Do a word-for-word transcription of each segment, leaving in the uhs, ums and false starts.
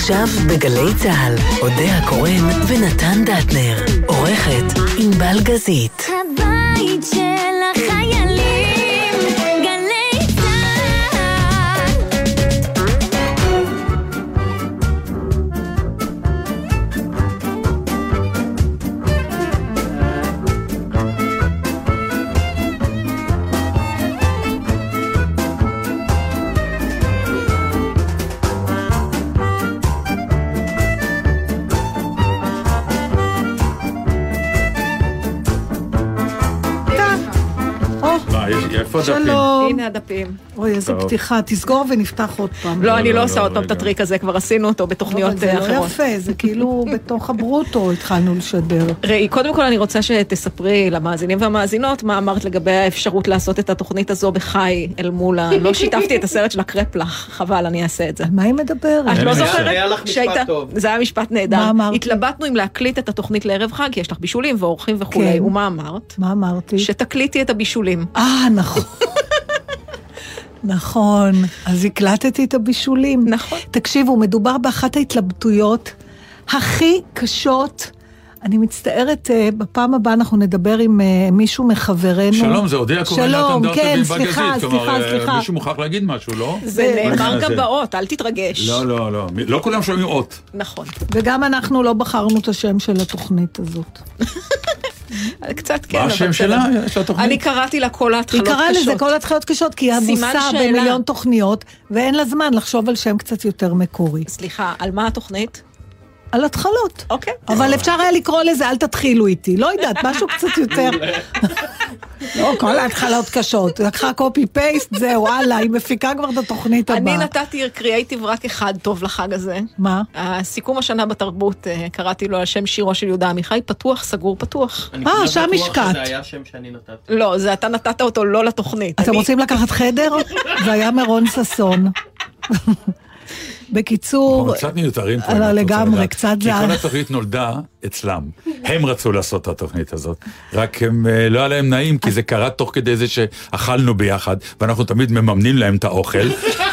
עכשיו בגלי צהל, אודיה קורן ונתן דטנר, עורכת ענבל גזית. הבית של החיילים, גלי צהל. שלום. הנה הדפים. אוי, איזה פתיחה, תסגור ונפתח עוד פעם. לא, אני לא עושה עוד פעם את הטריק הזה, כבר עשינו אותו בתוכניות אחרות. אבל זה לא יפה, זה כאילו בתוך הברוטו התחלנו לשדר. ראי, קודם כל אני רוצה שתספרי למאזינים והמאזינות מה אמרת לגבי האפשרות לעשות את התוכנית הזו בחי אל מול ה... לא שיתפתי את הסרט של הקרפלח, חבל, אני אעשה את זה. על מה היא מדברת? את לא זוכרת? היה לך משפט טוב. זה היה משפט נהדר. מה אמרתי? התלבטנו אם להקליט את התוכנית לערב חג, כי יש לך בישולים ואורחים וכולי. כן. ומה אמרת? מה אמרתי? שתקליטי את הבישולים. אה, נכון. נכון, אז הקלטתי את הבישולים. נכון. תקשיבו, מדובר באחת ההתלבטויות הכי קשות. אני מצטערת, בפעם הבאה אנחנו נדבר עם מישהו מחברנו. שלום, זה אודיה קורן. שלום, כן, סליחה, סליחה, סליחה. מישהו מוכרח להגיד משהו, לא? זה נאמר גם באות, אל תתרגש. לא, לא, לא. לא כולם שומעים אות. נכון. וגם אנחנו לא בחרנו את השם של התוכנית הזאת. קצת כן. מה השם שלה? יש לה תוכנית? אני קראתי לה כל ההתחלות היא קשות. קראה לזה כל ההתחלות קשות, כי היא עמוסה במיליון תוכניות, ואין לה זמן לחשוב על שם קצת יותר מקורי. סליחה, על מה התוכנית? על התחלות. אוקיי. אבל אפשר היה לקרוא לזה, אל תתחילו איתי. לא יודעת, משהו קצת יותר... לא, כל ההתחלות קשות. לקחה קופי פייסט, זהו, הלאה, היא מפיקה כבר את התוכנית הבאה. אני נתתי קריאייטיב רק אחד טוב לחג הזה. מה? הסיכום השנה בתרבות, קראתי לו על שם שירו של יהודה עמיחי, פתוח, סגור, פתוח. אה, שם משקעת. זה היה שם שאני נתתי. לא, זה אתה נתת אותו לא לתוכנית. אתם רוצים לקחת חדר? זה היה מרון ססון. בקיצור, קצת מיותרים פה. לא, לגמרי, קצת זה... כי כל התוכנית נולדה אצלם. הם רצו לעשות את התוכנית הזאת. רק הם לא היה להם נעים, כי זה קרה תוך כדי זה שאכלנו ביחד, ואנחנו תמיד מממנים להם את האוכל.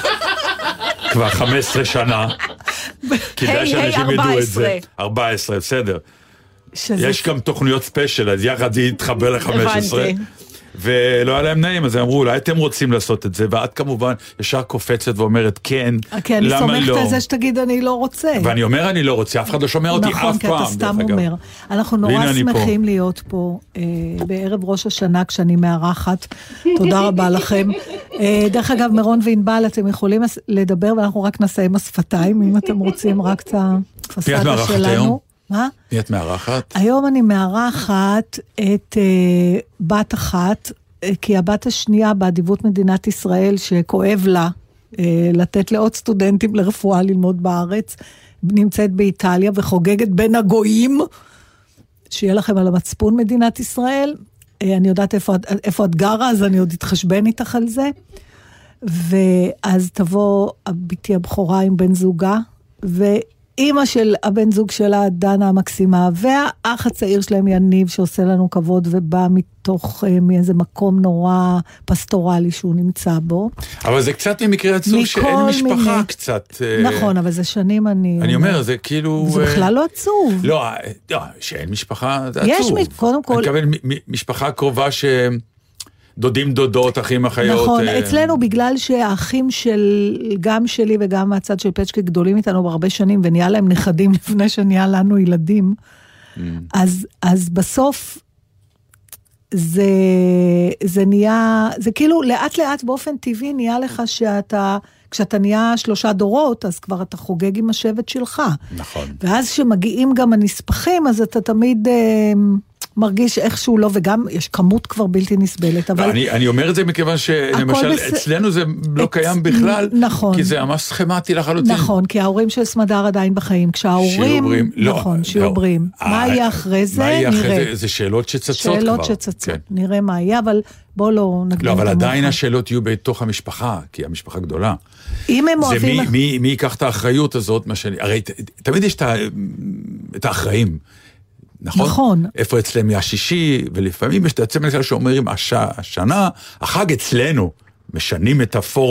כבר חמש עשרה שנה. כדאי שאנשים ידעו את זה. ארבע עשרה, בסדר. יש גם תוכניות ספיישל, אז יחד זה יתחבר ל-חמש עשרה. הבנתי. ולא היה להם נעים, אז הם אמרו, אולי אתם רוצים לעשות את זה, ואת כמובן ישר קופצת ואומרת, כן, כן, אני סומכת על זה שתגיד, אני לא רוצה. ואני אומר, אני לא רוצה, אף אחד לא שומע אותי אף פעם. נכון, כי אתה סתם אומר. אנחנו נורא שמחים להיות פה, בערב ראש השנה, כשאני מארחת. תודה רבה לכם. דרך אגב, מרון וענבל, אתם יכולים לדבר, ואנחנו רק נעשה עם השפתיים, אם אתם רוצים רק את הפסאדה שלנו. מה? מי את מארחת? היום אני מארחת את uh, בת אחת, כי הבת השנייה באדיבות מדינת ישראל, שכואב לה uh, לתת לעוד סטודנטים לרפואה ללמוד בארץ, נמצאת באיטליה וחוגגת בין הגויים, שיהיה לכם על המצפון מדינת ישראל. Uh, אני יודעת איפה, איפה את גרה, אז אני עוד אתחשבן איתך על זה. ואז תבוא ביתי הבכורה עם בן זוגה, ו... אמא של הבן זוג שלה, דנה המקסימה, והאח הצעיר שלהם יניב, שעושה לנו כבוד, ובא מתוך מאיזה מקום נורא פסטורלי שהוא נמצא בו. אבל זה קצת ממקרה עצוב שאין משפחה מיני... קצת. נכון, אבל זה שנים אני... אני אומר, זה כאילו... זה בכלל לא עצוב. לא, לא שאין משפחה, זה יש עצוב. יש, קודם כל... אני מקבל משפחה קרובה ש... דודים, דודות, אחים, אחיות. נכון, אצלנו בגלל שהאחים של, גם שלי וגם מהצד של פצ'קי גדולים איתנו בהרבה שנים, ונהיה להם נכדים לפני שנהיה לנו ילדים, אז, אז בסוף זה, זה נהיה, זה כאילו לאט לאט באופן טבעי נהיה לך שאתה, כשאתה נהיה שלושה דורות, אז כבר אתה חוגג עם השבט שלך. נכון. ואז שמגיעים גם הנספחים, אז אתה תמיד... מרגיש איכשהו לא, וגם יש כמות כבר בלתי נסבלת, אבל... אני, אני אומר את זה מכיוון שלמשל בס... אצלנו זה לא את... קיים בכלל, נכון. כי זה ממש סכמטי לחלוטין. נכון, כי ההורים של סמדר עדיין בחיים, כשההורים... שיעוברים, נכון, לא, שיעוברים. לא. מה יהיה אחרי זה? מה יהיה נראה. אחרי זה? זה שאלות שצצות שאלות כבר. שאלות שצצות, כן. נראה מה יהיה, אבל בוא לא נקדים לא, אבל עדיין השאלות יהיו בתוך המשפחה, כי המשפחה גדולה. אם הם אוהבים... זה מי, מי, מי ייקח את האחריות הזאת, מה שאני... הרי תמיד יש את האחראים. נכון? נכון. איפה אצלם השישי, ולפעמים יש את הצמל כאלה שאומרים, הש... השנה, החג אצלנו, משנים את הפורמה.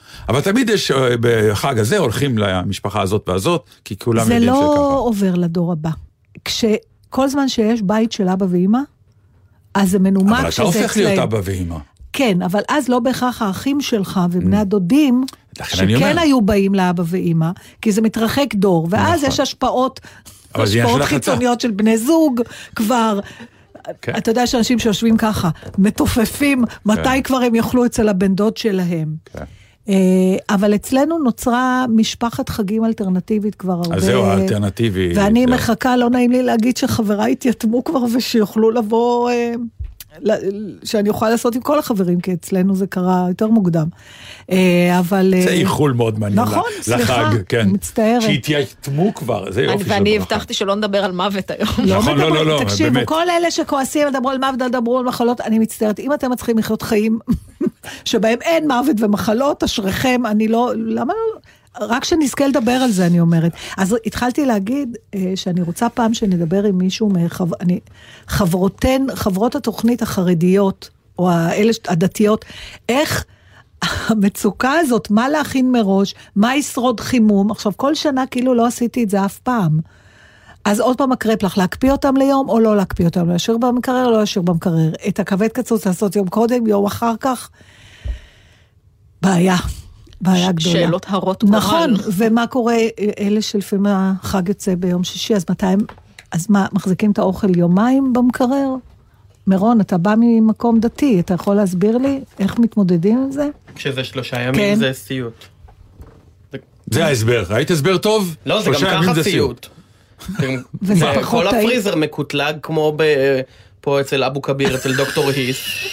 אבל תמיד יש, בחג הזה הולכים למשפחה הזאת והזאת, כי כולם זה יודעים לא שככה. עובר לדור הבא. כשכל זמן שיש בית של אבא ואמא, אז זה מנומק אבל אתה שזה הופך להיות אצלהם. אבא ואמא. כן, אבל אז לא בהכרח האחים שלך ובני הדודים, לכן אני שכן אומר. היו באים לאבא ואמא, כי זה מתרחק דור, ואז נכון. יש השפעות, אבל זה עניין השפעות של החלטה. חיצוניות של בני זוג, כבר, כן. אתה יודע שאנשים שיושבים ככה, מתופפים, מתי כבר הם יאכלו אצל הבן דוד שלהם. כן. אה, אבל אצלנו נוצרה משפחת חגים אלטרנטיבית כבר הרבה. אז זהו, האלטרנטיבי. ואני זהו. מחכה, לא נעים לי להגיד שחבריי התייתמו כבר ושיוכלו לבוא, אה, ל- שאני אוכל לעשות עם כל החברים, כי אצלנו זה קרה יותר מוקדם. אה, אבל... זה אה, איחול מאוד מעניין נכון, ל- סליחה, לחג, כן. אני מצטערת. שהתייתמו כבר, זה יופי של ברכה. ואני הבטחתי שלא נדבר על מוות היום. נכון, לא, לא, לא, תקשיבו, באמת. כל אלה שכועסים, דברו על מוות, דברו על מחלות, אני מצטערת, אם אתם מצליחים לחיות חיים שבהם אין מוות ומחלות, אשריכם, אני לא, למה לא? רק שנזכה לדבר על זה, אני אומרת. אז התחלתי להגיד אה, שאני רוצה פעם שנדבר עם מישהו מחב... אני, חברותן, חברות התוכנית החרדיות, או האלה הדתיות, איך המצוקה הזאת, מה להכין מראש, מה ישרוד חימום, עכשיו כל שנה כאילו לא עשיתי את זה אף פעם. אז עוד פעם הקרפ לך, להקפיא אותם ליום או לא להקפיא אותם, להשאיר במקרר או לא להשאיר במקרר, את הכבד קצוץ לעשות יום קודם, יום אחר כך, בעיה, בעיה גדולה. שאלות הרות גורל. נכון, ומה קורה, אלה שלפעמים החג יוצא ביום שישי, אז מתי הם, אז מה, מחזיקים את האוכל יומיים במקרר? מירון, אתה בא ממקום דתי, אתה יכול להסביר לי איך מתמודדים עם זה? כשזה שלושה כן. ימים זה סיוט. זה ההסבר, ראית הסבר טוב? לא, זה גם שלושה ימים ככה זה סיוט. וזה מה, פחות כל טעים. הפריזר מקוטלג כמו ב- פה אצל אבו כביר, אצל דוקטור היס.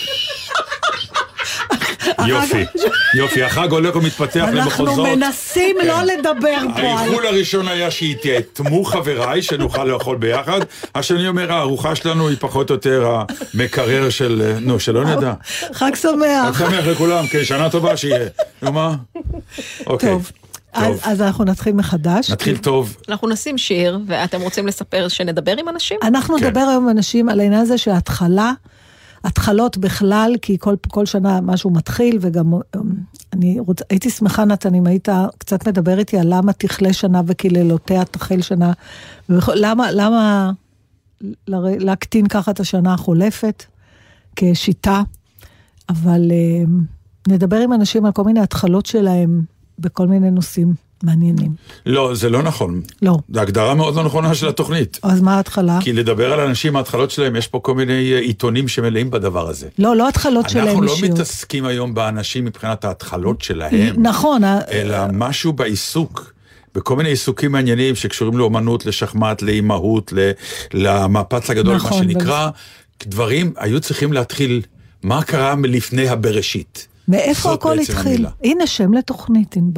יופי, יופי, החג הולך ומתפתח אנחנו למחוזות. מנסים לא לדבר פה על... האיחול הראשון היה שהתייתמו חבריי, שנוכל לאכול ביחד. השני אומר, הארוחה שלנו היא פחות או יותר המקרר של... נו, שלא נדע. חג שמח. חג שמח לכולם, כן, שנה טובה שיהיה. נו מה? אוקיי. טוב, אז, אז אנחנו נתחיל מחדש. נתחיל טוב. אנחנו נשים שיר, ואתם רוצים לספר שנדבר עם אנשים? אנחנו כן. נדבר היום עם אנשים על העניין הזה שההתחלה, התחלות בכלל, כי כל, כל שנה משהו מתחיל, וגם אני רוצ, הייתי שמחה נתן, אם היית קצת מדבר איתי על למה תכלה שנה וקללותיה תחל שנה, למה, למה להקטין ככה את השנה החולפת כשיטה, אבל נדבר עם אנשים על כל מיני התחלות שלהם בכל מיני נושאים מעניינים. לא, זה לא נכון. לא. זו הגדרה מאוד לא נכונה של התוכנית. אז מה ההתחלה? כי לדבר על אנשים, ההתחלות שלהם, יש פה כל מיני עיתונים שמלאים בדבר הזה. לא, לא התחלות שלהם אנחנו לא אישיות. מתעסקים היום באנשים מבחינת ההתחלות שלהם. נכון. אלא משהו בעיסוק. בכל מיני עיסוקים מעניינים שקשורים לאומנות, לשחמט, לאימהות, למפץ הגדול, נכון, מה שנקרא. דברים היו צריכים להתחיל, מה קרה מלפני הבראשית. מאיפה זאת הכל בעצם התחיל? המילה. הנה שם לתוכנית, ענבל.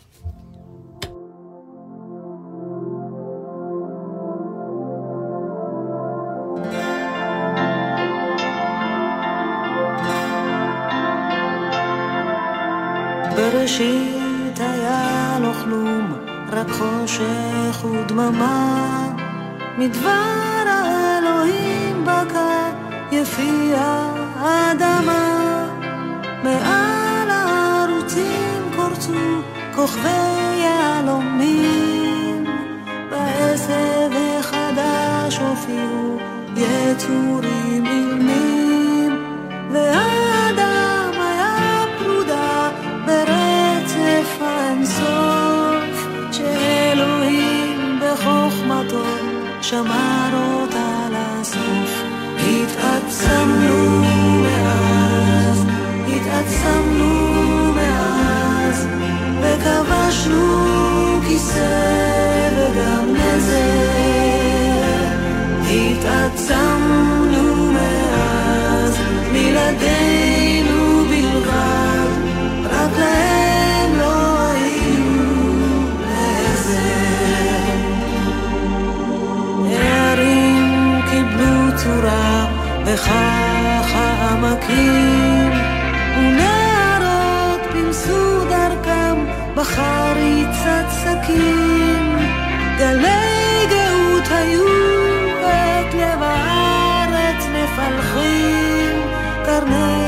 בראשית היה לו כלום, רק חושך ודממה, מדבר האלוהים בקע יפי האדמה, מעל הערוצים קורצו כוכבי יהלומים, בעשב החדש הופיעו יצורים אילמים, והאדם היה פרודה ברצף האינסוף, שאלוהים בחוכמתו שמר אותה לסוף. התעצמנו מאז, התעצמנו מאז, וכבשנו כיסא וגם נזר. התעצמנו מאז, מילדינו בלבד, רק להם לא היינו לעזר. הערים קיבלו צורה וכך העמקים, ונערות פמסו דרכם בחריצת סכין. גלי גאות היו את לב הארץ מפלחים, קרני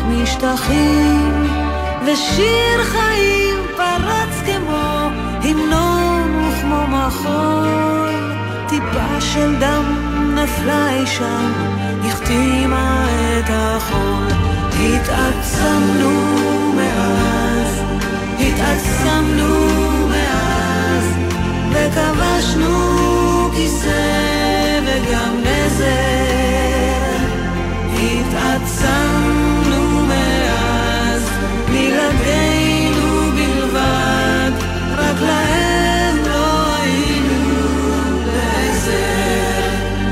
משטחים, ושיר חיים פרץ כמו המנון וכמו מחול, טיפה של דם נפלה אי שם, החתימה את החול. התעצמנו מאז, התעצמנו מאז, וכבשנו כיסא וגם נזר. התעצמנו מאז, בלעדינו בלבד, רק להם לא היינו לעזר.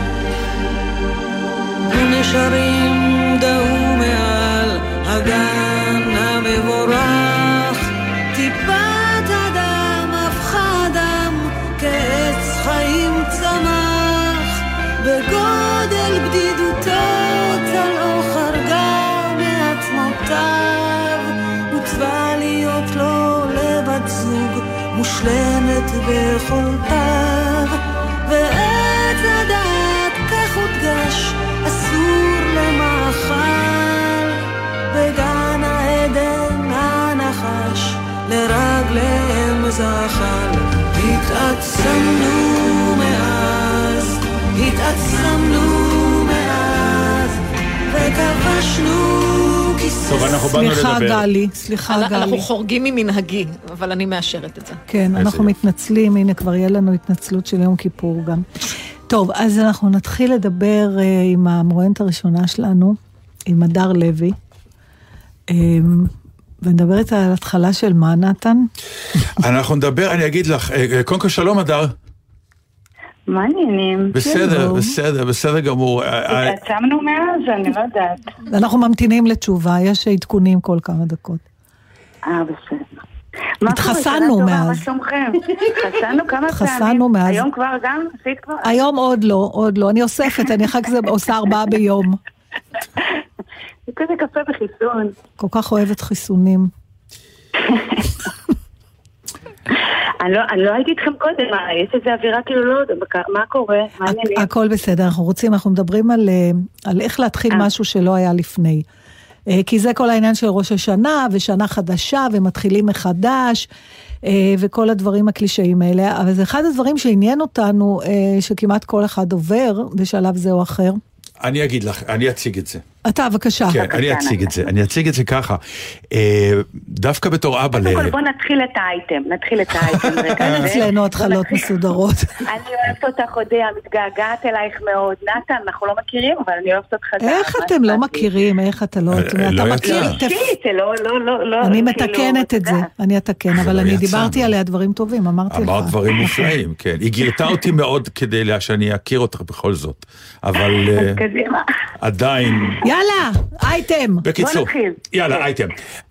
ונשארים דהו מעל הגן המבורך, טיפת אדם הפכה דם, כעץ חיים צמח, בגודל בדידותו צלעו חרגה מעצמותיו, וצבא להיות לו לבת זוג מושלמת בחולתיו. ועץ הדת כך הודגש אסור למאכל, בגן העדן הנחש לרגליהם זחל. התעצמנו מאז, התעצמנו מאז, וכבשנו כיסא. טוב, אנחנו באנו לדבר. סליחה גלי, סליחה גלי. אנחנו חורגים ממנהגי, אבל אני מאשרת את זה. כן, אנחנו מתנצלים, הנה כבר יהיה לנו התנצלות של יום כיפור גם. טוב, אז אנחנו נתחיל לדבר uh, עם המרואיינת הראשונה שלנו, עם הדר לוי, um, ונדבר את על התחלה של מה, נתן? אנחנו נדבר, אני אגיד לך, קודם כל שלום הדר. מה העניינים? בסדר, בסדר, בסדר גמור. התעצמנו מאז, אני לא יודעת. אנחנו ממתינים לתשובה, יש עדכונים כל כמה דקות. אה, בסדר. התחסנו מאז. מה שלומכם? התחסנו כמה פעמים. התחסנו מאז. היום כבר גם? עשית כבר? היום עוד לא, עוד לא. אני אוספת, אני אחר כך עושה ארבעה ביום. זה כזה קפה בחיסון. כל כך אוהבת חיסונים. אני לא, אני לא הייתי איתכם קודם, יש איזו אווירה כאילו לא, מה קורה? מה העניינים? הכל בסדר, אנחנו רוצים, אנחנו מדברים על, על איך להתחיל משהו שלא היה לפני. כי זה כל העניין של ראש השנה, ושנה חדשה, ומתחילים מחדש, וכל הדברים הקלישאים האלה. אבל זה אחד הדברים שעניין אותנו, שכמעט כל אחד עובר בשלב זה או אחר. אני אגיד לך, אני אציג את זה. אתה, בבקשה. כן, אני אציג את זה, אני אציג את זה ככה. דווקא בתור אבא ל... קודם כל בוא נתחיל את האייטם, נתחיל את האייטם. אין אצלנו התחלות מסודרות. אני אוהבת אותך אודיה, מתגעגעת אלייך מאוד. נתן, אנחנו לא מכירים, אבל אני אוהבת אותך. איך אתם לא מכירים? איך אתה לא... לא יצא. אני מתקנת את זה, אני אתקן, אבל אני דיברתי עליה דברים טובים, אמרתי לך. אמרת דברים מופלאים, כן. היא גילתה אותי מאוד כדי שאני אכיר אותך בכל זאת. אבל עדיין... יאללה, אייטם. בקיצור, יאללה, אייטם.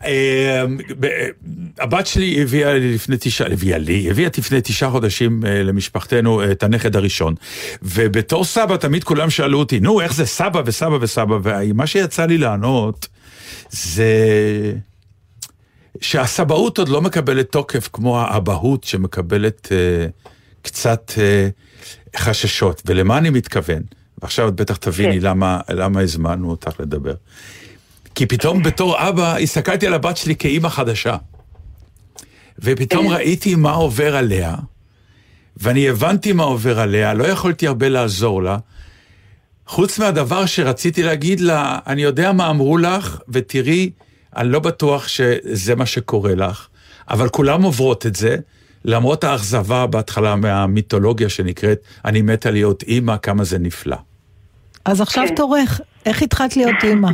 הבת שלי הביאה לפני תשעה, הביאה לי, הביאה לפני תשעה חודשים למשפחתנו את הנכד הראשון. ובתור סבא תמיד כולם שאלו אותי, נו, איך זה סבא וסבא וסבא? ומה שיצא לי לענות זה שהסבאות עוד לא מקבלת תוקף כמו האבהות שמקבלת קצת חששות. ולמה אני מתכוון? ועכשיו את בטח תביני למה, למה הזמנו אותך לדבר. כי פתאום בתור אבא הסתכלתי על הבת שלי כאימא חדשה. ופתאום ראיתי מה עובר עליה, ואני הבנתי מה עובר עליה, לא יכולתי הרבה לעזור לה, חוץ מהדבר שרציתי להגיד לה, אני יודע מה אמרו לך, ותראי, אני לא בטוח שזה מה שקורה לך, אבל כולם עוברות את זה, למרות האכזבה בהתחלה מהמיתולוגיה שנקראת, אני מתה להיות אימא, כמה זה נפלא. אז עכשיו תורך, איך התחלת להיות אימא?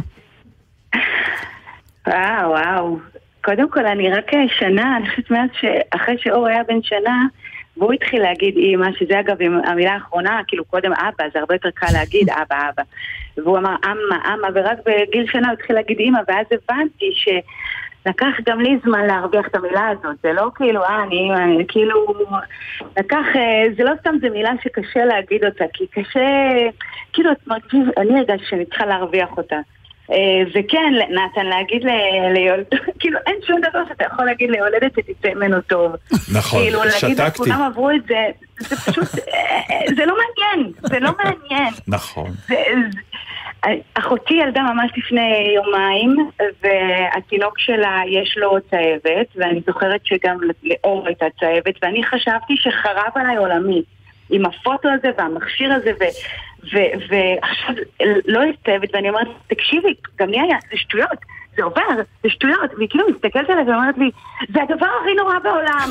וואו, וואו. קודם כל, אני רק שנה, אני חושבת מאז שאחרי שאור היה בן שנה, והוא התחיל להגיד אימא, שזה אגב המילה האחרונה, כאילו קודם אבא, זה הרבה יותר קל להגיד אבא, אבא. והוא אמר אמא, אמא, ורק בגיל שנה הוא התחיל להגיד אימא, ואז הבנתי ש... לקח גם לי זמן להרוויח את המילה הזאת, זה לא כאילו, אה, אני, אני כאילו, לקח, זה לא סתם, זה מילה שקשה להגיד אותה, כי קשה, כאילו, אני הרגשתי שאני צריכה להרוויח אותה. וכן, נתן, להגיד ליולדת, כאילו, אין שום דבר שאתה יכול להגיד ליולדת שתצא ממנו טוב. נכון, כאילו, שתקתי. להגיד, כולם עברו את זה, זה פשוט, זה לא מעניין, זה לא מעניין. נכון. זה, אחותי ילדה ממש לפני יומיים, והתינוק שלה יש לו צהבת, ואני זוכרת שגם לאור הייתה צהבת, ואני חשבתי שחרב עליי עולמי, עם הפוטו הזה והמכשיר הזה, ועכשיו לא יש צהבת, ואני אומרת, תקשיבי, גם לי היה, זה שטויות, זה עובר, זה שטויות, והיא כאילו מסתכלת עליי ואומרת לי, זה הדבר הכי נורא בעולם.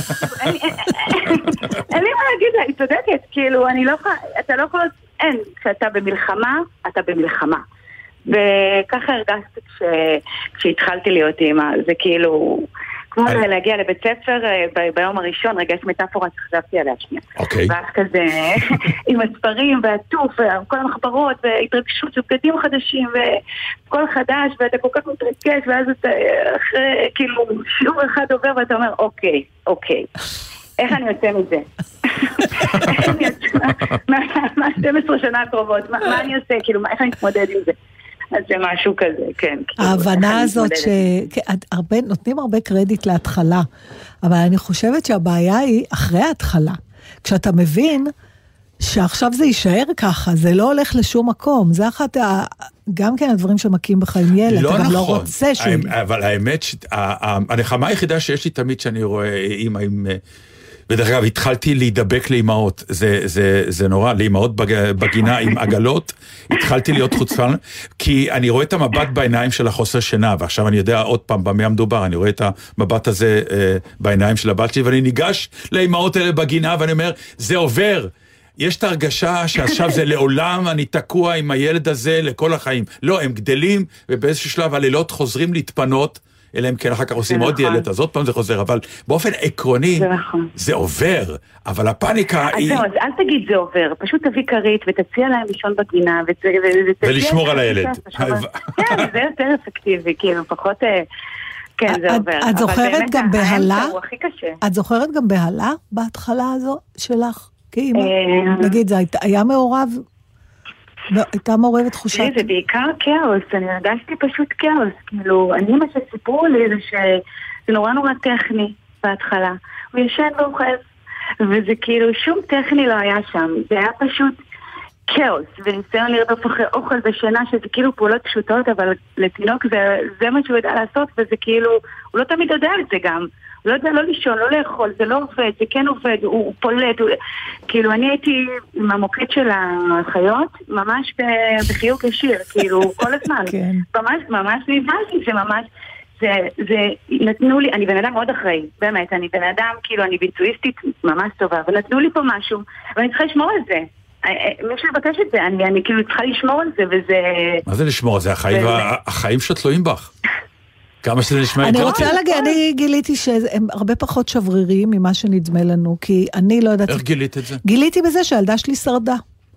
אין לי מה להגיד לה, היא צודקת, כאילו, אני לא יכולה, אתה לא יכול, אין, כשאתה במלחמה, אתה במלחמה. וככה הרגשתי כשהתחלתי להיות אימא, זה כאילו, כמו להגיע לבית ספר ביום הראשון, רגע, יש מטאפורה שחשבתי עליה שנייה. ואז כזה, עם הספרים והטוף, וכל המחברות, והתרגשות ובגדים חדשים, וכל חדש, ואתה כל כך מתרגש, ואז אתה אחרי, כאילו, שיעור אחד עובר, ואתה אומר, אוקיי, אוקיי. איך אני יוצא מזה? איך אני יוצא? מה שתים עשרה שנה הקרובות? מה אני עושה? כאילו, איך אני מתמודד עם זה? אז זה משהו כזה, כן. ההבנה הזאת שנותנים הרבה קרדיט להתחלה, אבל אני חושבת שהבעיה היא אחרי ההתחלה. כשאתה מבין שעכשיו זה יישאר ככה, זה לא הולך לשום מקום. זה אחת, גם כן הדברים שמקים בך עם ילד, אתה גם לא רוצה שהוא... אבל האמת, הנחמה היחידה שיש לי תמיד שאני רואה אימא עם... ודרך אגב, התחלתי להידבק לאמאות, זה, זה, זה נורא, לאמאות בגינה עם עגלות, התחלתי להיות חוצפן, כי אני רואה את המבט בעיניים של החוסר שינה, ועכשיו אני יודע עוד פעם במה המדובר, אני רואה את המבט הזה אה, בעיניים של הבת שלי, ואני ניגש לאמאות האלה בגינה, ואני אומר, זה עובר, יש את הרגשה שעכשיו זה לעולם, אני תקוע עם הילד הזה לכל החיים. לא, הם גדלים, ובאיזשהו שלב הלילות חוזרים להתפנות, אלא אם כן אחר כך עושים עוד ילד, אז עוד פעם זה חוזר, אבל באופן עקרוני זה עובר, אבל הפאניקה היא... אז אל תגיד זה עובר, פשוט תביא כרית ותציע להם לישון בגינה, ולשמור על הילד. כן, זה יותר אפקטיבי, כאילו פחות... כן, זה עובר. את זוכרת גם בהלה? את זוכרת גם בהלה בהתחלה הזו שלך? כאמא? נגיד, זה היה מעורב... הייתה מעורבת תחושת... זה בעיקר כאוס, אני הרגשתי פשוט כאוס, כאילו, אני מה שסיפרו לי זה שזה נורא נורא טכני בהתחלה, הוא ישן ואוכל, וזה כאילו שום טכני לא היה שם, זה היה פשוט כאוס, וניסיון לרדוף אחרי אוכל ושינה, שזה כאילו פעולות פשוטות, אבל לתינוק זה, זה מה שהוא יודע לעשות, וזה כאילו, הוא לא תמיד יודע את זה גם, הוא לא יודע לא לישון, לא לאכול, זה לא עובד, זה כן עובד, הוא, הוא פולט, הוא... כאילו אני הייתי עם המוקד של החיות, ממש בחיוק ישיר, כאילו כל הזמן, כן. ממש, ממש נבלתי, זה ממש, זה, זה, נתנו לי, אני בן אדם מאוד אחראי, באמת, אני בן אדם, כאילו אני ביצועיסטית ממש טובה, ונתנו לי פה משהו, ואני צריכה לשמור על זה. מישהו לבקש את זה, אני, אני כאילו צריכה לשמור על זה, וזה... מה זה לשמור על זה? החיים, החיים שתלויים בך. כמה שזה נשמע אני אינטרטי. רוצה להגיד, אני גיליתי שהם הרבה פחות שבריריים ממה שנדמה לנו, כי אני לא יודעת... איך גילית את זה? גיליתי בזה שהילדה שלי שרדה.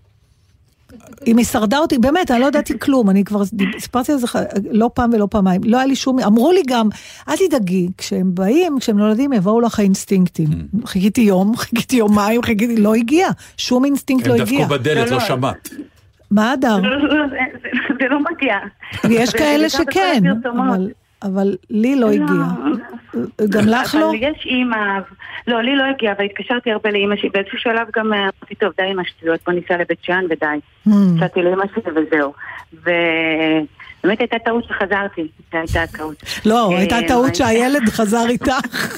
אם היא שרדה אותי, באמת, אני לא ידעתי כלום, אני כבר סיפרתי על זה לא פעם ולא פעמיים, לא היה לי שום... אמרו לי גם, אל תדאגי, כשהם באים, כשהם נולדים, יבואו לך האינסטינקטים. חיכיתי יום, חיכיתי יומיים, חיכיתי, לא הגיע. שום אינסטינקט לא הגיע. הם דווקא בדלת, לא שמעת. מה אדר? זה לא מגיע. יש כאלה שכן, אבל... אבל לי לא הגיע. גם לך לא? אבל יש אימא, לא, לי לא הגיע, אבל התקשרתי הרבה לאמא שלי, באיזשהו שלב גם אמרתי, טוב, די אמא שלי, בוא ניסע לבית שאן ודי. קצתי לאמא שלי וזהו. ובאמת הייתה טעות שחזרתי, הייתה טעות. לא, הייתה טעות שהילד חזר איתך.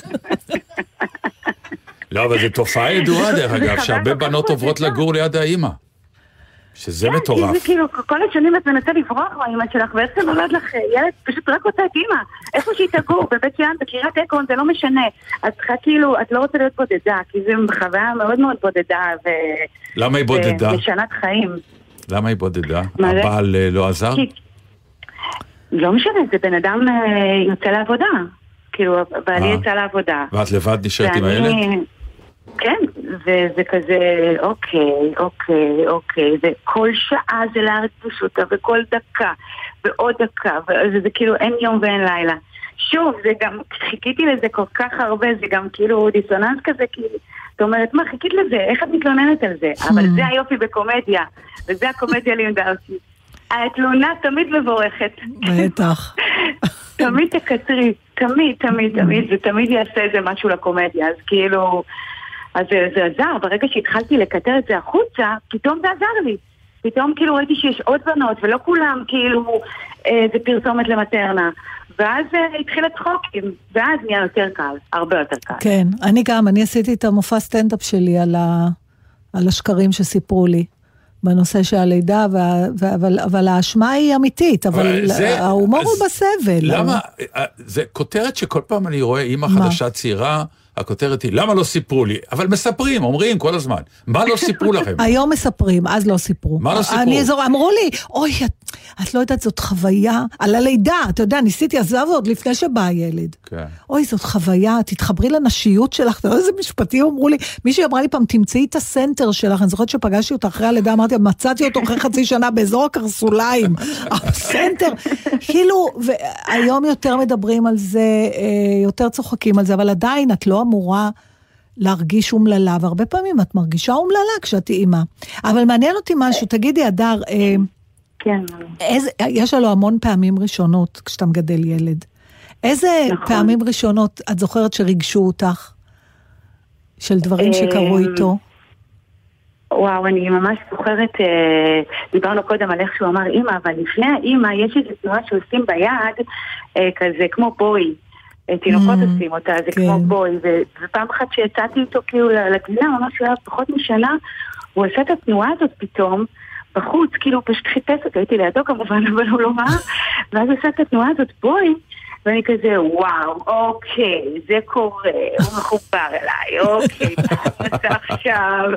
לא, אבל זו תופעה ידועה דרך אגב, שהרבה בנות עוברות לגור ליד האמא. שזה מטורף. זה כאילו, כל השנים את מנסה לברוח מהאמא שלך, ואיך זה נולד לך ילד, פשוט רק רוצה את אמא. איפה שהיא תגור, בבית שאן, בקריית עקרון, זה לא משנה. אז כאילו, את לא רוצה להיות בודדה, כי זו חוויה מאוד מאוד בודדה, ו... למה היא בודדה? ושנת חיים. למה היא בודדה? הבעל לא עזר? לא משנה, זה בן אדם יוצא לעבודה. כאילו, בעלי יצא לעבודה. ואת לבד נשארת עם הילד? כן, וזה כזה, אוקיי, אוקיי, אוקיי, וכל שעה זה להרגיש אותה, וכל דקה, ועוד דקה, וזה כאילו אין יום ואין לילה. שוב, זה גם, חיכיתי לזה כל כך הרבה, זה גם כאילו דיסוננס כזה, כי את אומרת, מה, חיכית לזה, איך את מתלוננת על זה? אבל זה היופי בקומדיה, וזה הקומדיה לימדה אותי. התלונה תמיד מבורכת. בטח. תמיד תקצרי, תמיד, תמיד, תמיד, זה תמיד יעשה איזה משהו לקומדיה, אז כאילו... אז זה, זה עזר, ברגע שהתחלתי לקטר את זה החוצה, פתאום זה עזר לי. פתאום כאילו ראיתי שיש עוד בנות, ולא כולם כאילו אה, זה פרסומת למטרנה. ואז אה, התחיל הצחוקים, ואז נהיה יותר קל, הרבה יותר קל. כן, אני גם, אני עשיתי את המופע סטנדאפ שלי על, ה, על השקרים שסיפרו לי. בנושא של הלידה, אבל, אבל האשמה היא אמיתית, אבל זה, ההומור הוא בסבל. למה? זה כותרת שכל פעם אני רואה אמא חדשה צעירה, הכותרת היא, למה לא סיפרו לי? אבל מספרים, אומרים כל הזמן. מה לא סיפרו לכם? היום מספרים, אז לא סיפרו. מה לא סיפרו? אני אזור, אמרו לי, אוי, את, את לא יודעת, זאת חוויה, על הלידה, אתה יודע, ניסיתי עזב עוד לפני שבא הילד. כן. אוי, זאת חוויה, תתחברי לנשיות שלך, אתה יודע איזה משפטים אמרו לי, מישהי אמרה לי פעם, תמצאי את הסנטר שלך, אני זוכרת שפגשתי אותה אחרי הלידה, אמרתי, מצאתי אותו אחרי חצי שנה באזור הקרסוליים, הסנטר, כאילו, והיום יותר מדברים על זה, יותר צוחקים על זה, אבל עדיין את לא אמורה להרגיש אומללה, והרבה פעמים את מרגישה אומללה כשאת אימא. אבל מעניין אותי משהו, תגידי, אדר, כן. איזה, יש לו המון פעמים ראשונות כשאתה מגדל ילד. איזה נכון. פעמים ראשונות את זוכרת שריגשו אותך? של דברים שקרו איתו? וואו, אני ממש זוכרת, דיברנו קודם על איך שהוא אמר אימא, אבל לפני האימא יש איזו תנועה שעושים ביד, כזה כמו בוי. תינוקות עושים אותה, זה כמו בוי, ופעם אחת שיצאתי איתו כאילו לגינה, ממש היה פחות משנה, הוא עושה את התנועה הזאת פתאום, בחוץ, כאילו הוא פשוט חיפש אותה, הייתי לידו כמובן, אבל הוא לא ראה, ואז עושה את התנועה הזאת בוי, ואני כזה, וואו, אוקיי, זה קורה, הוא מחובר אליי, אוקיי, זה עכשיו,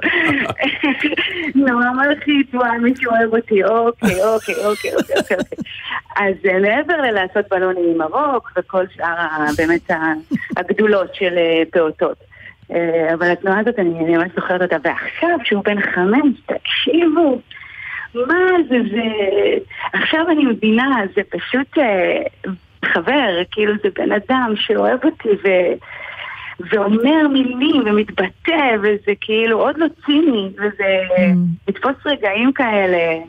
נורא מלחיץ, וואי, מישהו אוהב אותי, אוקיי, אוקיי, אוקיי, אוקיי, אוקיי. אז מעבר ללעשות בלונים עם הרוק, וכל שאר באמת הגדולות של פעוטות. אבל התנועה הזאת, אני ממש זוכרת אותה, ועכשיו שהוא בן חמש, תקשיבו, מה זה, זה, עכשיו אני מבינה, זה פשוט חבר, כאילו זה בן אדם שאוהב אותי ו... ואומר מילים ומתבטא, וזה כאילו עוד לא ציני, וזה לתפוס רגעים כאלה,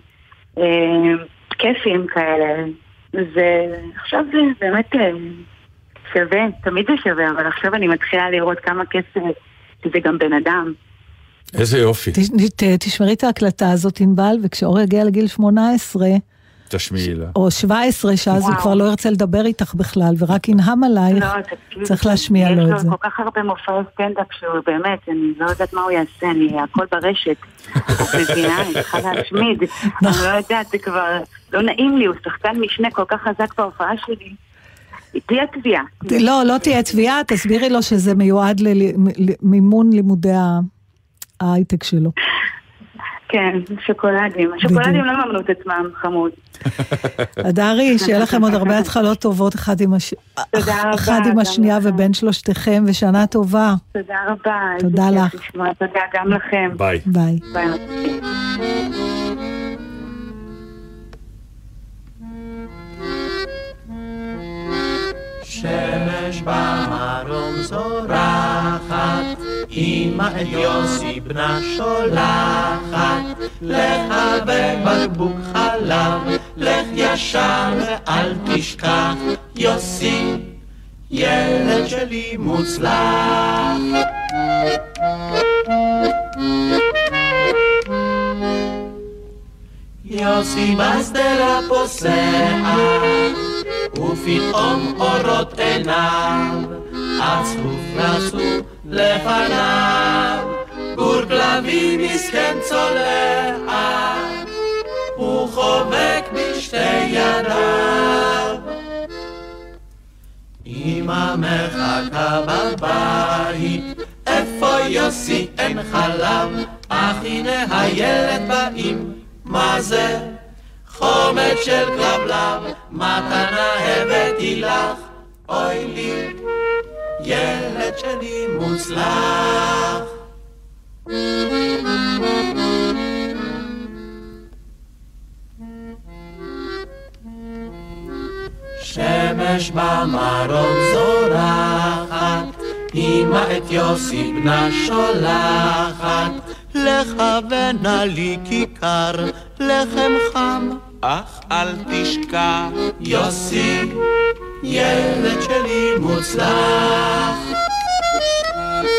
כיפים כאלה, ועכשיו זה באמת שווה, תמיד זה שווה, אבל עכשיו אני מתחילה לראות כמה כיף זה גם בן אדם. איזה יופי. תשמרי את ההקלטה הזאת ענבל, וכשאור יגיע לגיל שמונה עשרה, תשמיעי לה. או שבע עשרה, שאז הוא כבר לא ירצה לדבר איתך בכלל, ורק ינהם עלייך, צריך להשמיע לו את זה. יש לו כל כך הרבה מופעי סטנדאפ שהוא באמת, אני לא יודעת מה הוא יעשה, אני הכל ברשת. אני מבינה, אני צריכה להשמיד. אני לא יודעת, זה כבר לא נעים לי, הוא שחקן משנה כל כך חזק בהופעה שלי. תהיה תביעה. לא, לא תהיה תביעה, תסבירי לו שזה מיועד למימון לימודי ההייטק שלו. כן, שוקולדים. השוקולדים לא ממנו את עצמם, חמוד. אדרי, שיהיה לכם עוד הרבה התחלות טובות, אחד עם, הש... אחד עם השנייה ובין שלושתכם, ושנה טובה. תודה רבה. תודה לך. תודה גם לכם. ביי. ביי. ביי. שמש במרום זורחת, אמא את יוסי בנה שולחת, לך בבקבוק חלב, לך ישר ואל תשכח, יוסי, ילד שלי מוצלח. יוסי בשדרה פוסע, ופתאום אורות עיניו עצוב נסו לפניו, גור כלבי מסכן צולע, הוא חובק בשתי ידיו. אמא מחכה בבית, איפה יוסי אין חלב, אך הנה הילד באים, מה זה? חומץ של כלבלב, מתנה הבאתי לך, אוי לי, ילד שלי מוצלח. שמש במרום זורחת, אמא את יוסי בנה שולחת, לכוונה לי כיכר לחם חם, אך אל תשכח, יוסי, ילד שלי מוצלח.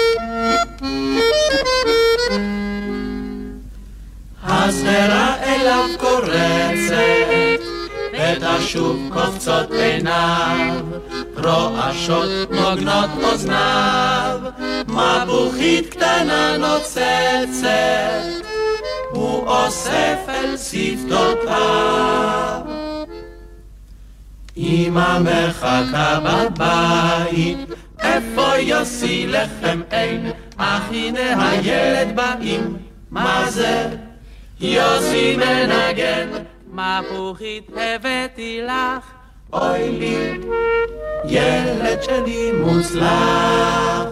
השדרה אליו עכשיו קורצת, ותשוב קופצות עיניו, רועשות נוגנות אוזניו, מבוכית קטנה נוצצת, הוא אוסף אל שפתותיו. אמא מחכה בבית, איפה יוסי לחם אין, אך הנה הילד באים, מה זה? יוסי מנגן, מפוחית הבאתי לך, אוי לי, ילד שלי מוצלח.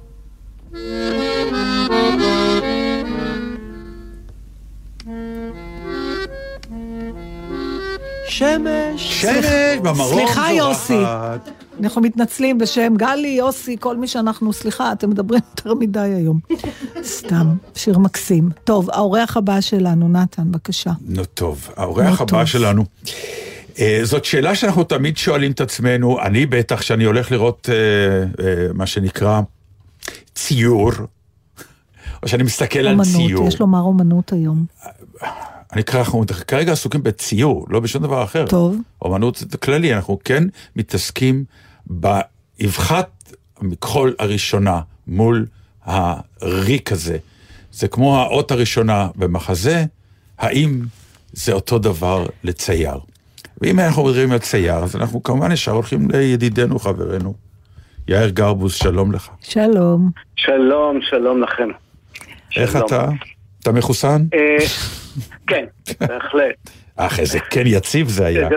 שמש, שמש במרום סליחה יוסי, זורחת. אנחנו מתנצלים בשם גלי, יוסי, כל מי שאנחנו, סליחה, אתם מדברים יותר מדי היום. סתם, שיר מקסים. טוב, האורח הבא שלנו, נתן, בבקשה. נו טוב, האורח הבא שלנו. אה, זאת שאלה שאנחנו תמיד שואלים את עצמנו, אני בטח שאני הולך לראות אה, אה, מה שנקרא ציור, או שאני מסתכל על ציור. אומנות, יש לומר אומנות היום. אני קרא, אנחנו כרגע עסוקים בציור, לא בשום דבר אחר. טוב. אומנות זה כללי, אנחנו כן מתעסקים באבחת המכחול הראשונה מול הריק הזה. זה כמו האות הראשונה במחזה, האם זה אותו דבר לצייר? ואם אנחנו מדברים על צייר, אז אנחנו כמובן ישר הולכים לידידנו, חברנו. יאיר גרבוס, שלום לך. שלום. שלום, שלום לכם. איך אתה? אתה מחוסן? כן, בהחלט. אך, איזה כן יציב זה היה.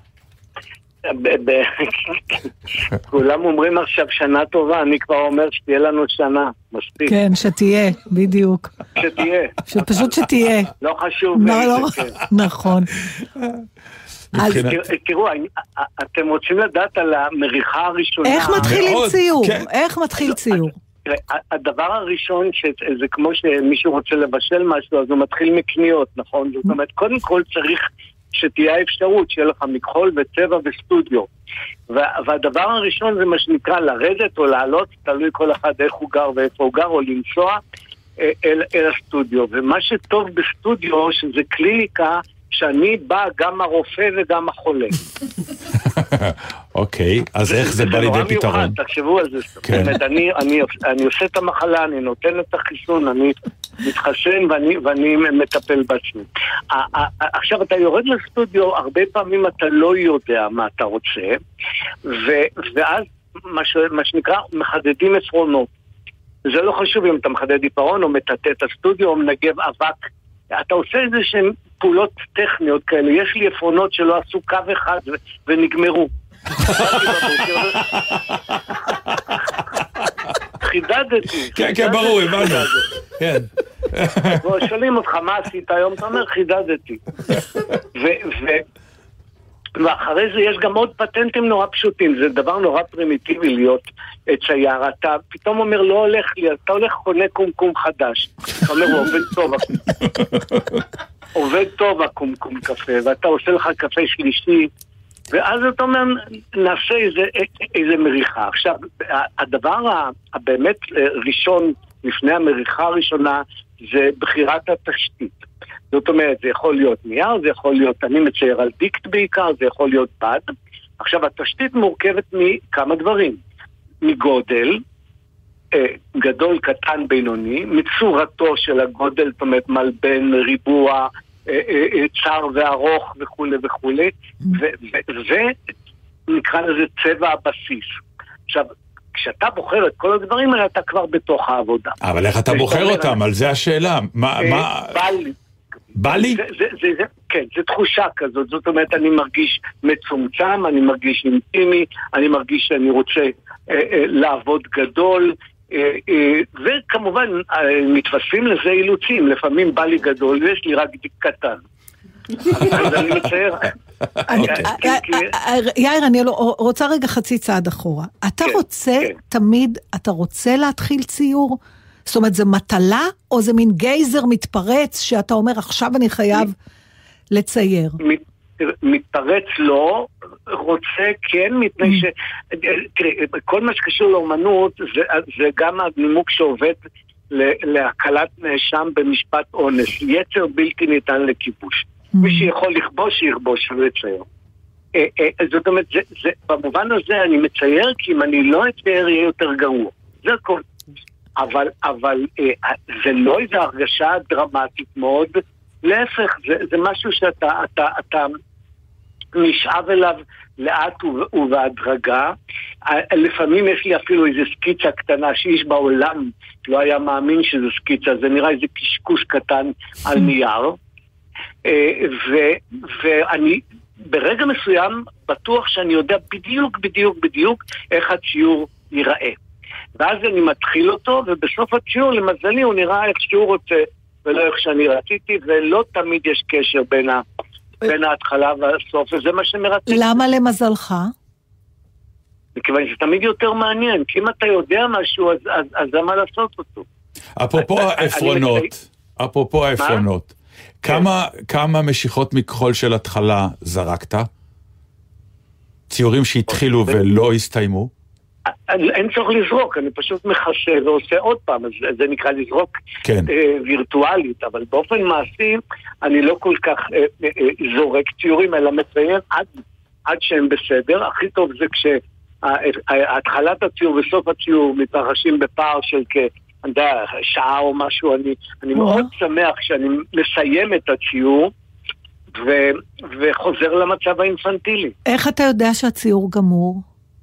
כולם אומרים עכשיו שנה טובה, אני כבר אומר שתהיה לנו שנה, מספיק. כן, שתהיה, בדיוק. שתהיה. פשוט שתהיה. לא חשוב. נכון. תראו, אתם רוצים לדעת על המריחה הראשונה. איך מתחילים ציור? איך מתחיל ציור? הדבר הראשון, זה כמו שמישהו רוצה לבשל משהו, אז הוא מתחיל מקניות, נכון? זאת אומרת, קודם כל צריך שתהיה האפשרות, שיהיה לך מכחול וצבע וסטודיו. והדבר הראשון זה מה שנקרא לרדת או לעלות, תלוי כל אחד איך הוא גר ואיפה הוא גר, או לנסוע אל, אל הסטודיו. ומה שטוב בסטודיו, שזה קליניקה, שאני בא גם הרופא וגם החולה. אוקיי, אז איך זה בא לידי פתרון? תחשבו על זה. אני עושה את המחלה, אני נותן את החיסון, אני מתחסן ואני מטפל בעצמי. עכשיו אתה יורד לסטודיו, הרבה פעמים אתה לא יודע מה אתה רוצה, ואז מה שנקרא מחדדים עפרונות. זה לא חשוב אם אתה מחדד עיפרון או מטאטא את הסטודיו או מנגב אבק. אתה עושה איזה שהן פעולות טכניות כאלה, יש לי עפרונות שלא עשו קו אחד ונגמרו. חידדתי. כן, כן, ברור, הבנו. כן. שואלים אותך מה עשית היום, אתה אומר חידדתי. ואחרי זה יש גם עוד פטנטים נורא פשוטים, זה דבר נורא פרימיטיבי להיות צייר, אתה פתאום אומר לא הולך לי, אתה הולך קונה קומקום חדש, אתה אומר הוא עובד טוב, עובד טוב הקומקום קפה, ואתה עושה לך קפה שלישי, ואז אתה אומר נעשה איזה, איזה מריחה. עכשיו הדבר הבאמת ראשון לפני המריחה הראשונה זה בחירת התשתית. זאת אומרת, זה יכול להיות נייר, זה יכול להיות, אני מצייר על דיקט בעיקר, זה יכול להיות בד. עכשיו, התשתית מורכבת מכמה דברים. מגודל, אה, גדול, קטן, בינוני, מצורתו של הגודל, זאת אומרת, מלבן, ריבוע, אה, אה, צר וארוך וכו' וכו'. ונקרא לזה צבע הבסיס. עכשיו, כשאתה בוחר את כל הדברים האלה, אתה כבר בתוך העבודה. אבל איך אתה בוחר אותם? על זה השאלה. מה... בא לי. בא לי? זה, זה, זה, זה, כן, זה תחושה כזאת. זאת אומרת, אני מרגיש מצומצם, אני מרגיש אינטימי, אני מרגיש שאני רוצה אה, אה, לעבוד גדול, אה, אה, וכמובן, אה, מתווספים לזה אילוצים. לפעמים בא לי גדול, ויש לי רק דיק קטן. אז אני מצייר... יאיר, אני רוצה רגע חצי צעד אחורה. אתה רוצה תמיד, אתה רוצה להתחיל ציור? זאת אומרת, זה מטלה, או זה מין גייזר מתפרץ, שאתה אומר, עכשיו אני חייב לצייר? מתפרץ לא, רוצה כן, מפני ש... תראה, כל מה שקשור לאומנות, זה גם הנימוק שעובד להקלת נאשם במשפט אונס. יצר בלתי ניתן לכיבוש. מי שיכול לכבוש, שיכבוש ולצייר. זאת אומרת, במובן הזה אני מצייר, כי אם אני לא אצייר יהיה יותר גרוע. זה הכל. אבל, אבל זה לא איזו הרגשה דרמטית מאוד, להפך, זה, זה משהו שאתה אתה, אתה נשאב אליו לאט ובהדרגה. לפעמים יש לי אפילו איזו סקיצה קטנה שאיש בעולם לא היה מאמין שזה סקיצה, זה נראה איזה קשקוש קטן על נייר. ו, ואני ברגע מסוים בטוח שאני יודע בדיוק בדיוק בדיוק איך הציור ייראה. ואז אני מתחיל אותו, ובסוף הציור למזלי הוא נראה איך שהוא רוצה ולא איך שאני רציתי, ולא תמיד יש קשר בין, ה, בין ההתחלה והסוף, וזה מה שמרציתי. למה למזלך? מכיוון שזה תמיד יותר מעניין, כי אם אתה יודע משהו, אז, אז, אז למה לעשות אותו? אפרופו העפרונות, אפרופו העפרונות, כמה, כמה משיכות מכחול של התחלה זרקת? ציורים שהתחילו ולא הסתיימו? אין צורך לזרוק, אני פשוט מחשב ועושה עוד פעם, אז זה נקרא לזרוק כן. אה, וירטואלית, אבל באופן מעשי אני לא כל כך אה, אה, זורק ציורים, אלא מצייר עד, עד שהם בסדר. הכי טוב זה כשהתחלת הציור וסוף הציור מתרחשים בפער של כשעה או משהו. אני, אני מאוד שמח שאני מסיים את הציור ו, וחוזר למצב האינפנטילי. איך אתה יודע שהציור גמור?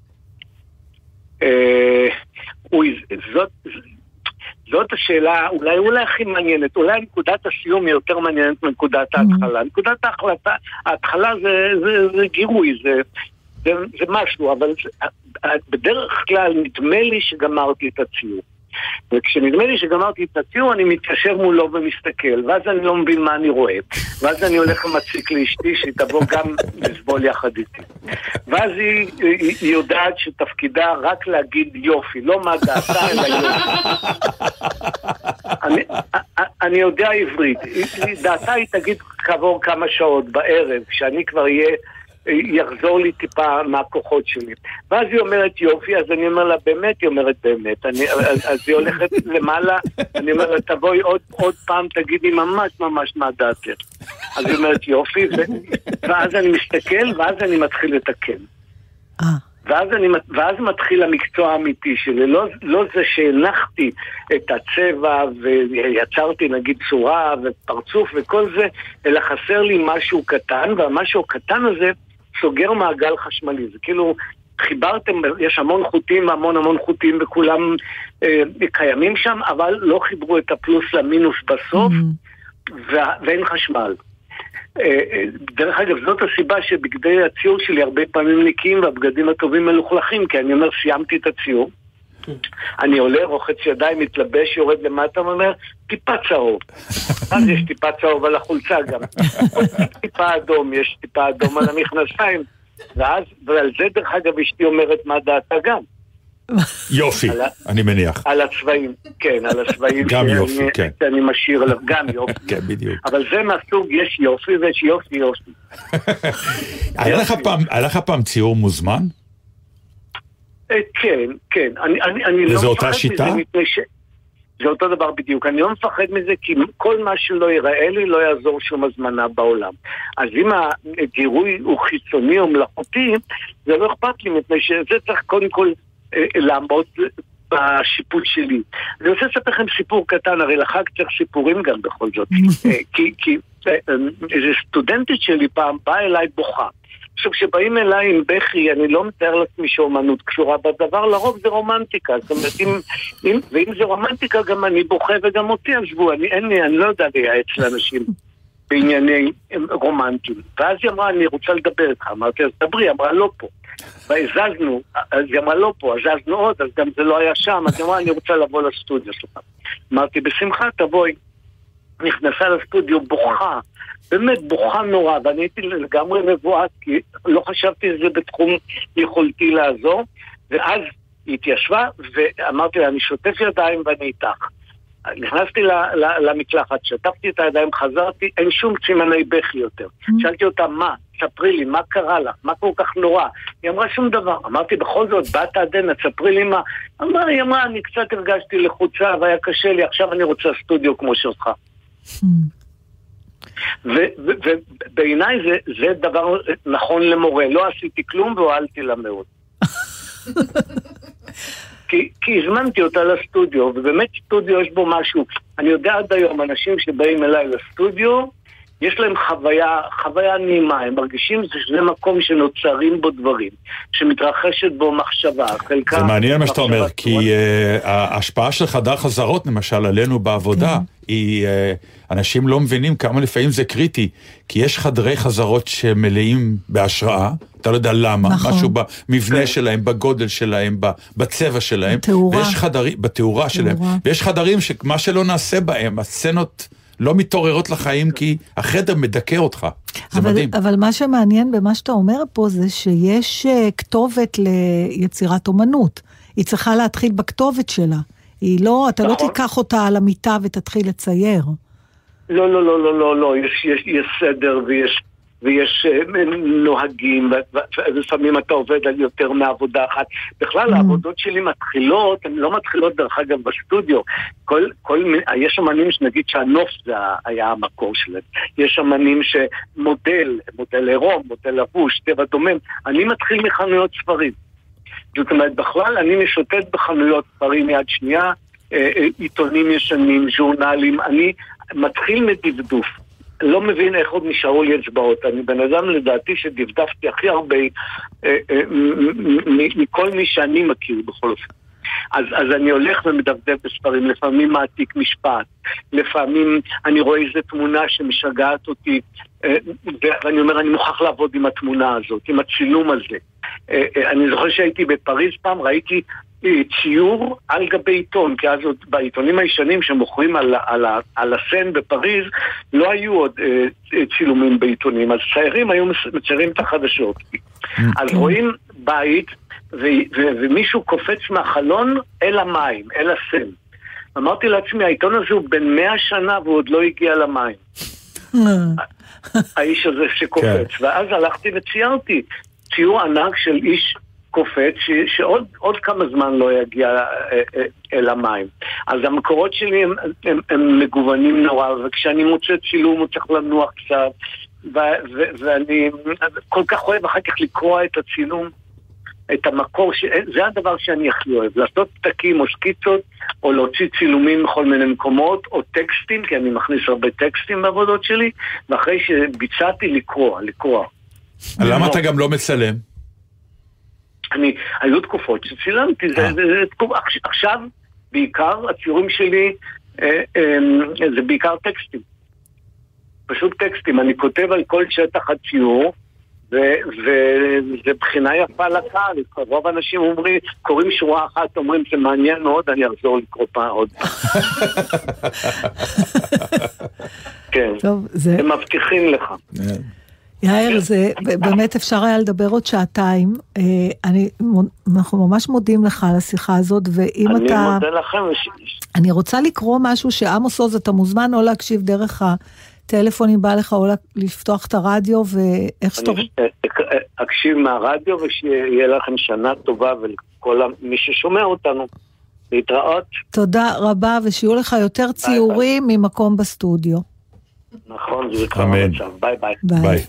זאת, זאת השאלה, אולי אולי הכי מעניינת, אולי נקודת הסיום היא יותר מעניינת מנקודת ההתחלה. נקודת ההחלטה, ההתחלה זה, זה, זה גירוי, זה, זה, זה משהו, אבל בדרך כלל נדמה לי שגמרתי את הציור. וכשנדמה לי שגמרתי את הציור, אני מתקשר מולו ומסתכל, ואז אני לא מבין מה אני רואה. ואז אני הולך ומציק לאשתי שהיא תבוא גם לסבול יחד איתי. ואז היא, היא, היא יודעת שתפקידה רק להגיד יופי, לא מה דעתה, אלא יופי. אני, אני יודע עברית. דעתה היא תגיד כעבור כמה שעות בערב, כשאני כבר אהיה... יחזור לי טיפה מהכוחות שלי. ואז היא אומרת יופי, אז אני אומר לה באמת, היא אומרת באמת. אני, אז, אז היא הולכת למעלה, אני אומר לה תבואי עוד, עוד פעם, תגידי ממש ממש מה דעתך. אז היא אומרת יופי, ו, ואז אני מסתכל, ואז אני מתחיל לתקן. ואז, אני, ואז מתחיל המקצוע האמיתי שלי. לא, לא זה שהנחתי את הצבע ויצרתי נגיד צורה ופרצוף וכל זה, אלא חסר לי משהו קטן, והמשהו הקטן הזה סוגר מעגל חשמלי. זה כאילו חיברתם, יש המון חוטים, המון המון חוטים וכולם אה, קיימים שם, אבל לא חיברו את הפלוס למינוס בסוף, mm-hmm. ואין חשמל. דרך אגב, זאת הסיבה שבגדי הציור שלי הרבה פעמים נקיים והבגדים הטובים מלוכלכים, כי אני אומר, סיימתי את הציור, אני עולה, רוחץ ידיים, מתלבש, יורד למטה, ואומר, טיפה צהוב. אז יש טיפה צהוב על החולצה גם. טיפה אדום, יש טיפה אדום על המכנסיים. ואז, ועל זה דרך אגב, אשתי אומרת מה דעתה גם. יופי, אני מניח. על הצבעים, כן, על הצבעים. גם יופי, כן. שאני משאיר עליו, גם יופי. כן, בדיוק. אבל זה מהסוג, יש יופי ויש יופי יופי. היה לך פעם ציור מוזמן? כן, כן. וזה אותה שיטה? זה אותו דבר בדיוק. אני לא מפחד מזה, כי כל מה שלא ייראה לי לא יעזור שום הזמנה בעולם. אז אם הגירוי הוא חיצוני או מלאכותי, זה לא אכפת לי, מפני שזה צריך קודם כל לעמוד בשיפוט שלי. אני רוצה לספר לכם סיפור קטן, הרי לחג צריך סיפורים גם בכל זאת. כי, כי איזו סטודנטית שלי פעם באה אליי בוכה. עכשיו, כשבאים אליי עם בכי, אני לא מתאר לעצמי שאומנות קשורה בדבר, לרוב זה רומנטיקה. זאת אומרת, אם, אם, ואם זה רומנטיקה, גם אני בוכה וגם אותי עזבו. אני, אין לי, אני לא יודע לייעץ לאנשים בענייני רומנטיים. ואז היא אמרה, אני רוצה לדבר איתך. אמרתי, אז דברי, אמרה, לא פה. והזזנו, אז היא אמרה, לא פה, הזזנו עוד, אז גם זה לא היה שם. אז היא אמרה, אני רוצה לבוא לסטודיו שלך. אמרתי, בשמחה, תבואי. נכנסה לסטודיו, בוכה. באמת בוכה נורא, ואני הייתי לגמרי מבועת, כי לא חשבתי שזה בתחום יכולתי לעזור, ואז היא התיישבה, ואמרתי לה, אני שוטף ידיים ואני איתך. נכנסתי למקלחת, שטפתי את הידיים, חזרתי, אין שום צימני בכי יותר. שאלתי אותה, מה? ספרי לי, מה קרה לך? מה כל כך נורא? היא אמרה שום דבר. אמרתי, בכל זאת, בת עדנה, ספרי לי מה. אמרה, היא אמרה, אני קצת הרגשתי לחוצה, והיה קשה לי, עכשיו אני רוצה סטודיו כמו שלך. ובעיניי זה, זה דבר נכון למורה. לא עשיתי כלום והועלתי לה מאוד. כי, כי הזמנתי אותה לסטודיו, ובאמת סטודיו יש בו משהו. אני יודע עד היום, אנשים שבאים אליי לסטודיו, יש להם חוויה, חוויה נעימה, הם מרגישים שזה מקום שנוצרים בו דברים, שמתרחשת בו מחשבה. זה מעניין מה שאתה אומר, כי uh, ההשפעה של חדר חזרות, למשל, עלינו בעבודה, היא, uh, אנשים לא מבינים כמה לפעמים זה קריטי, כי יש חדרי חזרות שמלאים בהשראה, אתה לא יודע למה, נכון. משהו במבנה שלהם, בגודל שלהם, בצבע שלהם, בתאורה. ויש חדרים, בתאורה שלהם, ויש חדרים שמה שלא נעשה בהם, הסצנות לא מתעוררות לחיים כי החדר מדכא אותך. זה אבל, מדהים. אבל מה שמעניין במה שאתה אומר פה זה שיש כתובת ליצירת אומנות. היא צריכה להתחיל בכתובת שלה. היא לא, אתה לא תיקח אותה על המיטה ותתחיל לצייר. לא, לא, לא, לא, לא, לא. יש, יש, יש סדר ויש, ויש נוהגים, ולפעמים אתה עובד על יותר מעבודה אחת. בכלל, העבודות שלי מתחילות, הן לא מתחילות דרך אגב בסטודיו. כל, כל, יש אמנים שנגיד שהנוף זה היה המקור שלהם. יש אמנים שמודל, מודל עירום, מודל לבוש, טבע דומם. אני מתחיל מחנויות ספרים. זאת אומרת, בכלל אני משוטט בחנויות ספרים יד שנייה, עיתונים ישנים, ז'ורנלים, אני מתחיל מדפדוף. לא מבין איך עוד נשארו לי אצבעות. אני בן אדם לדעתי שדפדפתי הכי הרבה מכל מי שאני מכיר בכל אופן. אז, אז אני הולך ומדפדף בספרים, לפעמים מעתיק משפט, לפעמים אני רואה איזו תמונה שמשגעת אותי, ואני אומר, אני מוכרח לעבוד עם התמונה הזאת, עם הצילום הזה. אני זוכר שהייתי בפריז פעם, ראיתי ציור על גבי עיתון, כי אז בעיתונים הישנים שמוכרים על, על, על הסן בפריז, לא היו עוד צילומים בעיתונים, אז ציירים היו מציירים את החדשות. אז רואים בית, ו- ו- ומישהו קופץ מהחלון אל המים, אל הסן. אמרתי לעצמי, העיתון הזה הוא בן מאה שנה והוא עוד לא הגיע למים. האיש הזה שקופץ. ואז הלכתי וציירתי ציור ענק של איש קופץ, ש- שעוד עוד כמה זמן לא יגיע אל המים. אז המקורות שלי הם, הם, הם מגוונים נורא, וכשאני מוצא צילום הוא צריך לנוח קצת, ו- ו- ואני כל כך אוהב אחר כך לקרוא את הצילום, את המקור, ש... זה הדבר שאני הכי אוהב, לעשות פתקים או סקיצות, או להוציא צילומים בכל מיני מקומות, או טקסטים, כי אני מכניס הרבה טקסטים בעבודות שלי, ואחרי שביצעתי לקרוא, לקרוא. למה אתה גם לא מצלם? אני, היו תקופות שצילמתי, זה, זה, זה תקופ... עכשיו, בעיקר, הציורים שלי, אה, אה, זה בעיקר טקסטים. פשוט טקסטים, אני כותב על כל שטח הציור, וזה בחינה יפה לקהל. רוב האנשים אומרים, קוראים שורה אחת, אומרים זה מעניין מאוד, אני אחזור לקרוא פעם עוד. כן, הם מבטיחים לך. יאיר, זה באמת אפשר היה לדבר עוד שעתיים. אנחנו ממש מודים לך על השיחה הזאת, ואם אתה... אני מודה לכם. אני רוצה לקרוא משהו שעמוס עוז, אתה מוזמן או להקשיב דרך ה... טלפון אם בא לך או לפתוח את הרדיו ואיך שאתה... אני אקשיב מהרדיו ושיהיה לכם שנה טובה ולכל מי ששומע אותנו. להתראות. תודה רבה ושיהיו לך יותר ציורים ממקום בסטודיו. נכון, זה כבר המצב. ביי ביי. ביי.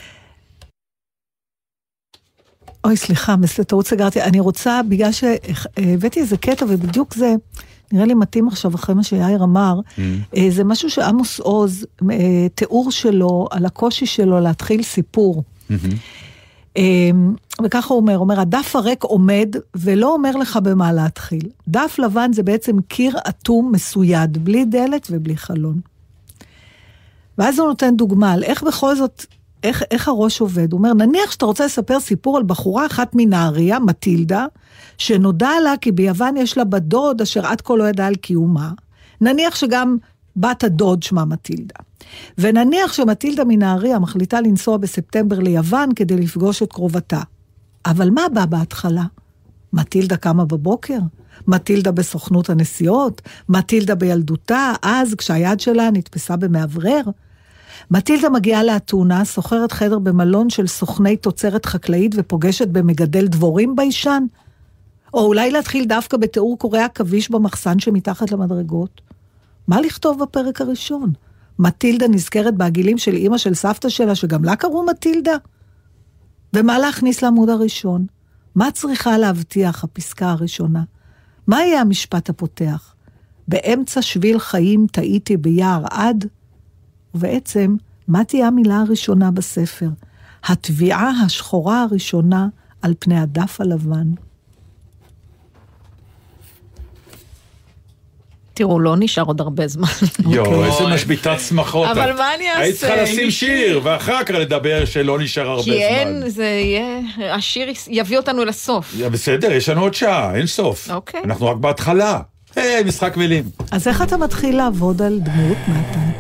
אוי סליחה, טעות סגרתי. אני רוצה, בגלל שהבאתי איזה קטע ובדיוק זה... נראה לי מתאים עכשיו אחרי מה שיאיר אמר, mm. זה משהו שעמוס עוז, תיאור שלו, על הקושי שלו להתחיל סיפור. Mm-hmm. וככה הוא אומר, הוא אומר, הדף הריק עומד ולא אומר לך במה להתחיל. דף לבן זה בעצם קיר אטום מסויד, בלי דלת ובלי חלון. ואז הוא נותן דוגמה על איך בכל זאת, איך, איך הראש עובד. הוא אומר, נניח שאתה רוצה לספר סיפור על בחורה אחת מנהריה, מטילדה, שנודע לה כי ביוון יש לה בת דוד אשר עד כה לא ידע על קיומה. נניח שגם בת הדוד שמה מטילדה. ונניח שמטילדה מנהריה מחליטה לנסוע בספטמבר ליוון כדי לפגוש את קרובתה. אבל מה בא בהתחלה? מטילדה קמה בבוקר? מטילדה בסוכנות הנסיעות? מטילדה בילדותה? אז כשהיד שלה נתפסה במעברר? מטילדה מגיעה לאתונה, סוחרת חדר במלון של סוכני תוצרת חקלאית ופוגשת במגדל דבורים בישן? או אולי להתחיל דווקא בתיאור קורי עכביש במחסן שמתחת למדרגות? מה לכתוב בפרק הראשון? מטילדה נזכרת בעגילים של אמא של סבתא שלה, שגם לה קראו מטילדה? ומה להכניס לעמוד הראשון? מה צריכה להבטיח הפסקה הראשונה? מה יהיה המשפט הפותח? באמצע שביל חיים טעיתי ביער עד? ובעצם, מה תהיה המילה הראשונה בספר? התביעה השחורה הראשונה על פני הדף הלבן. תראו, לא נשאר עוד הרבה זמן. יו, איזה משביתת שמחות. אבל מה אני אעשה? היית צריכה לשים שיר, ואחר כך לדבר שלא נשאר הרבה זמן. כי אין, זה יהיה, השיר יביא אותנו לסוף. בסדר, יש לנו עוד שעה, אין סוף. אוקיי. אנחנו רק בהתחלה. היי, משחק מילים. אז איך אתה מתחיל לעבוד על דמות, נתן?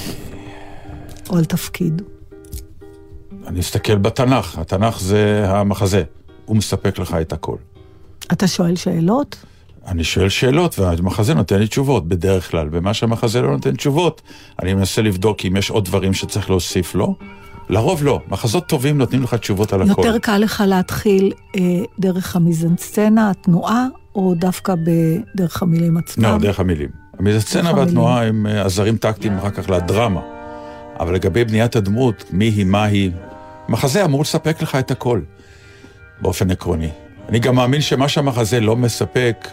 או על תפקיד? אני אסתכל בתנ"ך, התנ"ך זה המחזה, הוא מספק לך את הכל. אתה שואל שאלות? אני שואל שאלות, והמחזה נותן לי תשובות, בדרך כלל. במה שהמחזה לא נותן תשובות, אני מנסה לבדוק אם יש עוד דברים שצריך להוסיף לו. לרוב לא, מחזות טובים נותנים לך תשובות על הכל. יותר קל לך להתחיל אה, דרך המיזנסצנה, התנועה, או דווקא בדרך המילים עצמם? לא, דרך המילים. המיזנסצנה והתנועה הם עזרים טקטיים אחר כך לדרמה. אבל לגבי בניית הדמות, מי היא, מה היא, מחזה אמור לספק לך את הכל, באופן עקרוני. אני גם מאמין שמה שהמחזה לא מספק,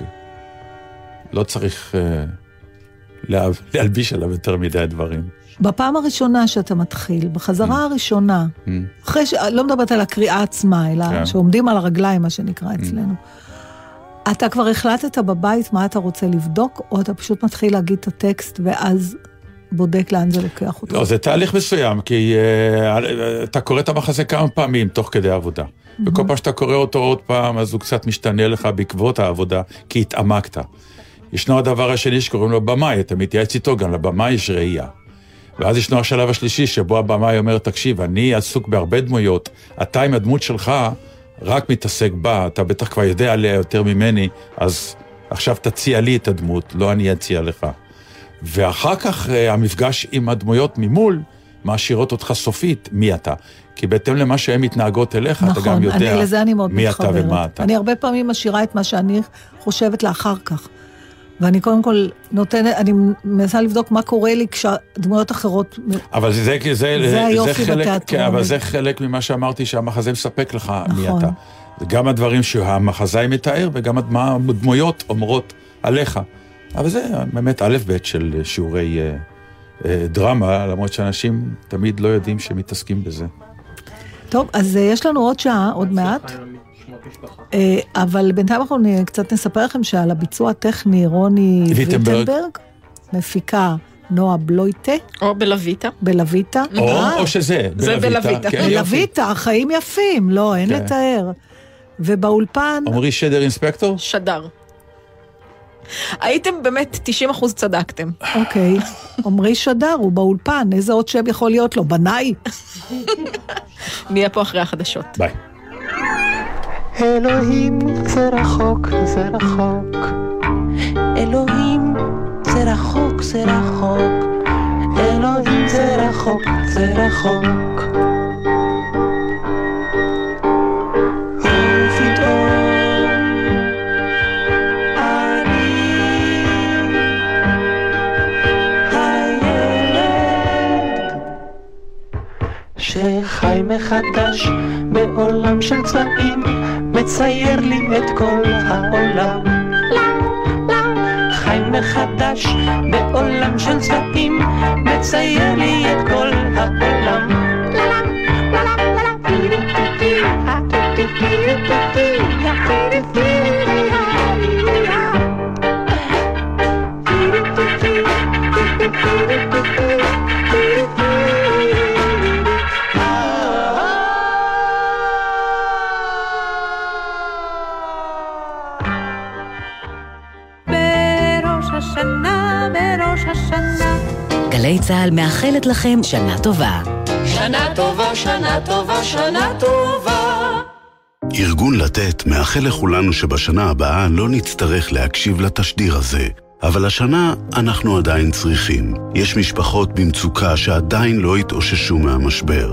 לא צריך אה, לה, להלביש עליו יותר מדי דברים. בפעם הראשונה שאתה מתחיל, בחזרה הראשונה, אחרי ש... לא מדברת על הקריאה עצמה, אלא כן. שעומדים על הרגליים, מה שנקרא אצלנו. אתה כבר החלטת בבית מה אתה רוצה לבדוק, או אתה פשוט מתחיל להגיד את הטקסט, ואז בודק לאן זה לוקח אותו? לא, זה תהליך מסוים, כי uh, אתה קורא את המחזה כמה פעמים תוך כדי העבודה. Mm-hmm. וכל פעם שאתה קורא אותו עוד פעם, אז הוא קצת משתנה לך בעקבות העבודה, כי התעמקת. ישנו הדבר השני שקוראים לו במאי, אתה מתייעץ איתו, גם לבמאי יש ראייה. ואז ישנו השלב השלישי, שבו הבמאי אומר, תקשיב, אני עסוק בהרבה דמויות, אתה עם הדמות שלך רק מתעסק בה, אתה בטח כבר יודע עליה יותר ממני, אז עכשיו תציע לי את הדמות, לא אני אציע לך. ואחר כך המפגש עם הדמויות ממול, מעשירות אותך סופית, מי אתה. כי בהתאם למה שהן מתנהגות אליך, נכון, אתה גם יודע אני, לזה אני מאוד מי מתחברת. אתה ומה אתה. אני הרבה פעמים משאירה את מה שאני חושבת לאחר כך. ואני קודם כל נותנת, אני מנסה לבדוק מה קורה לי כשדמויות אחרות... אבל זה, זה, זה, זה היופי זה חלק, בתיאטרון. כן, אבל זה חלק ממה שאמרתי, שהמחזה מספק לך נכון. מי אתה. זה גם הדברים שהמחזאי מתאר, וגם מה הדמויות אומרות עליך. אבל זה באמת א' ב' של שיעורי אה, אה, דרמה, למרות שאנשים תמיד לא יודעים שמתעסקים בזה. טוב, אז אה, יש לנו עוד שעה, עוד מעט. אה, אבל בינתיים אנחנו קצת נספר לכם שעל הביצוע הטכני רוני ויטנברג. ויטנברג, מפיקה נועה בלויטה. או בלויטה. בלויטה. או, אה, או שזה, זה בלויטה. כן, יופי. בלויטה, חיים יפים, לא, אין כן. לתאר. ובאולפן... עמרי שדר אינספקטור? שדר. הייתם באמת תשעים אחוז צדקתם. אוקיי, עמרי שדר, הוא באולפן, איזה עוד שם יכול להיות לו? בנאי? נהיה פה אחרי החדשות. ביי. אלוהים זה רחוק, זה רחוק. אלוהים זה רחוק, זה רחוק. אלוהים זה רחוק, זה רחוק. שחי מחדש בעולם של צבעים, מצייר לי את כל העולם. חי מחדש בעולם של צבעים, מצייר לי את כל העולם. גלי צהל מאחלת לכם שנה טובה. שנה טובה, שנה טובה, שנה טובה. ארגון לתת מאחל לכולנו שבשנה הבאה לא נצטרך להקשיב לתשדיר הזה. אבל השנה אנחנו עדיין צריכים. יש משפחות במצוקה שעדיין לא התאוששו מהמשבר.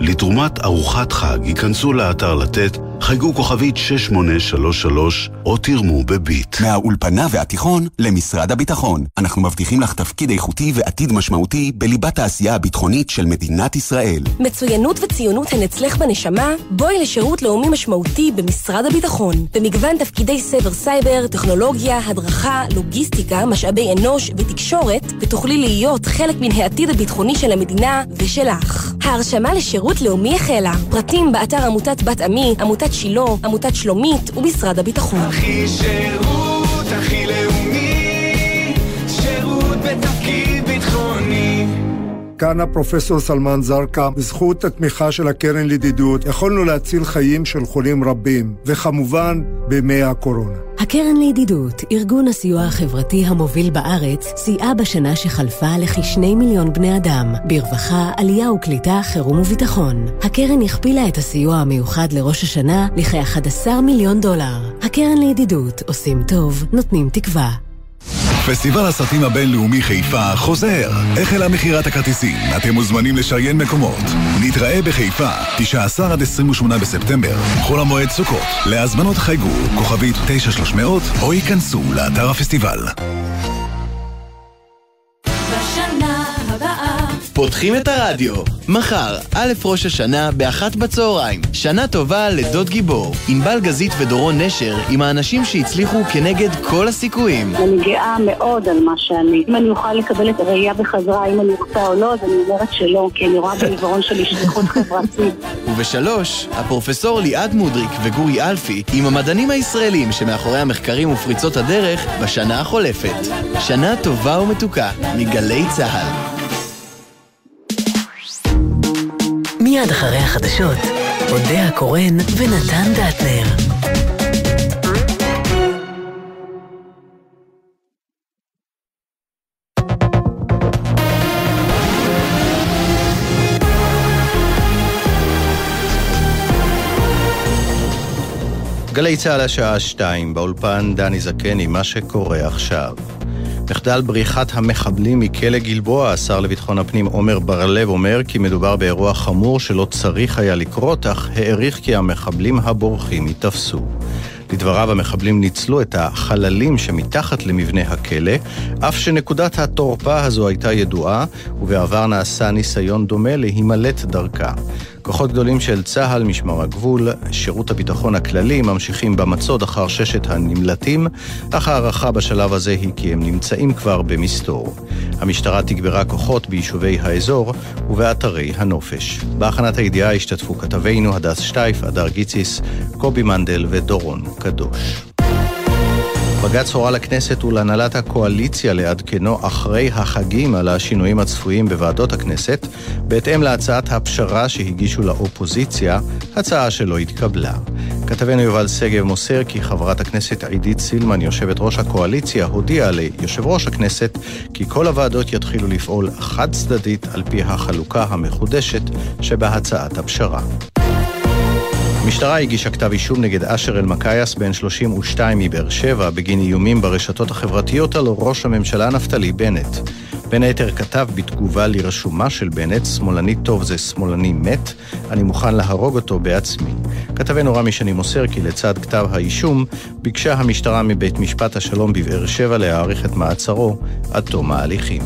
לתרומת ארוחת חג ייכנסו לאתר לתת, חייגו כוכבית שש שמונה שלוש שלוש או תרמו בביט. מהאולפנה והתיכון למשרד הביטחון. אנחנו מבטיחים לך תפקיד איכותי ועתיד משמעותי בליבת העשייה הביטחונית של מדינת ישראל. מצוינות וציונות הן אצלך בנשמה? בואי לשירות לאומי משמעותי במשרד הביטחון. במגוון תפקידי סבר סייבר, טכנולוגיה, הדרכה, לוגיסטיקה, משאבי אנוש ותקשורת, ותוכלי להיות חלק מן העתיד הביטחוני של המדינה ושלך. ההרשמה לשירות לאומי החלה. פרטים באתר עמותת בת עמי, עמותת שילה, עמותת שלומית ומשרד הביטחון. הכי שירות, הכי לאומי, שירות בתפקיד ביטחוני. כאן הפרופסור סלמן זרקה. בזכות התמיכה של הקרן לידידות יכולנו להציל חיים של חולים רבים, וכמובן בימי הקורונה. הקרן לידידות, ארגון הסיוע החברתי המוביל בארץ, סייעה בשנה שחלפה לכשני מיליון בני אדם, ברווחה, עלייה וקליטה, חירום וביטחון. הקרן הכפילה את הסיוע המיוחד לראש השנה לכ-אחד עשר מיליון דולר. הקרן לידידות, עושים טוב, נותנים תקווה. פסטיבל הסרטים הבינלאומי חיפה חוזר. החלה מכירת הכרטיסים, אתם מוזמנים לשריין מקומות. נתראה בחיפה, תשעה עשר עד עשרים ושמונה בספטמבר, חול המועד סוכות. להזמנות חייגו, כוכבית תשע שלוש מאות, או ייכנסו לאתר הפסטיבל. בשנה הבאה פותחים את הרדיו. מחר, א' ראש השנה באחת בצהריים. שנה טובה לדוד גיבור. ענבל גזית ודורון נשר עם האנשים שהצליחו כנגד כל הסיכויים. אני גאה מאוד על מה שאני. אם אני אוכל לקבל את הראייה בחזרה, אם אני רוצה או לא, אז אני אומרת שלא, כי אני רואה בעיוורון שלי שליחות חברתית. ובשלוש, הפרופסור ליעד מודריק וגורי אלפי עם המדענים הישראלים שמאחורי המחקרים ופריצות הדרך בשנה החולפת. שנה טובה ומתוקה מגלי צהל. מיד אחרי החדשות, אודיה קורן ונתן דטנר. גלי צהל השעה שתיים, באולפן דני זקני, מה שקורה עכשיו. מחדל בריחת המחבלים מכלא גלבוע, השר לביטחון הפנים עומר בר-לב אומר כי מדובר באירוע חמור שלא צריך היה לקרות, אך העריך כי המחבלים הבורחים יתפסו. לדבריו המחבלים ניצלו את החללים שמתחת למבנה הכלא, אף שנקודת התורפה הזו הייתה ידועה, ובעבר נעשה ניסיון דומה להימלט דרכה. כוחות גדולים של צהל, משמר הגבול, שירות הביטחון הכללי, ממשיכים במצוד אחר ששת הנמלטים, אך הערכה בשלב הזה היא כי הם נמצאים כבר במסתור. המשטרה תגברה כוחות ביישובי האזור ובאתרי הנופש. בהכנת הידיעה השתתפו כתבינו הדס שטייף, אדר גיציס, קובי מנדל ודורון קדוש. בג"ץ הורה לכנסת ולהנהלת הקואליציה לעדכנו אחרי החגים על השינויים הצפויים בוועדות הכנסת, בהתאם להצעת הפשרה שהגישו לאופוזיציה, הצעה שלא התקבלה. כתבנו יובל סגב מוסר כי חברת הכנסת עידית סילמן, יושבת ראש הקואליציה, הודיעה ליושב ראש הכנסת כי כל הוועדות יתחילו לפעול חד צדדית על פי החלוקה המחודשת שבהצעת הפשרה. המשטרה הגישה כתב אישום נגד אשר אלמקייס בן שלושים ושתיים מבאר שבע בגין איומים ברשתות החברתיות על ראש הממשלה נפתלי בנט. בין היתר כתב בתגובה לרשומה של בנט, שמאלני טוב זה שמאלני מת, אני מוכן להרוג אותו בעצמי. כתבנו רמי שני מוסר כי לצד כתב האישום ביקשה המשטרה מבית משפט השלום בבאר שבע להאריך את מעצרו עד תום ההליכים.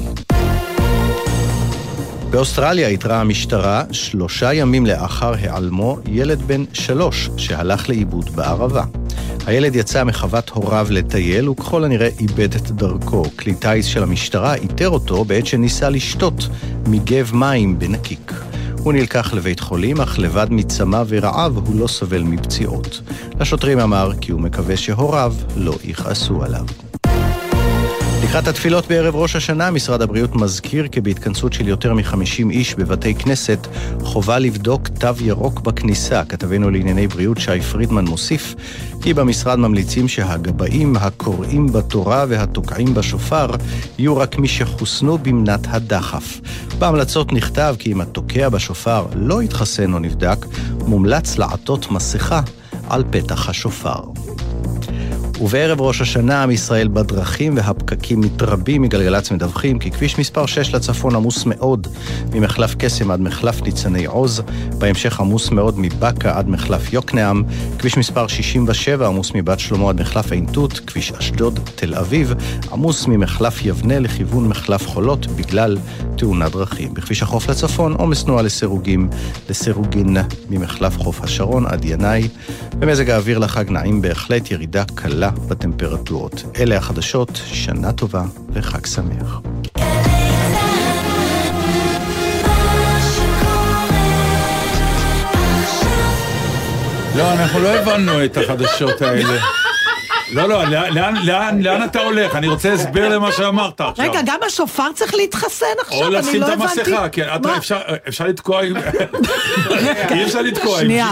באוסטרליה התראה המשטרה שלושה ימים לאחר העלמו ילד בן שלוש שהלך לאיבוד בערבה. הילד יצא מחוות הוריו לטייל וככל הנראה איבד את דרכו. כלי טייס של המשטרה איתר אותו בעת שניסה לשתות מגב מים בנקיק. הוא נלקח לבית חולים, אך לבד מצמא ורעב הוא לא סובל מפציעות. לשוטרים אמר כי הוא מקווה שהוריו לא יכעסו עליו. לקראת התפילות בערב ראש השנה, משרד הבריאות מזכיר כי בהתכנסות של יותר מ-חמישים איש בבתי כנסת, חובה לבדוק תו ירוק בכניסה. כתבנו לענייני בריאות שי פרידמן מוסיף כי במשרד ממליצים שהגבאים, הקוראים בתורה והתוקעים בשופר יהיו רק מי שחוסנו במנת הדחף. בהמלצות נכתב כי אם התוקע בשופר לא יתחסן או נבדק, מומלץ לעטות מסכה על פתח השופר. ובערב ראש השנה עם ישראל בדרכים והפקקים מתרבים. מגלגלצ מדווחים כי כביש מספר שש לצפון עמוס מאוד ממחלף קסם עד מחלף ניצני עוז, בהמשך עמוס מאוד מבקה עד מחלף יוקנעם, כביש מספר שישים ושבע עמוס מבת שלמה עד מחלף עין תות, כביש אשדוד תל אביב עמוס ממחלף יבנה לכיוון מחלף חולות בגלל תאונת דרכים. בכביש החוף לצפון עומס תנועה לסירוגים לסירוגין ממחלף חוף השרון עד ינאי. במזג האוויר לחג נעים בהחלט, ירידה קלה בטמפרטורות. אלה החדשות, שנה טובה וחג שמח. לא, אנחנו לא הבנו את החדשות האלה. לא, לא, לאן, לאן, לאן אתה הולך? אני רוצה הסבר למה שאמרת עכשיו. רגע, גם השופר צריך להתחסן עכשיו, או לשים את לא המסכה, כי אפשר, אפשר לתקוע עם... אי אפשר לתקוע עם... שנייה,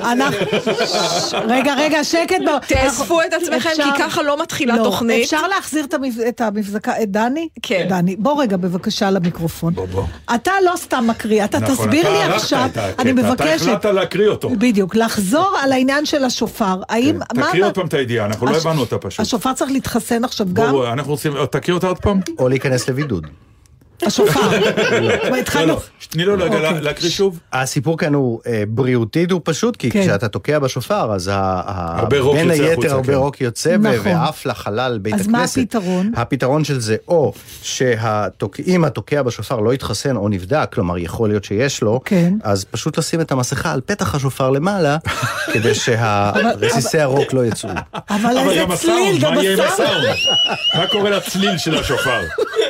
רגע, רגע, שקט. תאספו את עצמכם, כי ככה לא מתחילה תוכנית. אפשר להחזיר את המבזקה, את דני? כן. דני, בוא רגע בבקשה למיקרופון. בוא, בוא. אתה לא סתם מקריא, אתה תסביר לי עכשיו, אני מבקשת... אתה החלטת להקריא אותו. בדיוק, לחזור על העניין של השופר. תקריא עוד פעם את הידיעה, אנחנו לא הבנו אותה פשוט. השופר צריך להתחסן עכשיו גם. בואו, אנחנו רוצים, תקריא אותה עוד פעם? או להיכנס לבידוד. השופר. לא, לא, תני לו להקריא שוב. הסיפור כאן הוא בריאותי, הוא פשוט, כי כשאתה תוקע בשופר, אז בין היתר הרבה רוק יוצא, ואף לחלל בית הכנסת. אז מה הפתרון? הפתרון של זה, או שאם התוקע בשופר לא יתחסן או נבדק, כלומר יכול להיות שיש לו, אז פשוט לשים את המסכה על פתח השופר למעלה, כדי שהרסיסי הרוק לא יצאו. אבל איזה צליל, גם הסאונד. מה קורה לצליל של השופר?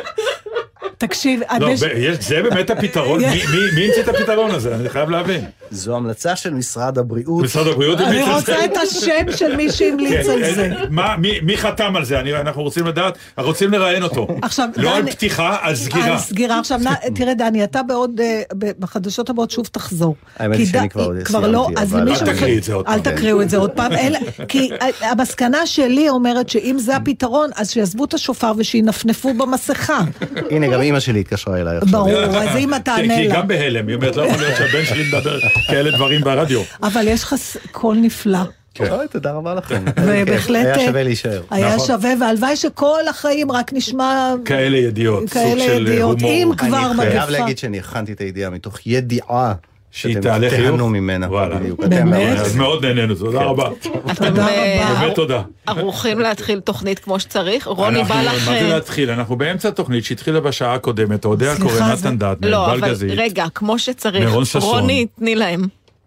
תקשיב, לא, זה באמת הפתרון? מי המציא את הפתרון הזה? אני חייב להבין. זו המלצה של משרד הבריאות. משרד הבריאות אני רוצה את השם של מי שהמליץ על זה. מי חתם על זה? אנחנו רוצים לדעת, אנחנו רוצים לראיין אותו. לא על פתיחה, על סגירה. על סגירה. עכשיו, תראה דני, אתה בעוד, בחדשות הבאות שוב תחזור. האמת שאני כבר סיימתי. אל תקריאו את זה עוד פעם. אל תקריאו את זה עוד פעם. כי המסקנה שלי אומרת שאם זה הפתרון, אז שיעזבו את השופר ושינפנפו במסכה. הנה, גם אמא שלי התקשרה אליי עכשיו. ברור, אז אם אתה ענה לה. כי גם בהלם, היא אומרת, לא יכול להיות שהבן שלי מדבר כאלה דברים ברדיו. אבל יש לך קול נפלא. תודה רבה לכם. ובהחלט היה שווה להישאר. היה שווה, והלוואי שכל החיים רק נשמע... כאלה ידיעות, סוג של הומור. אני חייב להגיד שאני הכנתי את הידיעה מתוך ידיעה. שהיא תעלה חיוך? תהנו ממנה. באמת? אז מאוד נהנינו, תודה רבה. תודה רבה. באמת תודה. ערוכים להתחיל תוכנית כמו שצריך? רוני בא לך... מה זה להתחיל? אנחנו באמצע התוכנית שהתחילה בשעה הקודמת, עוד הקורא נתן דטנר, לא, אבל רגע, כמו שצריך. רוני, תני להם.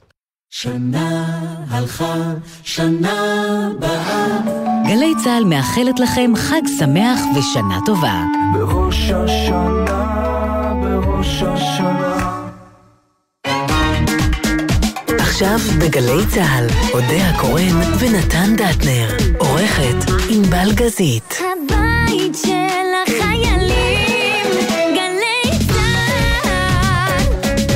שנה הלכה, שנה באה. גלי צהל מאחלת לכם חג שמח ושנה טובה. בראש השנה, בראש השנה. עכשיו בגלי צהל, אודיה קורן ונתן דטנר. עורכת ענבל גזית. הבית של החיילים, גלי צהל.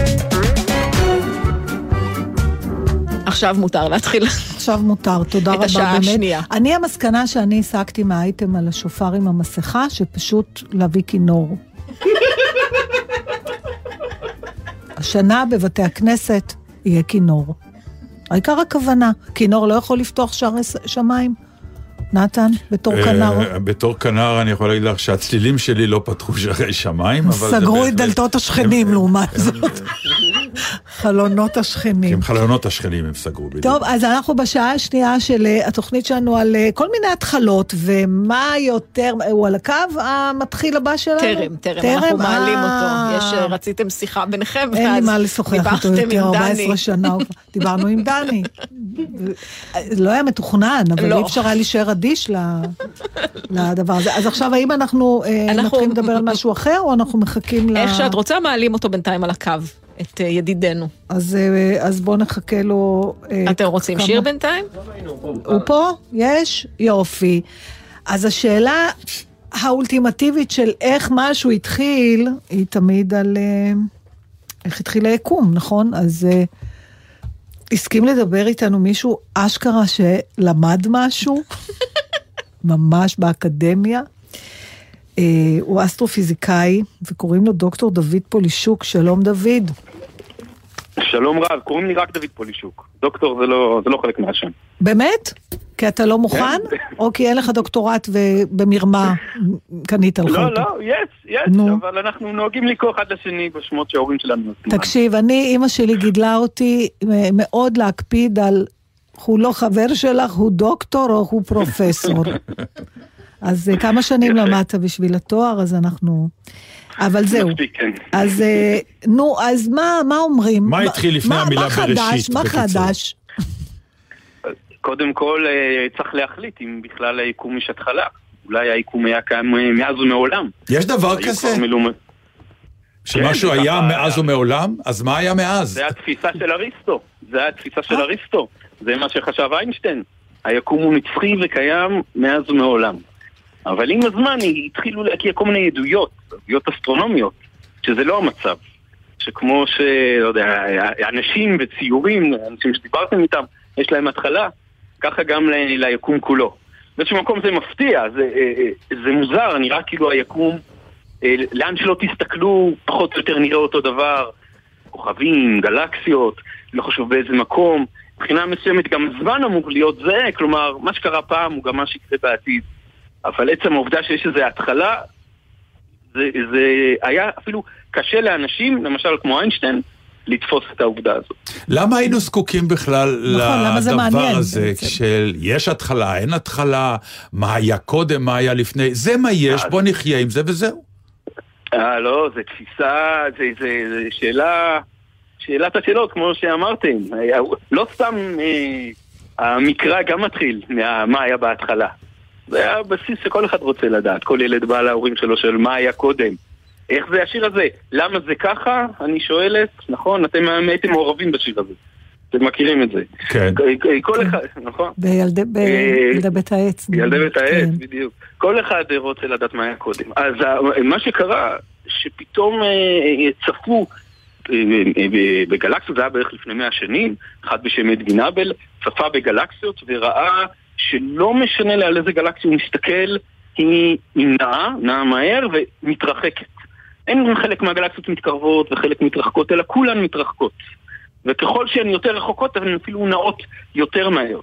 עכשיו מותר להתחיל. עכשיו מותר, תודה רבה. את השעה השנייה. אני המסקנה שאני השגתי מהאייטם על השופר עם המסכה, שפשוט להביא כינור. השנה בבתי הכנסת יהיה כינור. העיקר הכוונה, כינור לא יכול לפתוח שערי שמיים. נתן, בתור כנר. בתור כנר אני יכול להגיד לך שהצלילים שלי לא פתחו שערי שמיים. סגרו את דלתות השכנים לעומת זאת. חלונות השכנים. הם חלונות השכנים הם סגרו. טוב, אז אנחנו בשעה השנייה של התוכנית שלנו על כל מיני התחלות, ומה יותר, הוא על הקו המתחיל הבא שלנו? תרם, תרם, אנחנו מעלים אותו. יש, רציתם שיחה ביניכם, אין לי מה לשוחח אותו יותר, ארבע עשרה שנה, דיברנו עם דני. לא היה מתוכנן, אבל אי אפשר היה להישאר אדיש לדבר הזה. אז עכשיו, האם אנחנו נתחילים לדבר על משהו אחר, או אנחנו מחכים ל... איך שאת רוצה, מעלים אותו בינתיים על הקו. את ידידנו. אז, אז בואו נחכה לו... אתם רוצים כמה... שיר בינתיים? הוא פה? יש? יופי. אז השאלה האולטימטיבית של איך משהו התחיל, היא תמיד על... איך התחיל היקום, נכון? אז הסכים לדבר איתנו מישהו אשכרה שלמד משהו, ממש באקדמיה. הוא אסטרופיזיקאי, וקוראים לו דוקטור דוד פולישוק. שלום דוד. שלום רב, קוראים לי רק דוד פולישוק. דוקטור זה לא, זה לא חלק מהשם. באמת? כי אתה לא מוכן? או כי אין לך דוקטורט ובמרמה קנית לך אותו? לא, לא, יש, יש, אבל אנחנו נוהגים לקרוא אחד לשני בשמות שההורים שלנו. תקשיב, אני, אמא שלי גידלה אותי מאוד להקפיד על הוא לא חבר שלך, הוא דוקטור או הוא פרופסור. אז כמה שנים למדת בשביל התואר, אז אנחנו... אבל זהו. אז נו, אז מה, מה אומרים? מה התחיל לפני המילה בראשית? מה חדש? קודם כל צריך להחליט אם בכלל היקום יש התחלה. אולי היקום היה קיים מאז ומעולם. יש דבר כזה? שמשהו היה מאז ומעולם? אז מה היה מאז? זה התפיסה של אריסטו. זה התפיסה של אריסטו. זה מה שחשב איינשטיין. היקום הוא נצחי וקיים מאז ומעולם. אבל עם הזמן התחילו להקיע כל מיני עדויות, עדויות אסטרונומיות, שזה לא המצב. שכמו ש... לא יודע, אנשים וציורים, אנשים שדיברתם איתם, יש להם התחלה, ככה גם ל... ליקום כולו. באיזשהו מקום זה מפתיע, זה, זה מוזר, נראה כאילו היקום, לאן שלא תסתכלו, פחות או יותר נראה אותו דבר, כוכבים, גלקסיות, לא חשוב באיזה מקום, מבחינה מסוימת גם זמן אמור להיות זה, כלומר, מה שקרה פעם הוא גם מה שיקרה בעתיד. אבל עצם העובדה שיש איזו התחלה, זה, זה היה אפילו קשה לאנשים, למשל כמו איינשטיין, לתפוס את העובדה הזאת. למה היינו זקוקים בכלל נכון, לדבר הזה, של יש התחלה, אין התחלה, מה היה קודם, מה היה לפני, זה מה יש, בוא נחיה עם זה וזהו. אה, לא, זה תפיסה, זה, זה, זה שאלה, שאלת השאלות, כמו שאמרתם. לא סתם אה, המקרא גם מתחיל מה היה בהתחלה. זה היה בסיס שכל אחד רוצה לדעת, כל ילד בא להורים שלו של מה היה קודם. איך זה השיר הזה? למה זה ככה? אני שואלת, נכון? אתם הייתם מעורבים בשיר הזה. אתם מכירים את זה. כן. כל אחד, נכון? בילדי בית העץ. בילדי בית העץ, בדיוק. כל אחד רוצה לדעת מה היה קודם. אז מה שקרה, שפתאום צפו בגלקסיות, זה היה בערך לפני מאה שנים, אחד בשם אדווין נאבל, צפה בגלקסיות וראה שלא משנה לה על איזה גלקסיה הוא מסתכל, היא נעה, נעה מהר ומתרחקת. אין חלק מהגלקסיות מתקרבות וחלק מתרחקות, אלא כולן מתרחקות. וככל שהן יותר רחוקות, הן אפילו נעות יותר מהר.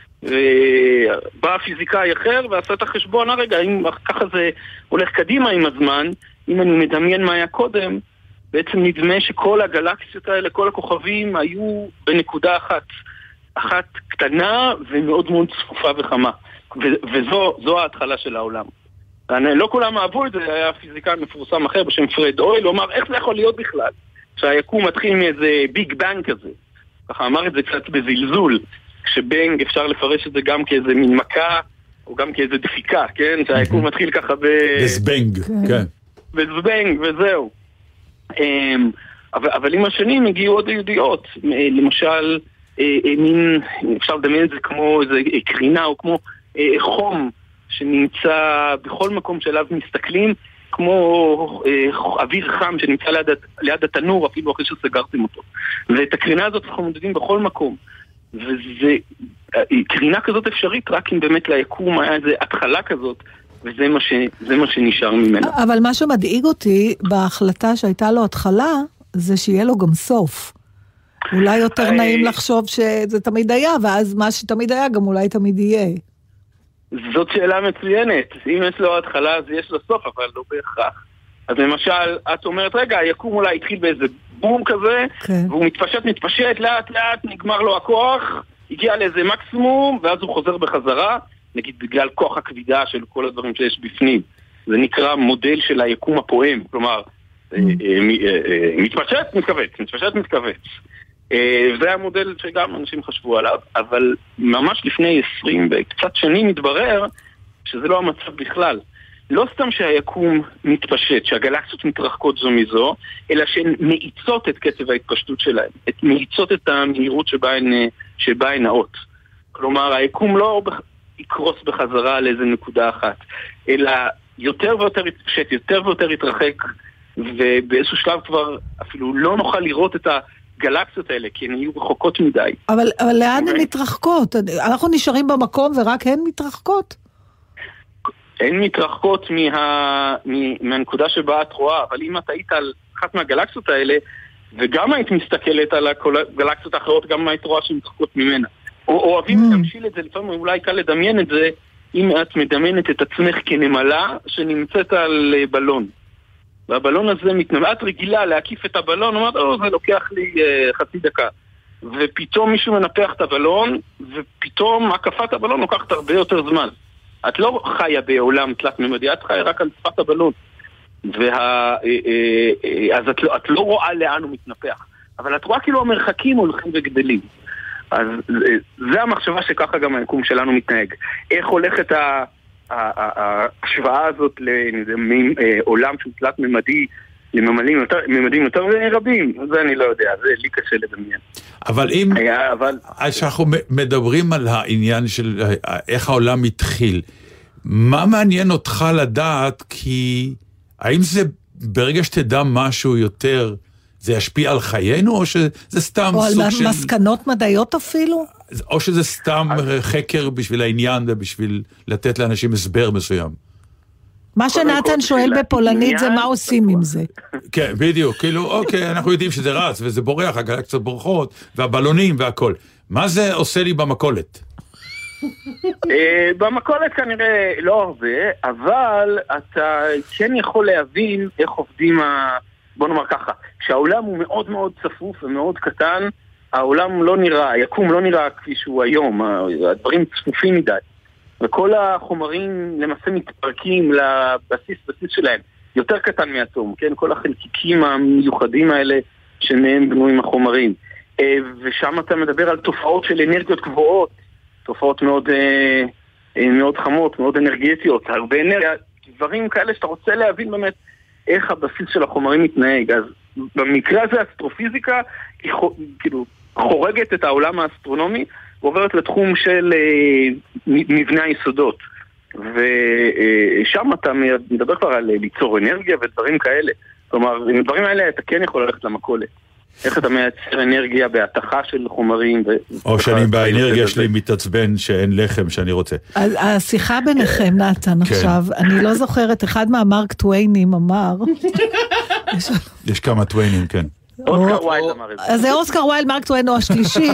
ובא הפיזיקאי אחר ועשה את החשבון, הרגע, אם ככה זה הולך קדימה עם הזמן, אם אני מדמיין מה היה קודם, בעצם נדמה שכל הגלקסיות האלה, כל הכוכבים היו בנקודה אחת. אחת קטנה ומאוד מאוד צפופה וחמה. וזו זו ההתחלה של העולם. לא כולם אהבו את זה, היה פיזיקאי מפורסם אחר בשם פרד אויל, הוא אמר, איך זה יכול להיות בכלל? שהיקום מתחיל מאיזה ביג בנג כזה. ככה אמר את זה קצת בזלזול, שבנג אפשר לפרש את זה גם כאיזה מין מכה, או גם כאיזה דפיקה, כן? שהיקום מתחיל ככה ב... בזבנג, כן. בזבנג, וזהו. אבל, אבל עם השנים הגיעו עוד ידיעות, למשל... מין, אפשר לדמיין את זה כמו איזה קרינה או כמו חום שנמצא בכל מקום שאליו מסתכלים, כמו אוויר חם שנמצא ליד, ליד התנור אפילו אחרי שסגרתם אותו. ואת הקרינה הזאת אנחנו מודדים בכל מקום. וזה, קרינה כזאת אפשרית רק אם באמת ליקום היה איזו התחלה כזאת, וזה מה, ש, זה מה שנשאר ממנו. אבל מה שמדאיג אותי בהחלטה שהייתה לו התחלה, זה שיהיה לו גם סוף. אולי יותר נעים לחשוב שזה תמיד היה, ואז מה שתמיד היה גם אולי תמיד יהיה. זאת שאלה מצוינת. אם יש לו התחלה, אז יש לו סוף, אבל לא בהכרח. אז למשל, את אומרת, רגע, היקום אולי התחיל באיזה בום כזה, והוא מתפשט, מתפשט, לאט לאט, נגמר לו הכוח, הגיע לאיזה מקסימום, ואז הוא חוזר בחזרה, נגיד בגלל כוח הכבידה של כל הדברים שיש בפנים. זה נקרא מודל של היקום הפועם, כלומר, מתפשט, מתכווץ, מתפשט, מתכווץ. זה המודל שגם אנשים חשבו עליו, אבל ממש לפני עשרים וקצת שנים מתברר שזה לא המצב בכלל. לא סתם שהיקום מתפשט, שהגלקסיות מתרחקות זו מזו, אלא שהן מאיצות את קצב ההתפשטות שלהן, את מאיצות את המהירות שבה הן, שבה הן נעות. כלומר, היקום לא יקרוס בחזרה לאיזה נקודה אחת, אלא יותר ויותר יתפשט, יותר ויותר יתרחק, ובאיזשהו שלב כבר אפילו לא נוכל לראות את הגלקסיות האלה, כי הן יהיו רחוקות מדי. אבל, אבל לאן הן מתרחקות? אנחנו נשארים במקום ורק הן מתרחקות? הן מתרחקות מה, מה, מהנקודה שבה את רואה, אבל אם את היית על אחת מהגלקסיות האלה, וגם היית מסתכלת על הגלקסיות האחרות, גם היית רואה שהן מתרחקות ממנה. או אוהבים להמשיל את זה, לפעמים אולי קל לדמיין את זה, אם את מדמיינת את עצמך כנמלה שנמצאת על בלון. והבלון הזה מתנמל, את רגילה להקיף את הבלון, אומרת, או, זה לוקח לי uh, חצי דקה. ופתאום מישהו מנפח את הבלון, ופתאום הקפת הבלון לוקחת הרבה יותר זמן. את לא חיה בעולם תלת ממדי, את חיה רק על שפת הבלון. וה... אז את לא, את לא רואה לאן הוא מתנפח. אבל את רואה כאילו המרחקים הולכים וגדלים. אז זה המחשבה שככה גם היקום שלנו מתנהג. איך הולכת ה... ההשוואה הזאת לעולם שהוא תלת ממדי, לממדים יותר, ממדים יותר רבים, זה אני לא יודע, זה לי קשה לדמיין. אבל אם, כשאנחנו מדברים על העניין של איך העולם התחיל, מה מעניין אותך לדעת? כי האם זה ברגע שתדע משהו יותר, זה ישפיע על חיינו, או שזה סתם או סוג של... או על מסקנות מדעיות אפילו? או שזה סתם חקר בשביל העניין ובשביל לתת לאנשים הסבר מסוים? מה שנתן שואל בפולנית זה מה עושים עם זה. כן, בדיוק. כאילו, אוקיי, אנחנו יודעים שזה רץ וזה בורח, הגלקסיות בורחות, והבלונים והכל. מה זה עושה לי במכולת? במכולת כנראה לא הרבה, אבל אתה כן יכול להבין איך עובדים ה... בוא נאמר ככה, כשהעולם הוא מאוד מאוד צפוף ומאוד קטן, העולם לא נראה, היקום לא נראה כפי שהוא היום, הדברים צפופים מדי. וכל החומרים למעשה מתפרקים לבסיס, בסיס שלהם, יותר קטן מאטום, כן? כל החלקיקים המיוחדים האלה שמהם בנויים החומרים. ושם אתה מדבר על תופעות של אנרגיות גבוהות, תופעות מאוד, מאוד חמות, מאוד אנרגטיות, הרבה אנרגיה, דברים כאלה שאתה רוצה להבין באמת איך הבסיס של החומרים מתנהג. אז במקרה הזה האסטרופיזיקה היא כאילו חורגת את העולם האסטרונומי ועוברת לתחום של מבנה היסודות. ושם אתה מדבר כבר על ליצור אנרגיה ודברים כאלה. כלומר, עם הדברים האלה אתה כן יכול ללכת למכולת. איך אתה מייצר אנרגיה בהתחה של חומרים. או שאני באנרגיה שלי מתעצבן שאין לחם שאני רוצה. השיחה ביניכם, נתן, עכשיו, אני לא זוכרת, אחד מהמרק טוויינים אמר... יש כמה טוויינים, כן. אוסקר ויילד אמר את זה. אז זה אוסקר ויילד, מרק טוויין או השלישי.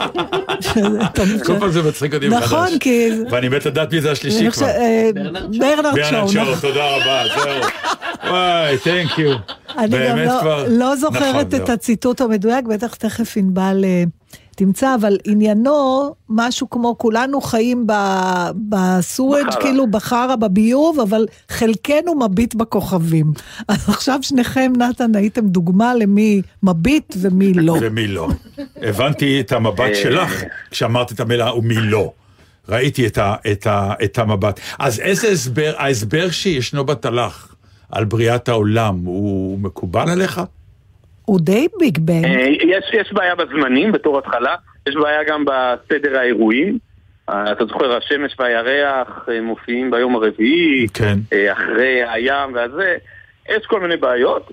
כל פעם זה מצחיק אותי מחדש. נכון, כי... ואני מת לדעת מי זה השלישי כבר. ברנרד שואו. תודה רבה, זהו. וואי, תנק יו. אני גם לא זוכרת את הציטוט המדויק, בטח תכף ענבל תמצא, אבל עניינו משהו כמו כולנו חיים בסואג' כאילו בחרה בביוב, אבל חלקנו מביט בכוכבים. אז עכשיו שניכם, נתן, הייתם דוגמה למי מביט ומי לא. ומי לא. הבנתי את המבט שלך כשאמרת את המילה ומי לא. ראיתי את, ה, את, ה, את המבט. אז איזה הסבר, ההסבר שישנו בתל"ח על בריאת העולם, הוא מקובל עליך? הוא די ביג בן. יש, יש בעיה בזמנים בתור התחלה, יש בעיה גם בסדר האירועים. אתה זוכר, השמש והירח מופיעים ביום הרביעי, כן. אחרי הים והזה, יש כל מיני בעיות.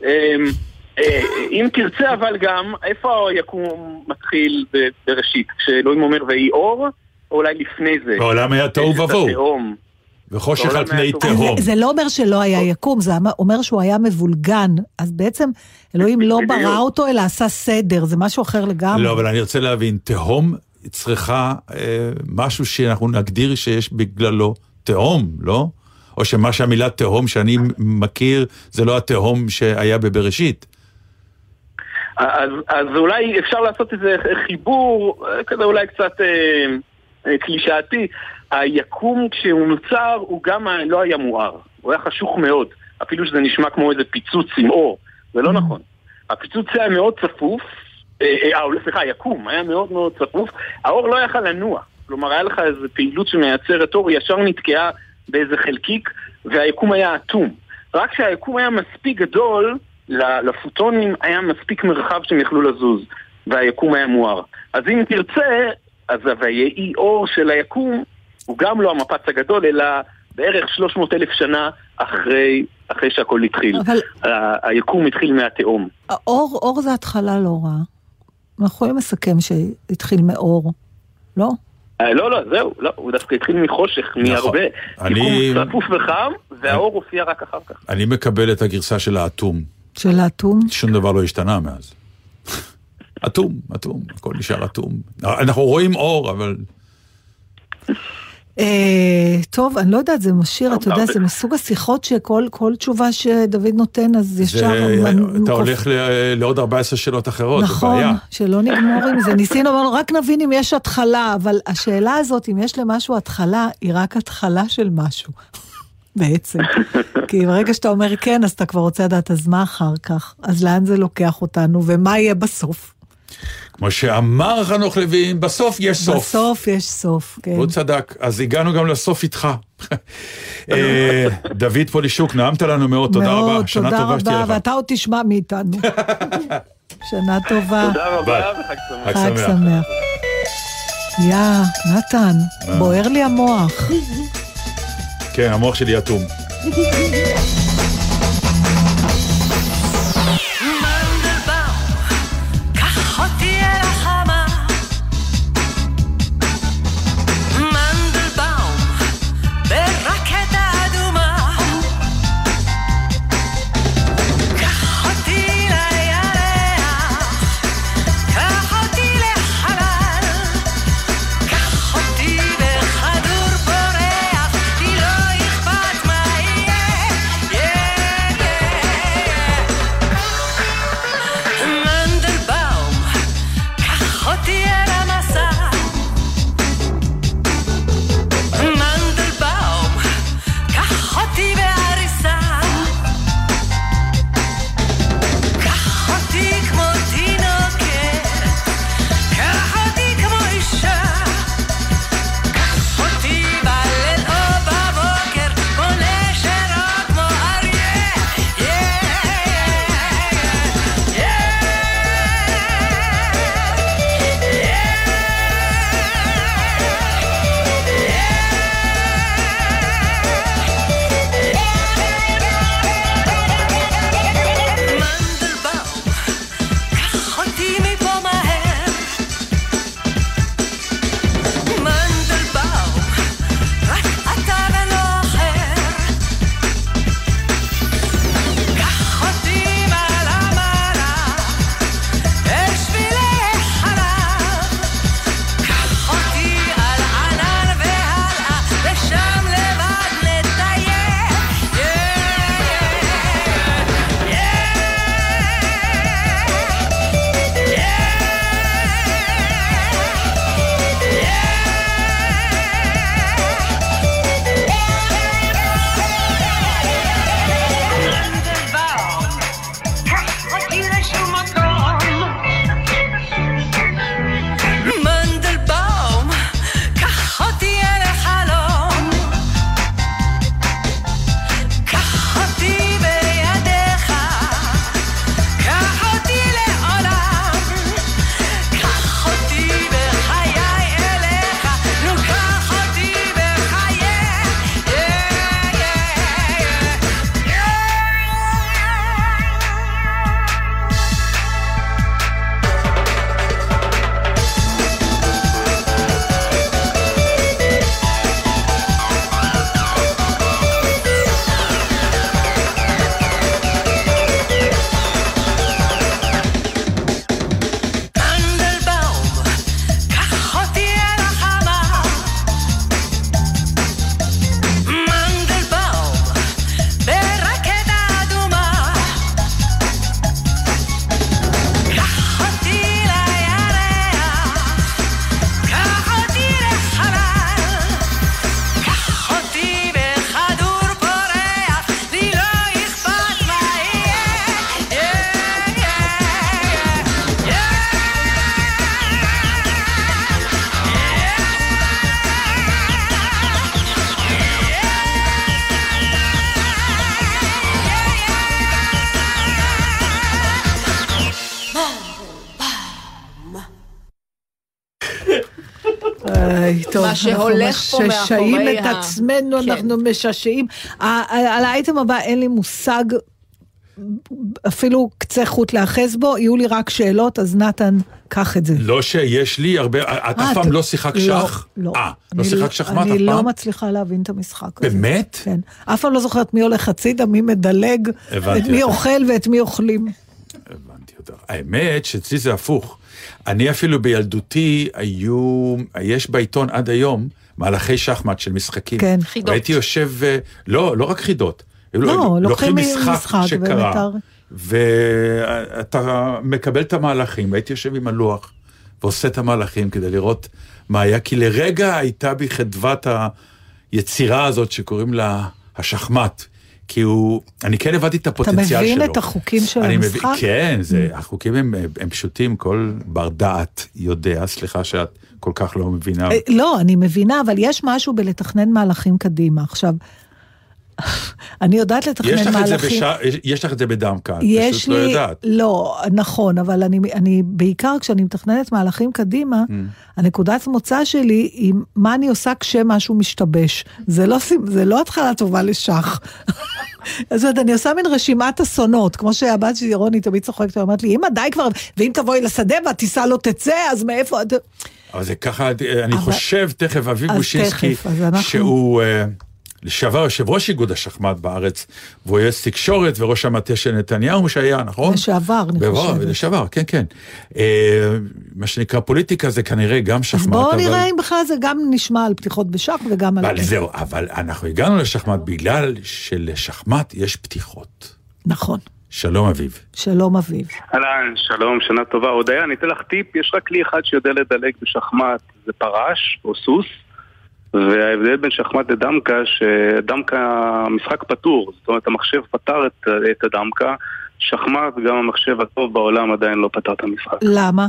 אם תרצה אבל גם, איפה היקום מתחיל בראשית? כשאלוהים אומר ויהי אור, או אולי לפני זה? העולם היה תוהו ובוהו. וחושך על פני תהום. זה לא אומר שלא היה יקום, זה אומר שהוא היה מבולגן, אז בעצם אלוהים לא ברא אותו, אלא עשה סדר, זה משהו אחר לגמרי. לא, אבל אני רוצה להבין, תהום צריכה אה, משהו שאנחנו נגדיר שיש בגללו תהום, לא? או שמה שהמילה תהום שאני מכיר, זה לא התהום שהיה בבראשית. אז, אז אולי אפשר לעשות איזה חיבור, כזה אולי קצת אה, קלישאתי, היקום כשהוא נוצר הוא גם לא היה מואר, הוא היה חשוך מאוד, אפילו שזה נשמע כמו איזה פיצוץ עם אור, זה לא נכון. הפיצוץ היה מאוד צפוף, סליחה, היקום היה מאוד מאוד צפוף, האור לא יכל לנוע, כלומר היה לך איזו פעילות שמייצרת אור, ישר נתקעה באיזה חלקיק, והיקום היה אטום. רק שהיקום היה מספיק גדול, לפוטונים היה מספיק מרחב שהם יכלו לזוז, והיקום היה מואר. אז אם תרצה, אז ויהי אור של היקום, הוא גם לא המפץ הגדול, אלא בערך שלוש מאות אלף שנה אחרי, אחרי שהכל התחיל. אבל... ה- היקום התחיל מהתאום. האור, אור זה התחלה לא רע. אנחנו יכולים לסכם שהתחיל מאור, לא? לא, לא, זהו, לא, הוא דווקא התחיל מחושך, מהרבה. אני... יקום צפוף וחם, והאור הופיע רק אחר כך. אני מקבל את הגרסה של האטום. של האטום? שום דבר לא השתנה מאז. אטום, אטום, הכל נשאר אטום. אנחנו רואים אור, אבל... טוב, אני לא יודעת, זה משאיר, אתה יודע, זה מסוג השיחות שכל תשובה שדוד נותן, אז ישר... אתה הולך לעוד ארבע עשרה שאלות אחרות, זה בעיה. נכון, שלא נגמור עם זה. ניסינו, אבל רק נבין אם יש התחלה, אבל השאלה הזאת, אם יש למשהו התחלה, היא רק התחלה של משהו. בעצם. כי ברגע שאתה אומר כן, אז אתה כבר רוצה לדעת, אז מה אחר כך? אז לאן זה לוקח אותנו, ומה יהיה בסוף? כמו שאמר חנוך לוין, בסוף יש סוף. בסוף יש סוף, כן. הוא צדק, אז הגענו גם לסוף איתך. דוד פולישוק, נעמת לנו מאוד, תודה רבה. שנה טובה שתהיה לך. מאוד, תודה רבה, ואתה עוד תשמע מאיתנו. שנה טובה. תודה רבה, וחג שמח. חג שמח. יא, נתן, בוער לי המוח. כן, המוח שלי אטום. מה שהולך פה מאחורי ה... מששעים את עצמנו, אנחנו מששעים. על האייטם הבא אין לי מושג, אפילו קצה חוט לאחז בו, יהיו לי רק שאלות, אז נתן, קח את זה. לא שיש לי הרבה, את אף פעם לא שיחק שח? לא. אה, לא שיחק שחמט אף פעם? אני לא מצליחה להבין את המשחק הזה. באמת? כן. אף פעם לא זוכרת מי הולך הצידה, מי מדלג, את מי אוכל ואת מי אוכלים. הבנתי אותך. האמת שאצלי זה הפוך. אני אפילו בילדותי היו, יש בעיתון עד היום, מהלכי שחמט של משחקים. כן. חידות. והייתי יושב, לא, לא רק חידות. לא, לוקחים משחק שקרה, ואתה מקבל את המהלכים, והייתי יושב עם הלוח, ועושה את המהלכים כדי לראות מה היה, כי לרגע הייתה בי חדוות היצירה הזאת שקוראים לה השחמט, כי הוא, אני כן הבנתי את הפוטנציאל שלו. אתה מבין את החוקים של המשחק? מבין, כן, זה, החוקים הם, הם פשוטים, כל בר דעת יודע, סליחה שאת כל כך לא מבינה. לא, אני מבינה, אבל יש משהו בלתכנן מהלכים קדימה. עכשיו, אני יודעת לתכנן מהלכים. יש, יש לך את זה בדם כאן, פשוט לי, לא יודעת. לא, נכון, אבל אני, אני בעיקר כשאני מתכננת מהלכים קדימה, mm. הנקודת מוצא שלי היא מה אני עושה כשמשהו משתבש. זה לא, זה לא התחלה טובה לשח. אז אני עושה מין רשימת אסונות, כמו שהבת שלי רוני תמיד צוחקת, ואומרת לי, אמא די כבר, ואם תבואי לשדה והטיסה לא תצא, אז מאיפה? אבל זה ככה, אני חושב תכף אביב בושינסקי, שהוא לשעבר יושב ראש איגוד השחמט בארץ, והוא יועץ תקשורת וראש המטה של נתניהו שהיה, נכון? לשעבר, אני חושבת. לשעבר, כן, כן. מה שנקרא פוליטיקה זה כנראה גם שחמט. אז בואו נראה אם בכלל זה גם נשמע על פתיחות בשח וגם על... זהו, אבל אנחנו הגענו לשחמט בגלל שלשחמט יש פתיחות. נכון. שלום אביב. שלום אביב. אהלן, שלום, שנה טובה. הודיה, אני אתן לך טיפ, יש רק לי אחד שיודע לדלג בשחמט, זה פרש או סוס, וההבדל בין שחמט לדמקה, שדמקה משחק פתור, זאת אומרת המחשב פתר את, את הדמקה, שחמט גם המחשב הטוב בעולם עדיין לא פתר את המשחק. למה?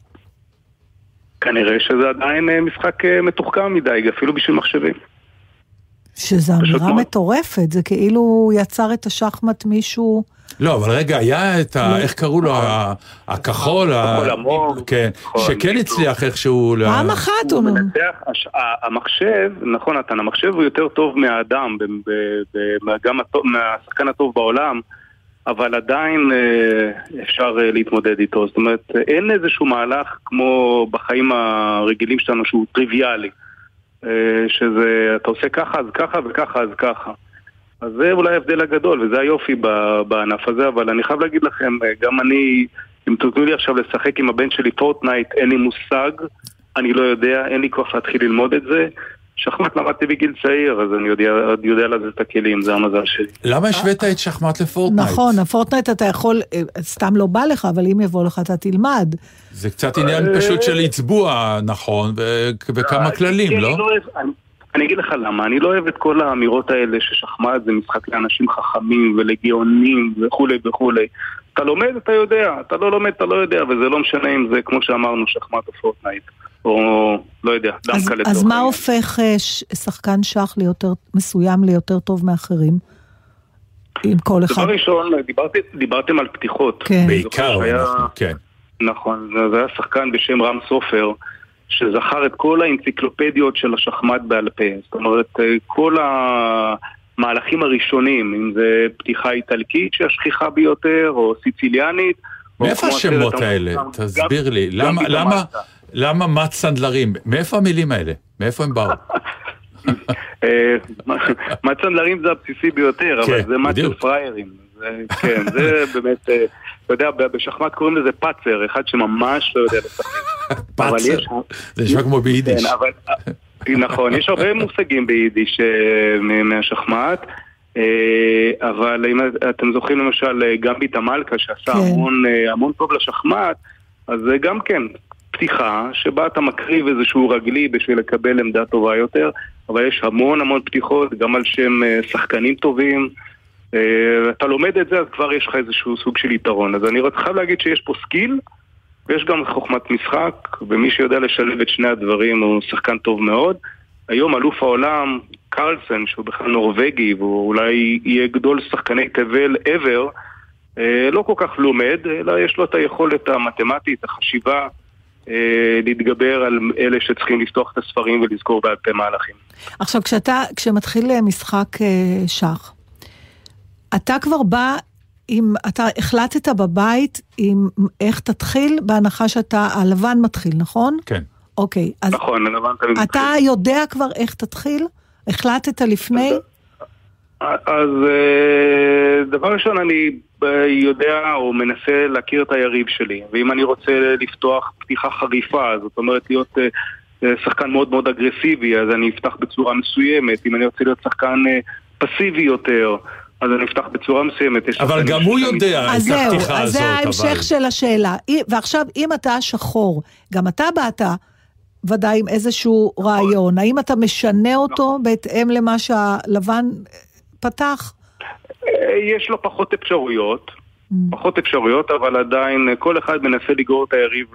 כנראה שזה עדיין משחק מתוחכם מדי, אפילו בשביל מחשבים. שזה אמירה מטורפת, זה כאילו הוא יצר את השחמט מישהו... לא, אבל רגע, היה את ה... איך קראו לו? הכחול, כן, שכן הצליח איכשהו... פעם אחת הוא... המחשב, נכון, נתן, המחשב הוא יותר טוב מהאדם, גם מהשחקן הטוב בעולם, אבל עדיין אפשר להתמודד איתו. זאת אומרת, אין איזשהו מהלך כמו בחיים הרגילים שלנו שהוא טריוויאלי, שזה, אתה עושה ככה, אז ככה וככה, אז ככה. אז זה אולי ההבדל הגדול, וזה היופי בענף הזה, אבל אני חייב להגיד לכם, גם אני, אם תתנו לי עכשיו לשחק עם הבן שלי פורטנייט, אין לי מושג, אני לא יודע, אין לי כוח להתחיל ללמוד את זה. שחמט למדתי בגיל צעיר, אז אני יודע, יודע לזה את הכלים, זה המזל שלי. למה השווית את שחמט לפורטנייט? נכון, הפורטנייט אתה יכול, סתם לא בא לך, אבל אם יבוא לך אתה תלמד. זה קצת עניין פשוט של לצבוע, נכון, וכמה כללים, לא? אני אגיד לך למה, אני לא אוהב את כל האמירות האלה ששחמט זה משחק לאנשים חכמים ולגאונים וכולי וכולי. אתה לומד, אתה יודע, אתה לא לומד, אתה לא יודע, וזה לא משנה אם זה, כמו שאמרנו, שחמט או פורטנייט, או לא יודע, דמקה לתוך. אז מה הופך שחקן שח ליותר, מסוים ליותר טוב מאחרים? עם כל אחד. דבר ראשון, דיברתם על פתיחות. בעיקר, כן. נכון, זה היה שחקן בשם רם סופר, שזכר את כל האנציקלופדיות של השחמט בעל פה. זאת אומרת, כל המהלכים הראשונים, אם זה פתיחה איטלקית שהשכיחה ביותר, או סיציליאנית. מאיפה השמות האלה? תסביר לי. למה מת סנדלרים? מאיפה המילים האלה? מאיפה הם באו? מת סנדלרים זה הבסיסי ביותר, אבל זה מת של פריירים. כן, זה באמת... אתה יודע, בשחמט קוראים לזה פאצר, אחד שממש לא יודע לשחק. פאצר? זה נשמע כמו ביידיש. נכון, יש הרבה מושגים ביידיש מהשחמט, אבל אם אתם זוכרים למשל גמבית המלכה שעשה המון טוב לשחמט, אז זה גם כן פתיחה שבה אתה מקריב איזשהו רגלי בשביל לקבל עמדה טובה יותר, אבל יש המון המון פתיחות, גם על שם שחקנים טובים, אתה לומד את זה, אז כבר יש לך איזשהו סוג של יתרון. אז אני רוצה חייב להגיד שיש פה סקיל, ויש גם חוכמת משחק, ומי שיודע לשלב את שני הדברים הוא שחקן טוב מאוד. היום אלוף העולם, קרלסן, שהוא בכלל נורווגי, והוא אולי יהיה גדול שחקני תבל ever, לא כל כך לומד, אלא יש לו את היכולת המתמטית, החשיבה, להתגבר על אלה שצריכים לפתוח את הספרים ולזכור בעל פה מהלכים. עכשיו, כשאתה, כשמתחיל משחק שח, אתה כבר בא, אם אתה החלטת בבית, עם איך תתחיל, בהנחה שאתה, הלבן מתחיל, נכון? כן. אוקיי. אז נכון, הלבן תמיד מתחיל. אתה יודע כבר איך תתחיל? החלטת לפני? אז דבר ראשון, אני יודע או מנסה להכיר את היריב שלי, ואם אני רוצה לפתוח פתיחה חריפה, זאת אומרת להיות שחקן מאוד מאוד אגרסיבי, אז אני אפתח בצורה מסוימת. אם אני רוצה להיות שחקן פסיבי יותר, אז אני אפתח בצורה מסוימת. אבל גם הוא יודע את הפתיחה הזאת. אז זה ההמשך של השאלה. ועכשיו, אם אתה שחור, גם אתה באת ודאי עם איזשהו רעיון, האם אתה משנה אותו בהתאם למה שהלבן פתח? יש לו פחות אפשרויות, פחות אפשרויות, אבל עדיין כל אחד מנסה לגרור את היריב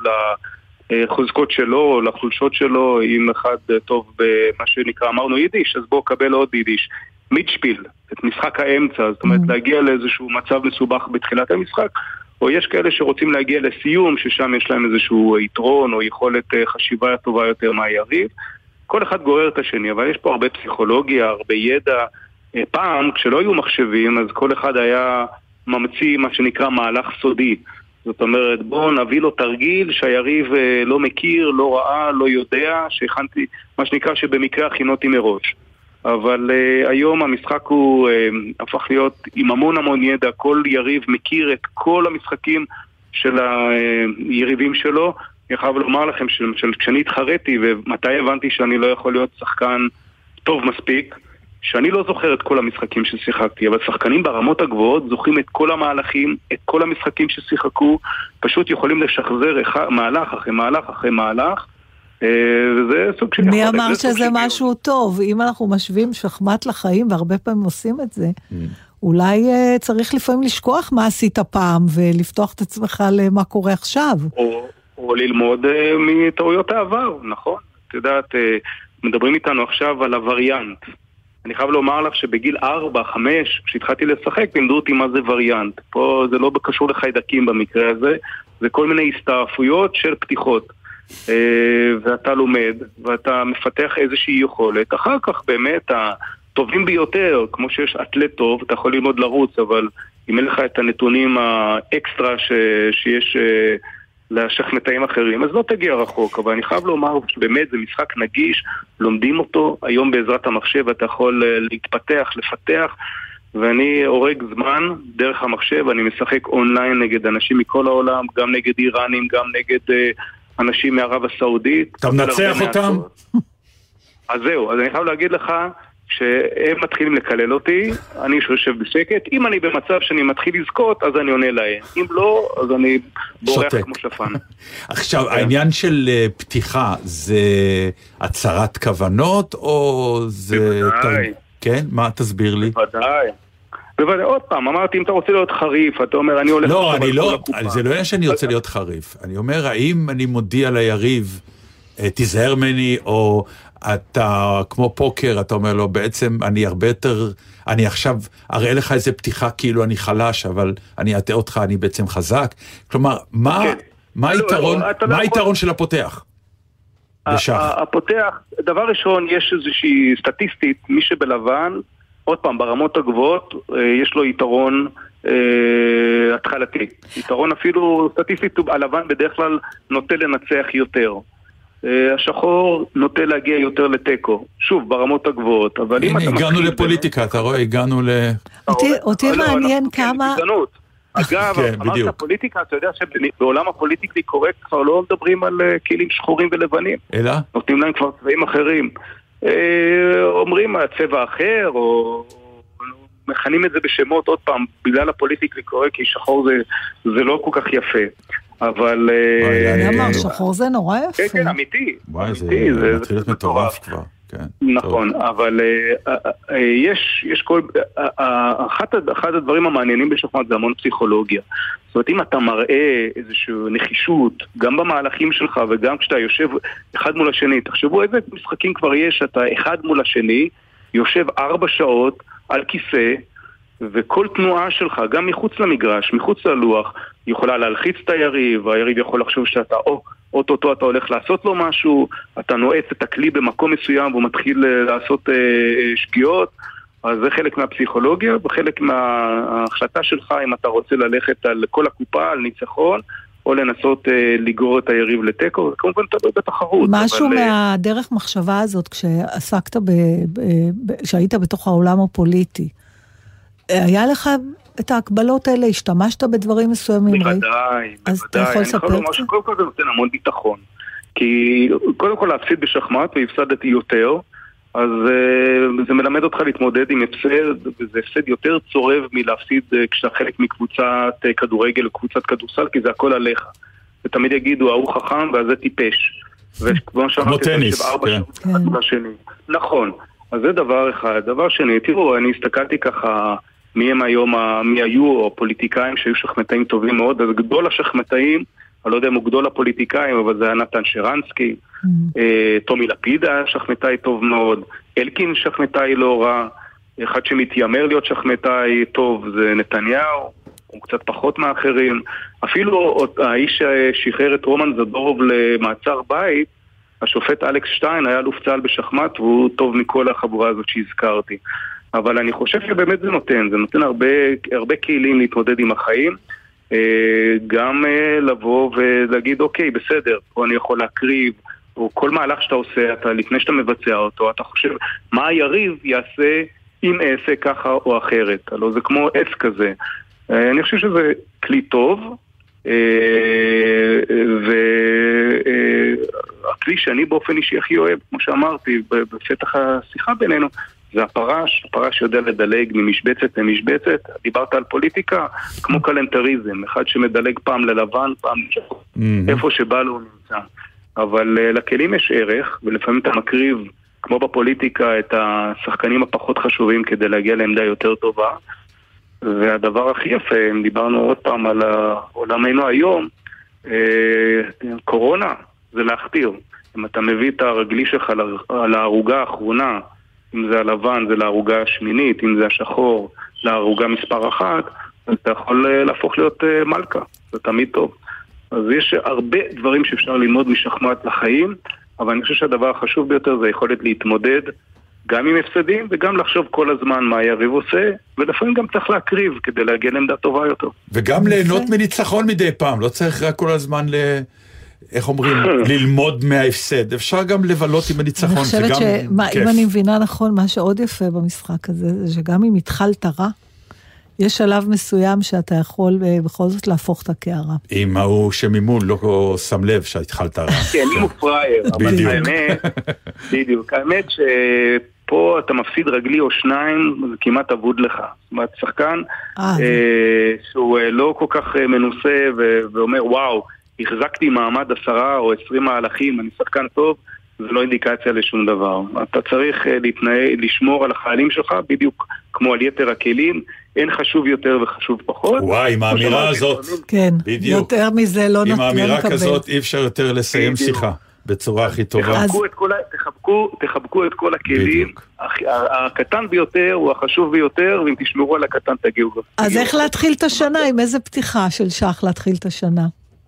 לחוזקות שלו, לחולשות שלו. אם אחד טוב במה שנקרא, אמרנו יידיש, אז בוא קבל עוד יידיש. מידשפיל, את משחק האמצע, זאת אומרת להגיע לאיזשהו מצב מסובך בתחילת המשחק, או יש כאלה שרוצים להגיע לסיום, ששם יש להם איזשהו יתרון או יכולת חשיבה טובה יותר מהיריב. כל אחד גורר את השני, אבל יש פה הרבה פסיכולוגיה, הרבה ידע. פעם, כשלא היו מחשבים, אז כל אחד היה ממציא מה שנקרא מהלך סודי. זאת אומרת, בואו נביא לו תרגיל שהיריב לא מכיר, לא ראה, לא יודע, שהכנתי, מה שנקרא שבמקרה הכינותי מראש. אבל uh, היום המשחק הוא uh, הפך להיות עם המון המון ידע, כל יריב מכיר את כל המשחקים של היריבים שלו. אני חייב לומר לכם שכשאני התחרתי ומתי הבנתי שאני לא יכול להיות שחקן טוב מספיק, שאני לא זוכר את כל המשחקים ששיחקתי, אבל שחקנים ברמות הגבוהות זוכרים את כל המהלכים, את כל המשחקים ששיחקו, פשוט יכולים לשחזר אחד, מהלך אחרי מהלך אחרי מהלך, וזה סוג של... מי אמר שזה משהו טוב? אם אנחנו משווים שחמט לחיים, והרבה פעמים עושים את זה, אולי צריך לפעמים לשכוח מה עשית פעם, ולפתוח את עצמך למה קורה עכשיו. או ללמוד מטעויות העבר, נכון? את יודעת, מדברים איתנו עכשיו על הווריאנט. אני חייב לומר לך שבגיל ארבע, חמש, כשהתחלתי לשחק, לימדו אותי מה זה וריאנט. פה זה לא קשור לחיידקים במקרה הזה, זה כל מיני הסתעפויות של פתיחות. ואתה לומד, ואתה מפתח איזושהי יכולת. אחר כך באמת הטובים ביותר, כמו שיש אתלט טוב, אתה יכול ללמוד לרוץ, אבל אם אין לך את הנתונים האקסטרה ש... שיש לשחמטאים אחרים, אז לא תגיע רחוק. אבל אני חייב לומר שבאמת זה משחק נגיש, לומדים אותו, היום בעזרת המחשב אתה יכול להתפתח, לפתח, ואני הורג זמן דרך המחשב, אני משחק אונליין נגד אנשים מכל העולם, גם נגד איראנים, גם נגד אנשים מערב הסעודית. אתה מנצח אותם? אז זהו, אז אני חייב להגיד לך שהם מתחילים לקלל אותי, אני יושב בשקט, אם אני במצב שאני מתחיל לזכות, אז אני עונה להם, אם לא, אז אני בורח כמו שפן. עכשיו, העניין של פתיחה, זה הצהרת כוונות, או זה... בוודאי. כן? מה, תסביר לי? בוודאי. בוודאי, עוד פעם, אמרתי, אם אתה רוצה להיות חריף, אתה אומר, אני הולך... לא, אני לא, זה לא היה שאני רוצה להיות חריף. אני אומר, האם אני מודיע ליריב, תיזהר ממני, או אתה, כמו פוקר, אתה אומר לו, בעצם אני הרבה יותר, אני עכשיו אראה לך איזה פתיחה, כאילו אני חלש, אבל אני אטעה אותך, אני בעצם חזק. כלומר, מה, מה היתרון, מה היתרון של הפותח? בשח. הפותח, דבר ראשון, יש איזושהי סטטיסטית, מי שבלבן, עוד פעם, ברמות הגבוהות, יש לו יתרון אה, התחלתי. יתרון אפילו סטטיסטית, הלבן בדרך כלל נוטה לנצח יותר. אה, השחור נוטה להגיע יותר לטקו. שוב, ברמות הגבוהות. אבל הנה, הגענו לפוליטיקה, אתה רואה, הגענו ל... אותי מעניין כמה... אגב, אמרת פוליטיקה, אתה יודע שבעולם הפוליטיקלי קורקט כבר לא מדברים על כלים שחורים ולבנים. אלא? נותנים להם כבר צבעים אחרים. אומרים צבע אחר, או מכנים את זה בשמות עוד פעם, בגלל הפוליטיקלי קורקט, כי שחור זה לא כל כך יפה. אבל... אני אמר, שחור זה נורא יפה. כן, כן, אמיתי. וואי, זה מתחיל להיות מטורף כבר. נכון, אבל יש, יש כל, אחד הדברים המעניינים בשחמט זה המון פסיכולוגיה. זאת אומרת, אם אתה מראה איזושהי נחישות, גם במהלכים שלך וגם כשאתה יושב אחד מול השני, תחשבו איזה משחקים כבר יש, אתה אחד מול השני, יושב ארבע שעות על כיסא, וכל תנועה שלך, גם מחוץ למגרש, מחוץ ללוח, יכולה להלחיץ את היריב, היריב יכול לחשוב שאתה, או, אוטוטו אתה הולך לעשות לו משהו, אתה נועץ את הכלי במקום מסוים והוא מתחיל לעשות אה, שגיאות, אז זה חלק מהפסיכולוגיה וחלק מההחלטה שלך אם אתה רוצה ללכת על כל הקופה, על ניצחון, או לנסות אה, לגרור את היריב לטקו, כמובן תלוי בתחרות. משהו אבל, מהדרך מחשבה הזאת, כשעסקת, ב, ב, ב, כשהיית בתוך העולם הפוליטי, היה לך את ההקבלות האלה? השתמשת בדברים מסוימים? בוודאי, אז אתה יכול לספר קודם כל זה נותן המון ביטחון. כי קודם כל להפסיד בשחמט, והפסדתי יותר, אז זה מלמד אותך להתמודד עם הפסד, וזה הפסד יותר צורב מלהפסיד כשאתה חלק מקבוצת כדורגל או קבוצת כדורסל, כי זה הכל עליך. ותמיד יגידו, ההוא חכם ואז זה טיפש. כמו טניס, כן. נכון, אז זה דבר אחד. דבר שני, תראו, אני הסתכלתי ככה מי הם היום, מי היו הפוליטיקאים שהיו שחמטאים טובים מאוד, אז גדול השחמטאים, אני לא יודע אם הוא גדול הפוליטיקאים, אבל זה היה נתן שרנסקי, טומי לפיד היה שחמטאי טוב מאוד, אלקין שחמטאי לא רע, אחד שמתיימר להיות שחמטאי טוב זה נתניהו, הוא קצת פחות מאחרים, אפילו האיש ששחרר את רומן זדורוב למעצר בית, השופט אלכס שטיין היה אלוף צה"ל בשחמט, והוא טוב מכל החבורה הזאת שהזכרתי. אבל אני חושב שבאמת זה נותן, זה נותן הרבה, הרבה כלים להתמודד עם החיים, גם לבוא ולהגיד, אוקיי, בסדר, פה אני יכול להקריב, או כל מהלך שאתה עושה, אתה, לפני שאתה מבצע אותו, אתה חושב, מה היריב יעשה אם אעשה ככה או אחרת? הלוא זה כמו עץ כזה. אני חושב שזה כלי טוב, והכלי שאני באופן אישי הכי אוהב, כמו שאמרתי, בפתח השיחה בינינו, זה הפרש, הפרש יודע לדלג ממשבצת למשבצת. דיברת על פוליטיקה, כמו קלנטריזם, אחד שמדלג פעם ללבן, פעם איפה שבא לו נמצא. אבל לכלים יש ערך, ולפעמים אתה מקריב, כמו בפוליטיקה, את השחקנים הפחות חשובים כדי להגיע לעמדה יותר טובה. והדבר הכי יפה, אם דיברנו עוד פעם על עולמנו היום, קורונה זה להכתיר. אם אתה מביא את הרגלי שלך על ההרוגה האחרונה, אם זה הלבן, זה להרוגה השמינית, אם זה השחור, להרוגה מספר אחת, אז אתה יכול להפוך להיות מלכה, זה תמיד טוב. אז יש הרבה דברים שאפשר ללמוד משחמט לחיים, אבל אני חושב שהדבר החשוב ביותר זה יכולת להתמודד גם עם הפסדים וגם לחשוב כל הזמן מה היריב עושה, ולפעמים גם צריך להקריב כדי להגיע לעמדה טובה יותר. וגם ליהנות מניצחון מדי פעם, לא צריך רק כל הזמן ל... איך אומרים? ללמוד מההפסד. אפשר גם לבלות עם הניצחון. אני חושבת שאם אני מבינה נכון, מה שעוד יפה במשחק הזה, זה שגם אם התחלת רע, יש שלב מסוים שאתה יכול בכל זאת להפוך את הקערה. אם ההוא שממול לא שם לב שהתחלת רע. כן, אם הוא פראייר. אבל האמת, בדיוק, האמת שפה אתה מפסיד רגלי או שניים, זה כמעט עבוד לך. זאת אומרת, שחקן שהוא לא כל כך מנוסה ואומר, וואו, החזקתי מעמד עשרה או עשרים מהלכים, אני שחקן טוב, זה לא אינדיקציה לשום דבר. אתה צריך להתנהל, לשמור על החיילים שלך, בדיוק כמו על יתר הכלים, אין חשוב יותר וחשוב פחות. וואי, עם האמירה הזאת, כן, בדיוק. יותר מזה לא נקבל. עם האמירה כזאת אי אפשר יותר לסיים שיחה בצורה הכי טובה. תחבקו את כל, תחבקו, תחבקו את כל הכלים, הקטן ביותר הוא החשוב ביותר, ואם תשמרו על הקטן תגיעו. אז איך להתחיל את השנה? עם איזה פתיחה של שח להתחיל את השנה?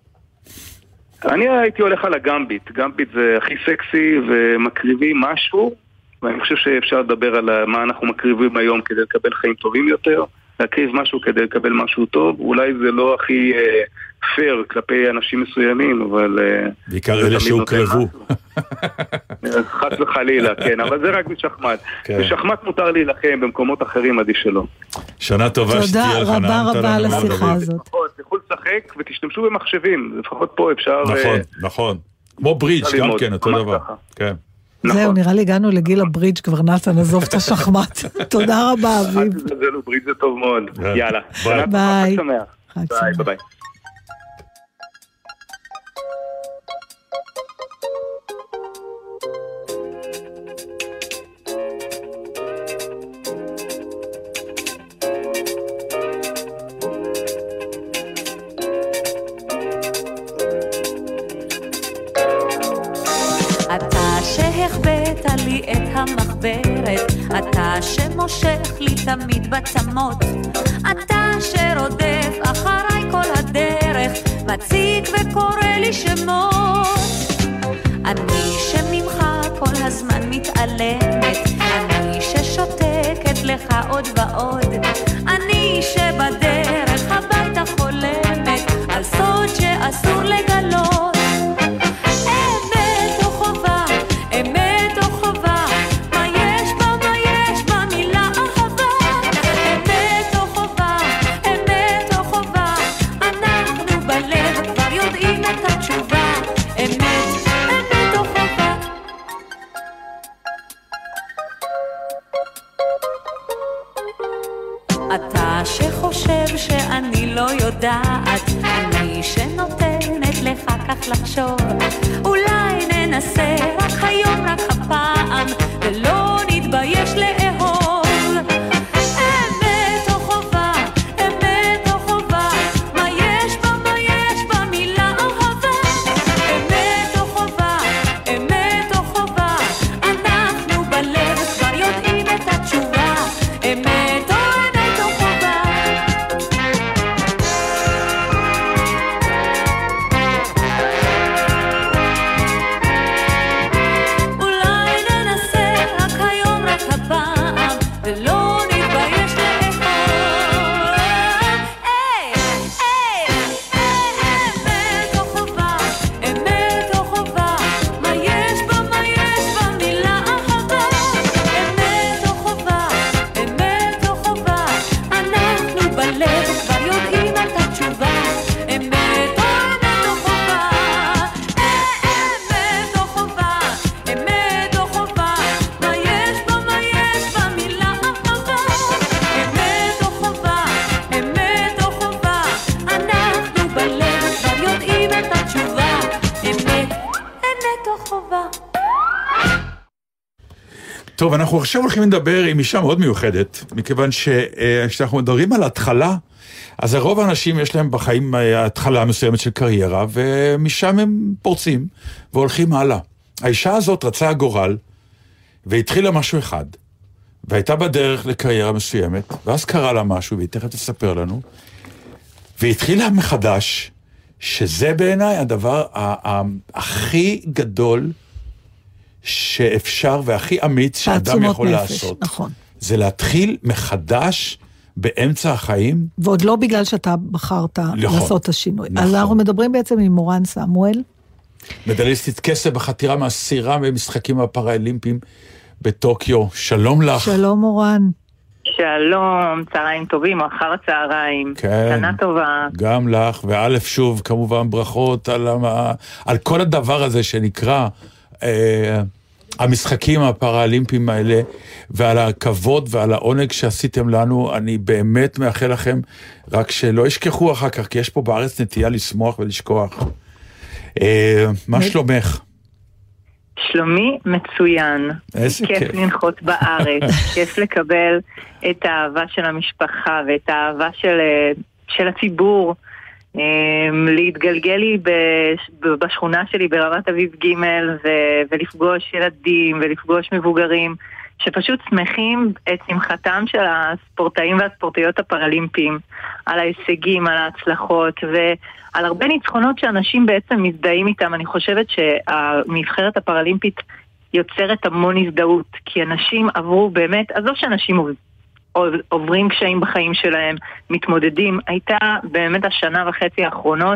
אני הייתי הולך על הגמביט, גמביט זה הכי סקסי ומקריבים משהו, ואני חושב שאפשר לדבר על מה אנחנו מקריבים היום כדי לקבל חיים טובים יותר, להקריב משהו כדי לקבל משהו טוב, אולי זה לא הכי אה, פייר כלפי אנשים מסוימים, אבל... אה, בעיקר אלה שהוקרבו. חס וחלילה, כן, אבל זה רק בשחמט. כן. בשחמט מותר להילחם, במקומות אחרים עדיף שלא. שנה טובה שתהיה לך. תודה רבה רבה על השיחה הזאת. תוכלו לשחק ותשתמשו במחשבים, לפחות פה אפשר... נכון, נכון. כמו ברידג' גם כן, אותו דבר. כן. זהו, נראה לי הגענו לגיל הברידג' כבר נתן, עזוב את השחמט. תודה רבה, אביב. זהו, ברידג' זה טוב מאוד. יאללה. ביי. ביי, ביי. המחברת, אתה שמושך לי תמיד בצמות, אתה שרודף אחריי כל הדרך, מציק וקורא לי שמות. אני שממך כל הזמן מתעלמת, אני ששותקת לך עוד ועוד, אני שבדרך הביתה חולמת על סוד שאסור לגלות. אמת אתה שחושב שאני לא יודעת, אני שנותנת לך כך לחשוב. אולי ננסה רק היום, רק הפעם, ולא נתבייש לאהוב. אמת או חובה, אמת או חובה, מה יש בה, מה יש בה מילה אהבה. אמת או חובה, אמת או חובה, אנחנו בלב כבר יודעים את התשובה. אמת או אמת או חובה. אולי ננסה רק היום, רק הפעם, ולא נתבייש לאהוב. היי, היי, אמת או חובה, אמת או חובה, מה יש בה, מה יש בה מילה אהבה. אמת או חובה, אמת או חובה, אנחנו בלב כבר יודעים את התשובה. אמת או אמת או חובה, אמת או חובה, אמת או חובה, מה יש בה, מה יש בה מילה אהבה. אמת או חובה, אמת או חובה, אנחנו בלב כבר יודעים את התשובה. אמת, אמת או חובה. טוב, אנחנו עכשיו הולכים לדבר עם אישה מאוד מיוחדת, מכיוון שכשאנחנו מדברים על התחלה, אז הרוב האנשים יש להם בחיים התחלה מסוימת של קריירה, ומשם הם פורצים והולכים הלאה. האישה הזאת רצה הגורל, והתחילה משהו אחד, והייתה בדרך לקריירה מסוימת, ואז קרה לה משהו, והיא תכף תספר לנו, והתחילה מחדש, שזה בעיניי הדבר ה- ה- הכי גדול שאפשר והכי אמיץ שאדם תעצומות יכול נפש, לעשות. נכון. זה להתחיל מחדש באמצע החיים. ועוד לא בגלל שאתה בחרת נכון, לעשות את השינוי. נכון. אז אנחנו מדברים בעצם עם מורן סמואל. מדליסטית כסף בחתירה מהסירה במשחקים הפראלימפיים בטוקיו. שלום לך. שלום מורן. שלום, צהריים טובים, או אחר הצהריים. כן. שנה טובה. גם לך, ואלף שוב כמובן ברכות על, המ... על כל הדבר הזה שנקרא אה, המשחקים הפראלימפיים האלה, ועל הכבוד ועל העונג שעשיתם לנו. אני באמת מאחל לכם, רק שלא ישכחו אחר כך, כי יש פה בארץ נטייה לשמוח ולשכוח. אה, מה שלומך? שלומי מצוין. איזה כיף. כיף. לנחות בארץ, כיף לקבל את האהבה של המשפחה ואת האהבה של, של הציבור. להתגלגל לי בשכונה שלי ברמת אביב ג' ו- ולפגוש ילדים ולפגוש מבוגרים שפשוט שמחים את שמחתם של הספורטאים והספורטאיות הפראלימפיים, על ההישגים, על ההצלחות ועל הרבה ניצחונות שאנשים בעצם מזדהים איתם. אני חושבת שהנבחרת הפראלימפית יוצרת המון הזדהות, כי אנשים עברו באמת, אז לא שאנשים עוברים קשיים בחיים שלהם, מתמודדים. הייתה באמת השנה וחצי האחרונות,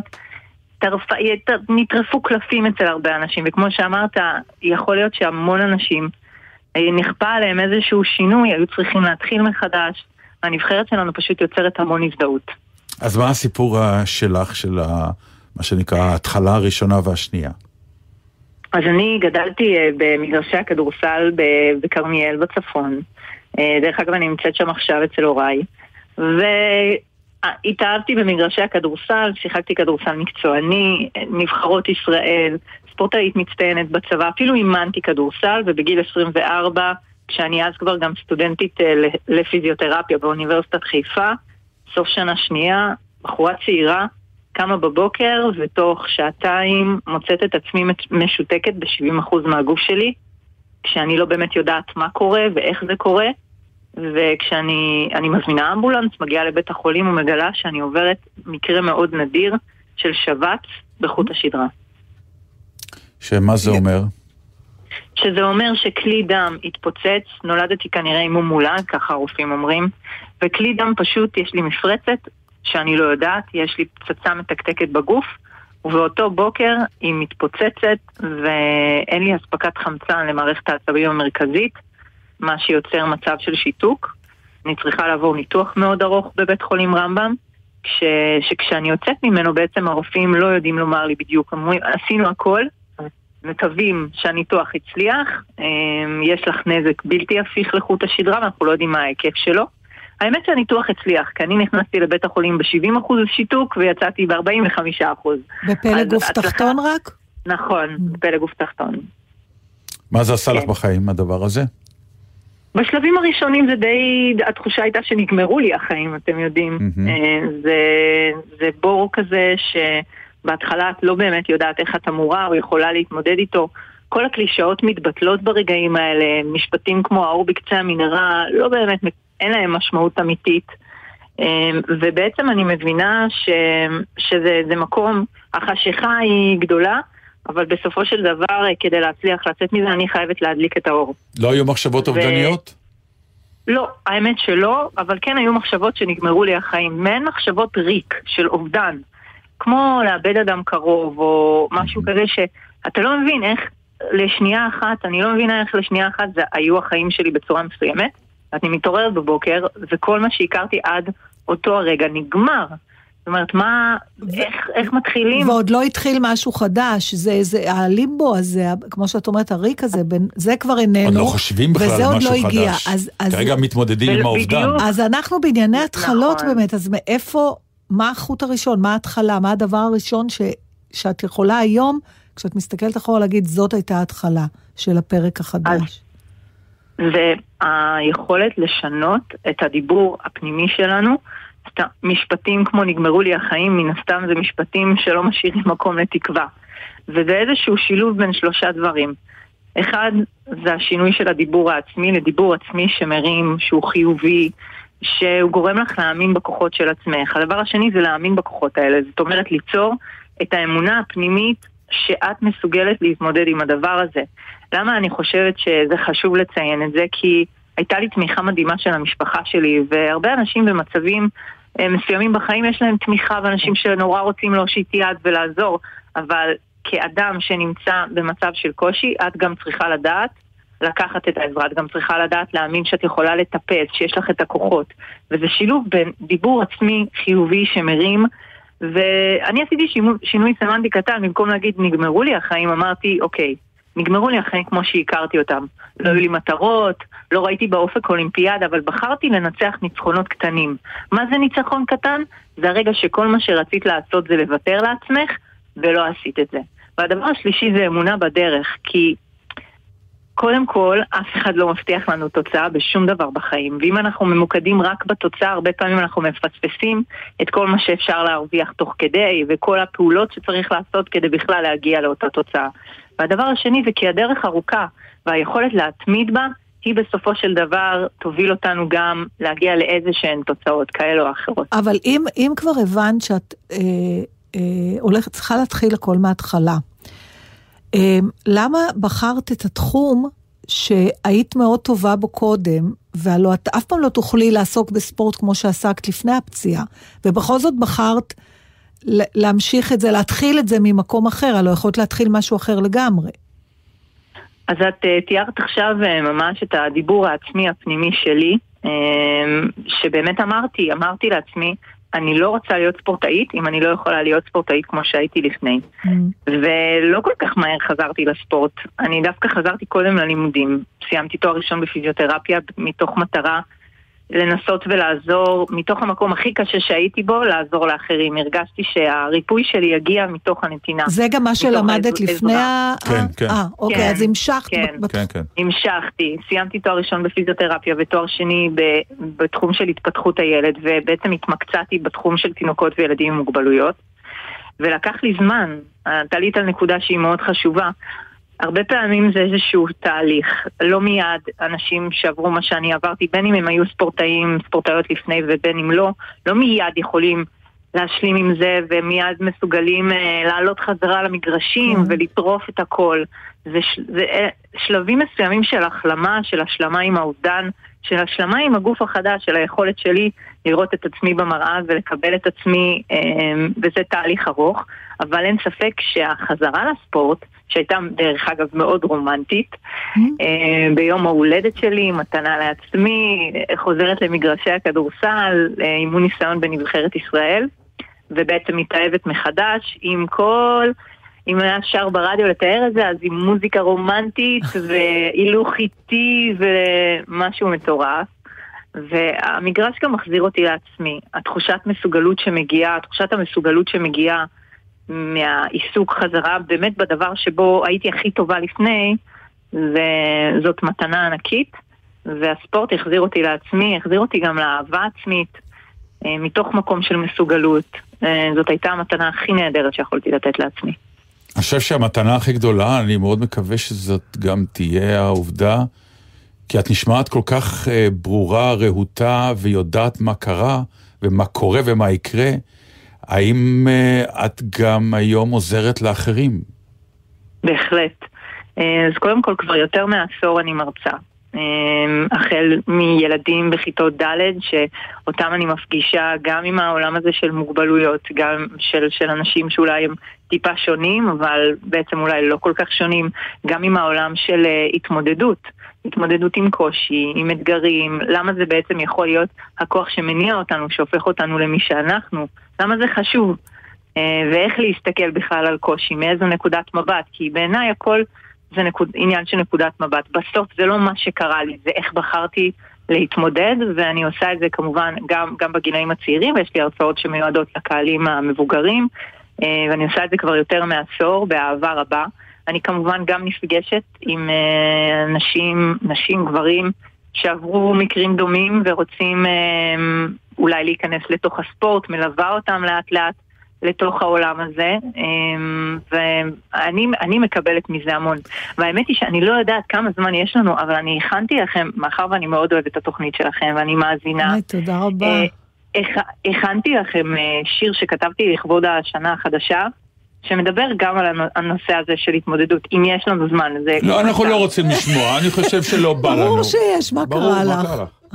נטרפו קלפים אצל הרבה אנשים, וכמו שאמרת, יכול להיות שהמון אנשים נכפה עליהם איזשהו שינוי, היו צריכים להתחיל מחדש. הנבחרת שלנו פשוט יוצרת המון הזדהות. אז מה הסיפור שלך, של מה שנקרא ההתחלה הראשונה והשנייה? אז אני גדלתי במגרשי הכדורסל בקרמיאל בצפון. דרך אגב אני נמצאת שם עכשיו אצל הוריי, והתאהבתי במגרשי הכדורסל, שיחקתי כדורסל מקצועני, נבחרות ישראל, ספורטאית מצטיינת בצבא, אפילו אימנתי כדורסל, ובגיל עשרים וארבע, כשאני אז כבר גם סטודנטית לפיזיותרפיה באוניברסיטת חיפה, סוף שנה שנייה, בחורה צעירה, קמה בבוקר, ותוך שעתיים מוצאת את עצמי משותקת ב-שבעים אחוז מהגוף שלי, כשאני לא באמת יודעת מה קורה ואיך זה קורה, וכשאני אני מזמינה אמבולנס, מגיעה לבית החולים ומגלה שאני עוברת מקרה מאוד נדיר של שבץ בחוט השדרה. שמה זה אומר? שזה אומר שכלי דם התפוצץ, נולדתי כנראה עם מומולה, ככה הרופאים אומרים, וכלי דם פשוט, יש לי מפרצת שאני לא יודעת, יש לי פצצה מתקתקת בגוף, ובאותו בוקר היא מתפוצצת ואין לי הספקת חמצן למערכת העצבים המרכזית, מה שיוצר מצב של שיתוק. אני צריכה לעבור ניתוח מאוד ארוך בבית חולים רמב"ם, כש, שכשאני יוצאת ממנו בעצם הרופאים לא יודעים לומר לי בדיוק, אומרים, עשינו הכל, מקווים שהניתוח הצליח, יש לך נזק בלתי הפיך לחוט השדרה ואנחנו לא יודעים מה ההיקף שלו, האמת שהניתוח הצליח, כי אני נכנסתי לבית החולים ב-שבעים אחוז שיתוק, ויצאתי ב-ארבעים וחמישה אחוז. בפלג גוף תחתון רק? נכון, בפלג גוף תחתון. מה זה עשה לך בחיים, הדבר הזה? בשלבים הראשונים זה די, התחושה הייתה שנגמרו לי החיים, אתם יודעים. זה, זה בור כזה שבהתחלה את לא באמת יודעת איך את אמורה או יכולה להתמודד איתו. כל הקלישאות מתבטלות ברגעים האלה, משפטים כמו האור בקצה המנהרה, לא באמת, אין להם משמעות אמיתית. ובעצם אני מבינה ש, שזה זה מקום, החשיכה היא גדולה, אבל בסופו של דבר, כדי להצליח לצאת מזה, אני חייבת להדליק את האור. לא היו מחשבות אובדניות? ו... לא, האמת שלא, אבל כן היו מחשבות שנגמרו לי החיים. מעין מחשבות ריק של אובדן, כמו לאבד אדם קרוב, או משהו כזה שאתה לא מבין איך לשנייה אחת, אני לא מבינה איך לשנייה אחת זה היו החיים שלי בצורה מסוימת. אני מתעוררת בבוקר, וכל מה שהכרתי עד אותו הרגע נגמר. זאת אומרת, מה, איך, איך מתחילים? ועוד לא התחיל משהו חדש, זה, זה, הלימבו הזה, כמו שאת אומרת, הריק הזה, זה כבר איננו. עוד לא חושבים בכלל על משהו לא הגיע. חדש. אז, אז, כרגע מתמודדים עם האובדן. אז אנחנו בענייני התחלות נכון. באמת, אז מאיפה, מה החוט הראשון, מה ההתחלה, מה הדבר הראשון ש, שאת יכולה היום, כשאת מסתכלת אחורה להגיד, זאת הייתה ההתחלה של הפרק החדש. והיכולת לשנות את הדיבור הפנימי שלנו, משפטים כמו נגמרו לי החיים, מן הסתם זה משפטים שלא משאירים מקום לתקווה. וזה איזשהו שילוב בין שלושה דברים. אחד, זה השינוי של הדיבור העצמי לדיבור עצמי שמרים, שהוא חיובי, שהוא גורם לך להאמין בכוחות של עצמך. הדבר השני זה להאמין בכוחות האלה. זאת אומרת, ליצור את האמונה הפנימית שאת מסוגלת להתמודד עם הדבר הזה. למה אני חושבת שזה חשוב לציין את זה? כי הייתה לי תמיכה מדהימה של המשפחה שלי, והרבה אנשים במצבים מסוימים בחיים יש להם תמיכה, ואנשים שנורא רוצים להושיט יד ולעזור, אבל כאדם שנמצא במצב של קושי, את גם צריכה לדעת לקחת את העזרה, את גם צריכה לדעת להאמין שאת יכולה לטפס, שיש לך את הכוחות, וזה שילוב בין דיבור עצמי חיובי שמרים, ואני עשיתי שינוי סמנטי קטן, במקום להגיד נגמרו לי החיים, אמרתי אוקיי, נגמרו לי החיים כמו שהכרתי אותם. לא היו לי מטרות, לא ראיתי באופק אולימפיאד, אבל בחרתי לנצח ניצחונות קטנים. מה זה ניצחון קטן? זה הרגע שכל מה שרצית לעשות זה לוותר לעצמך, ולא עשית את זה. והדבר השלישי זה אמונה בדרך, כי קודם כל, אף אחד לא מבטיח לנו תוצאה בשום דבר בחיים. ואם אנחנו ממוקדים רק בתוצאה, הרבה פעמים אנחנו מפספסים את כל מה שאפשר להרוויח תוך כדי, וכל הפעולות שצריך לעשות כדי בכלל להגיע לאותה תוצאה. והדבר השני זה כי הדרך ארוכה, והיכולת להתמיד בה, היא בסופו של דבר תוביל אותנו גם להגיע לאיזה שהן תוצאות כאלה או אחרות. אבל אם, אם כבר הבנת שאת אה, אה, הולכת, צריכה להתחיל הכל מההתחלה, אה, למה בחרת את התחום שהיית מאוד טובה בו קודם, והלא, את אף פעם לא תוכלי לעסוק בספורט כמו שעסקת לפני הפציעה, ובכל זאת בחרת להמשיך את זה, להתחיל את זה ממקום אחר, הלא יכולת להתחיל משהו אחר לגמרי. אז את תיארת עכשיו ממש את הדיבור העצמי הפנימי שלי, שבאמת אמרתי, אמרתי לעצמי, אני לא רוצה להיות ספורטאית אם אני לא יכולה להיות ספורטאית כמו שהייתי לפני. Mm. ולא כל כך מהר חזרתי לספורט. אני דווקא חזרתי קודם ללימודים. סיימתי תואר ראשון בפיזיותרפיה מתוך מטרה לנסות ולעזור, מתוך המקום הכי קשה שהייתי בו, לעזור לאחרים. הרגשתי שהריפוי שלי יגיע מתוך הנתינה. זה גם מה שלמדת לפני ה... כן, כן. אה, אוקיי, אז המשכת. כן, כן, כן. המשכתי. סיימתי תואר ראשון בפיזיותרפיה ותואר שני בתחום של התפתחות הילד, ובעצם התמקצעתי בתחום של תינוקות וילדים עם מוגבלויות. ולקח לי זמן. תעלית על נקודה שהיא מאוד חשובה. הרבה פעמים זה איזשהו תהליך, לא מיד אנשים שעברו מה שאני עברתי, בין אם הם היו ספורטאים, ספורטאיות לפני ובין אם לא, לא מיד יכולים להשלים עם זה ומיד מסוגלים אה, לעלות חזרה למגרשים mm. ולטרוף את הכל. זה, זה אה, שלבים מסוימים של החלמה, של השלמה עם האובדן, של השלמה עם הגוף החדש, של היכולת שלי לראות את עצמי במראה ולקבל את עצמי, אה, וזה תהליך ארוך, אבל אין ספק שהחזרה לספורט, שהייתה דרך אגב מאוד רומנטית, mm-hmm. ביום ההולדת שלי, מתנה לעצמי, חוזרת למגרשי הכדורסל, אימון ניסיון בנבחרת ישראל, ובעצם מתאהבת מחדש עם כל, אם היה שר ברדיו לתאר את זה, אז עם מוזיקה רומנטית והילוך איטי ומשהו מטורף. והמגרש גם מחזיר אותי לעצמי. התחושת מסוגלות שמגיעה, התחושת המסוגלות שמגיעה מהעיסוק חזרה באמת בדבר שבו הייתי הכי טובה לפני, וזאת מתנה ענקית, והספורט החזיר אותי לעצמי, החזיר אותי גם לאהבה עצמית, מתוך מקום של מסוגלות. זאת הייתה המתנה הכי נהדרת שיכולתי לתת לעצמי. אני חושב שהמתנה הכי גדולה, אני מאוד מקווה שזאת גם תהיה העובדה, כי את נשמעת כל כך ברורה, רהוטה, ויודעת מה קרה, ומה קורה ומה יקרה. האם את גם היום עוזרת לאחרים? בהחלט. אז קודם כל כבר יותר מעשור אני מרצה. החל מילדים בכיתות ד' שאותם אני מפגישה גם עם העולם הזה של מוגבלויות, גם של, של אנשים שאולי הם טיפה שונים, אבל בעצם אולי לא כל כך שונים, גם עם העולם של התמודדות, התמודדות עם קושי, עם אתגרים, למה זה בעצם יכול להיות הכוח שמניע אותנו, שהופך אותנו למי שאנחנו, למה זה חשוב, ואיך להסתכל בכלל על קושי, מאיזו נקודת מבט, כי בעיניי הכל זה נקוד, עניין של נקודת מבט. בסוף זה לא מה שקרה לי, זה איך בחרתי להתמודד, ואני עושה את זה כמובן גם, גם בגילאים הצעירים, ויש לי הרצאות שמיועדות לקהלים המבוגרים, ואני עושה את זה כבר יותר מעשור, באהבה רבה. אני כמובן גם נפגשת עם נשים, נשים, גברים, שעברו מקרים דומים ורוצים אולי להיכנס לתוך הספורט, מלווה אותם לאט לאט, לתוך העולם הזה, ואני אני מקבלת מזה המון. והאמת היא שאני לא יודעת כמה זמן יש לנו, אבל אני הכנתי לכם, מאחר ואני מאוד אוהבת את התוכנית שלכם, ואני מאזינה. תודה רבה. הכנתי לכם שיר שכתבתי לכבוד השנה החדשה, שמדבר גם על הנושא הזה של התמודדות, אם יש לנו זמן. לא, אנחנו לא רוצים לשמוע, אני חושב שלא בא לנו. ברור שיש, מה קרה לך?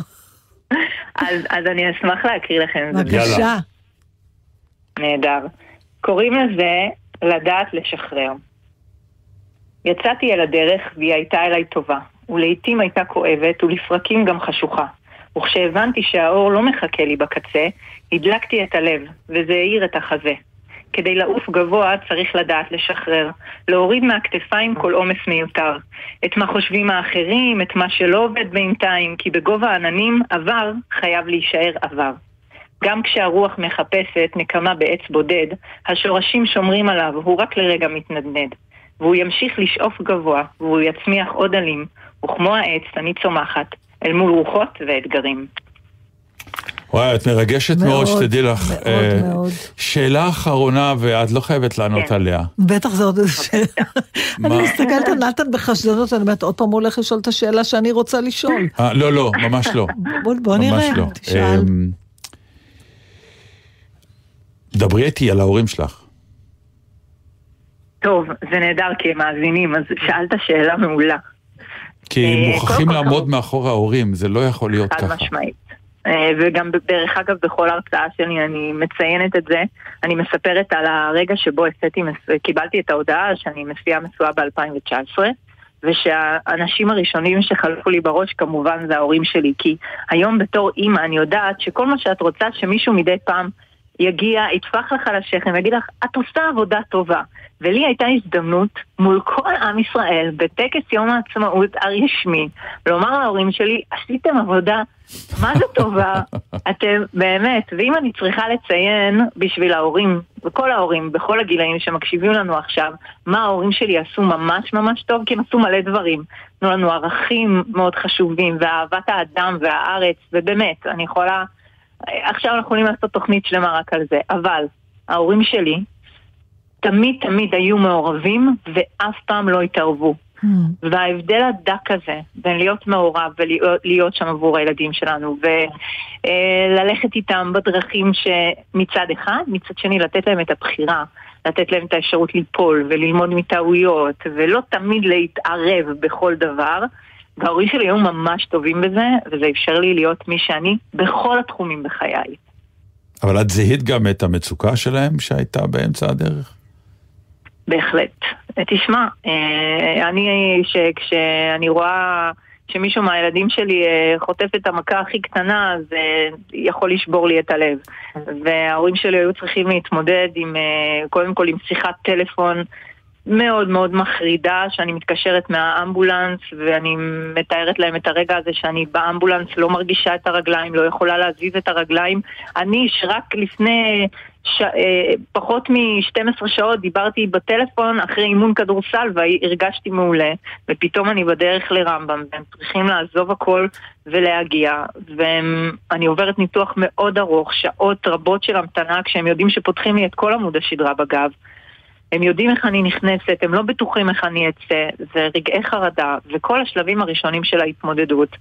אז אני אשמח להקריא לכם. בבקשה. נהדר. קוראים לזה לדעת לשחרר. יצאתי אל הדרך והיא הייתה אליי טובה, ולעיתים הייתה כואבת ולפרקים גם חשוכה. וכשהבנתי שהאור לא מחכה לי בקצה, הדלקתי את הלב, וזה העיר את החזה. כדי לעוף גבוה צריך לדעת לשחרר, להוריד מהכתפיים כל עומס מיותר. את מה חושבים האחרים, את מה שלא עובד בינתיים, כי בגובה העננים עבר חייב להישאר עבר. גם כשהרוח מחפשת נקמה בעץ בודד, השורשים שומרים עליו, הוא רק לרגע מתנדנד. והוא ימשיך לשאוף גבוה, והוא יצמיח עוד עלים, וכמו העץ אני צומחת, אל מול רוחות ואתגרים. וואי, את מרגשת מאוד, מאוד שתדעי לך. מאוד אה, מאוד. שאלה אחרונה, ואת לא חייבת לענות כן. עליה. בטח זה עוד איזה שאלה. אני מסתכלת על נתן בחשדנות, אני אומרת, עוד פעם הוא הולך לשאול את השאלה שאני רוצה לשאול. אה, לא, לא, ממש לא. בוא, בוא נראה, לא. תשאל. דברי איתי על ההורים שלך. טוב, זה נהדר כי הם מאזינים, אז שאלת שאלה מעולה. כי הם מוכרחים לעמוד מאחור ההורים, זה לא יכול להיות ככה. חד משמעית. וגם דרך אגב בכל הרצאה שלי אני מציינת את זה, אני מספרת על הרגע שבו עשיתי, קיבלתי את ההודעה שאני נשיאה נשואה ב-אלפיים תשע עשרה, ושהאנשים הראשונים שחלפו לי בראש כמובן זה ההורים שלי, כי היום בתור אימא אני יודעת שכל מה שאת רוצה שמישהו מדי פעם יגיע, יטפח לך לשכם ויגיד לך, את עושה עבודה טובה. ולי הייתה הזדמנות מול כל עם ישראל, בטקס יום העצמאות הרשמי, לומר להורים שלי, עשיתם עבודה, מה זה טובה? אתם באמת, ואם אני צריכה לציין בשביל ההורים, וכל ההורים, בכל הגילאים שמקשיבים לנו עכשיו, מה ההורים שלי עשו ממש ממש טוב, כי הם עשו מלא דברים. תנו לנו ערכים מאוד חשובים, ואהבת האדם והארץ, ובאמת, אני יכולה... עכשיו אנחנו יכולים לעשות תוכנית שלמה רק על זה, אבל ההורים שלי תמיד תמיד היו מעורבים ואף פעם לא התערבו. Mm. וההבדל הדק הזה בין להיות מעורב ולהיות שם עבור הילדים שלנו וללכת איתם בדרכים שמצד אחד, מצד שני לתת להם את הבחירה, לתת להם את האפשרות ליפול וללמוד מטעויות ולא תמיד להתערב בכל דבר. וההורים שלי היו ממש טובים בזה, וזה אפשר לי להיות מי שאני בכל התחומים בחיי. אבל את זיהית גם את המצוקה שלהם שהייתה באמצע הדרך? בהחלט. תשמע, אני, כשאני רואה שמישהו מהילדים שלי חוטף את המכה הכי קטנה, זה יכול לשבור לי את הלב. וההורים שלי היו צריכים להתמודד עם, קודם כל עם שיחת טלפון, מאוד מאוד מחרידה, שאני מתקשרת מהאמבולנס ואני מתארת להם את הרגע הזה שאני באמבולנס לא מרגישה את הרגליים, לא יכולה להזיז את הרגליים. אני שרק לפני ש... פחות מ-שתים עשרה שעות דיברתי בטלפון אחרי אימון כדורסל והרגשתי מעולה, ופתאום אני בדרך לרמב"ם והם צריכים לעזוב הכל ולהגיע, ואני עוברת ניתוח מאוד ארוך, שעות רבות של המתנה, כשהם יודעים שפותחים לי את כל עמוד השדרה בגב. הם יודעים איך אני נכנסת, הם לא בטוחים איך אני אצא, זה רגעי חרדה, וכל השלבים הראשונים של ההתמודדות.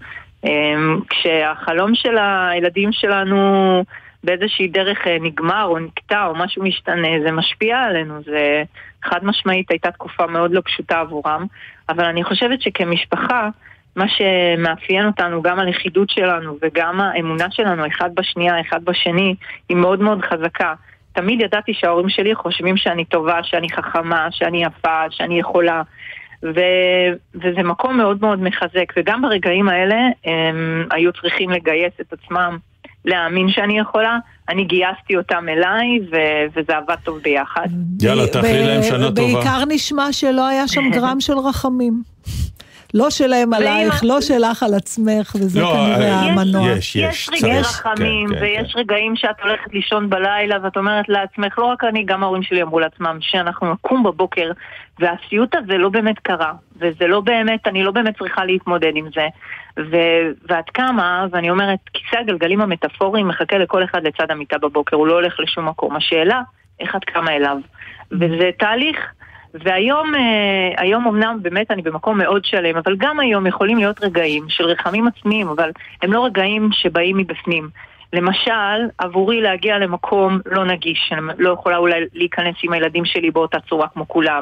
כשהחלום של הילדים שלנו באיזושהי דרך נגמר או נקטע או משהו משתנה, זה משפיע עלינו, זה חד משמעית הייתה תקופה מאוד לא פשוטה עבורם, אבל אני חושבת שכמשפחה, מה שמאפיין אותנו, גם הלכידות שלנו וגם האמונה שלנו אחד בשנייה, אחד בשני, היא מאוד מאוד חזקה. תמיד ידעתי שההורים שלי חושבים שאני טובה, שאני חכמה, שאני יפה, שאני יכולה, ו... וזה מקום מאוד מאוד מחזק, וגם ברגעים האלה הם היו צריכים לגייס את עצמם, להאמין שאני יכולה, אני גייסתי אותם אליי, ו... וזה עבד טוב ביחד. יאללה, תאחלי להם שנה טובה. בעיקר נשמע שלא היה שם גרם של רחמים. לא שלהם עלייך, לא שלך על עצמך, וזה כנראה המנוע. יש, יש רגעי רחמים, ויש רגעים שאת הולכת לישון בלילה, ואת אומרת לעצמך, לא רק אני, גם ההורים שלי אמרו לעצמם, שאנחנו נקום בבוקר, והסיוט הזה לא באמת קרה, וזה לא באמת, אני לא באמת צריכה להתמודד עם זה. ואת קמה, ואני אומרת, כיסא הגלגלים המטאפוריים מחכה לכל אחד לצד המיטה בבוקר, הוא לא הולך לשום מקום. השאלה, איך את קמה אליו? וזה תהליך. והיום, היום אמנם באמת אני במקום מאוד שלם, אבל גם היום יכולים להיות רגעים של רחמים עצמיים, אבל הם לא רגעים שבאים מבפנים. למשל, עבורי להגיע למקום לא נגיש, אני לא יכולה אולי להיכנס עם הילדים שלי באותה צורה כמו כולם.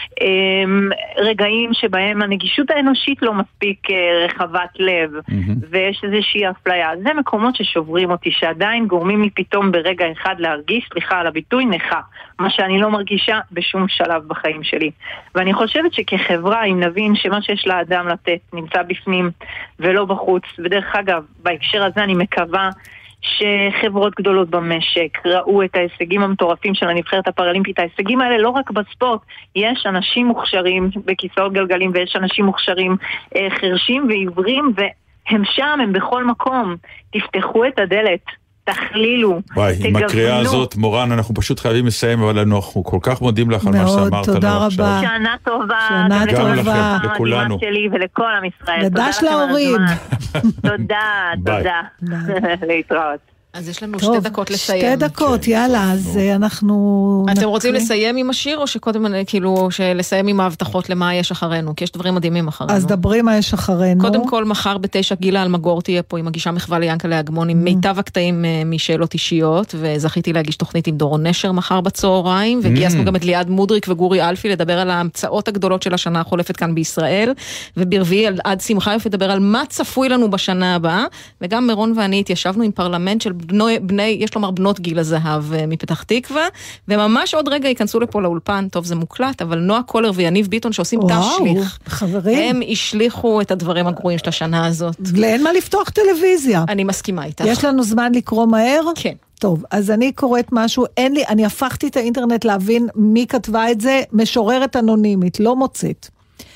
רגעים שבהם הנגישות האנושית לא מספיק רחבת לב, ויש איזושהי אפליה. זה מקומות ששוברים אותי, שעדיין גורמים לי פתאום ברגע אחד להרגיש, סליחה על הביטוי, נכה. מה שאני לא מרגישה בשום שלב בחיים שלי. ואני חושבת שכחברה, אם נבין שמה שיש לאדם לתת נמצא בפנים ולא בחוץ, ודרך אגב, בהקשר הזה אני מקווה שחברות גדולות במשק ראו את ההישגים המטורפים של הנבחרת הפרלימפית. ההישגים האלה לא רק בספורט, יש אנשים מוכשרים בכיסאות גלגלים, ויש אנשים מוכשרים אה, חרשים ועיוורים, והם שם, הם בכל מקום. תפתחו את הדלת, תכלילו, וואי, עם הקריאה הזאת, מורן, אנחנו פשוט חייבים לסיים, אבל אנחנו כל כך מודים לך על מה שאמרת לנו עכשיו. תודה רבה. שנה טובה. שנה טובה. לכם, לכולנו. שלי ולכל עם ישראל. לדש להורים. תודה, תודה. להתראות. אז יש לנו שתי דקות לסיים. שתי דקות, יאללה, אז אנחנו... אתם רוצים לסיים עם השיר, או שקודם, כאילו, לסיים עם ההבטחות למה יש אחרינו? כי יש דברים מדהימים אחרינו. אז דברי מה יש אחרינו. קודם כל, מחר בתשע גילה אלמגור תהיה פה עם הגישה מחווה ליענקל'ה הגמון, עם מיטב הקטעים משאלות אישיות, וזכיתי להגיש תוכנית עם דורון נשר מחר בצהריים, וגייסנו גם את ליעד מודריק וגורי אלפי לדבר על ההמצאות הגדולות של השנה החולפת כאן בישראל, וברביעי עד שמחה יפה לדבר על מה צפוי לנו בשנה הבאה, וגם מירון ואני התיישבנו עם פרלמנט של בני, בני, יש לומר בנות גיל הזהב מפתח תקווה, וממש עוד רגע ייכנסו לפה לאולפן, טוב זה מוקלט, אבל נועה קולר ויניב ביטון שעושים תשליך. חברים. הם השליחו את הדברים הגרועים של השנה הזאת. ואין מה לפתוח טלוויזיה. אני מסכימה איתך. יש לנו זמן לקרוא מהר? כן. טוב, אז אני קוראת משהו, אין לי, אני הפכתי את האינטרנט להבין מי כתבה את זה, משוררת אנונימית, לא מוצאת.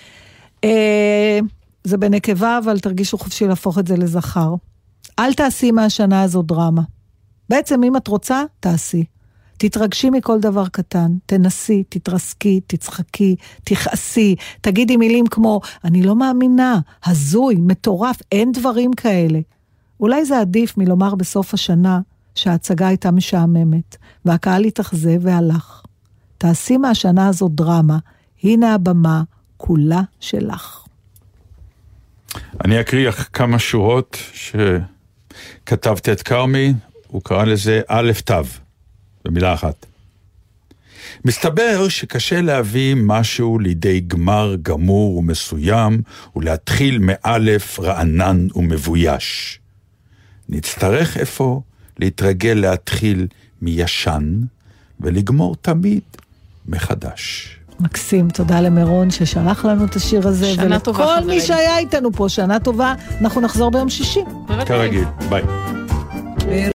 אה, זה בנקבה, אבל תרגישו חופשי להפוך את זה לזכר. אל תעשי מהשנה הזו דרמה. בעצם אם את רוצה, תעשי. תתרגשי מכל דבר קטן, תנסי, תתרסקי, תצחקי, תכעסי, תגידי מילים כמו, אני לא מאמינה, הזוי, מטורף, אין דברים כאלה. אולי זה עדיף מלומר בסוף השנה שההצגה הייתה משעממת, והקהל התאכזב והלך. תעשי מהשנה הזו דרמה, הנה הבמה, כולה שלך. אני אקריא כמה שורות שכתבתי את קרמי, הוא קרא לזה א' תו, במילה אחת. מסתבר שקשה להביא משהו לידי גמר גמור ומסוים, ולהתחיל מאלף רענן ומבויש. נצטרך איפה להתרגל להתחיל מישן, ולגמור תמיד מחדש. מקסים, תודה למירון ששלח לנו את השיר הזה, ולכל מי שהיה איתנו פה, שנה טובה, אנחנו נחזור ביום שישי. כרגיל, ביי.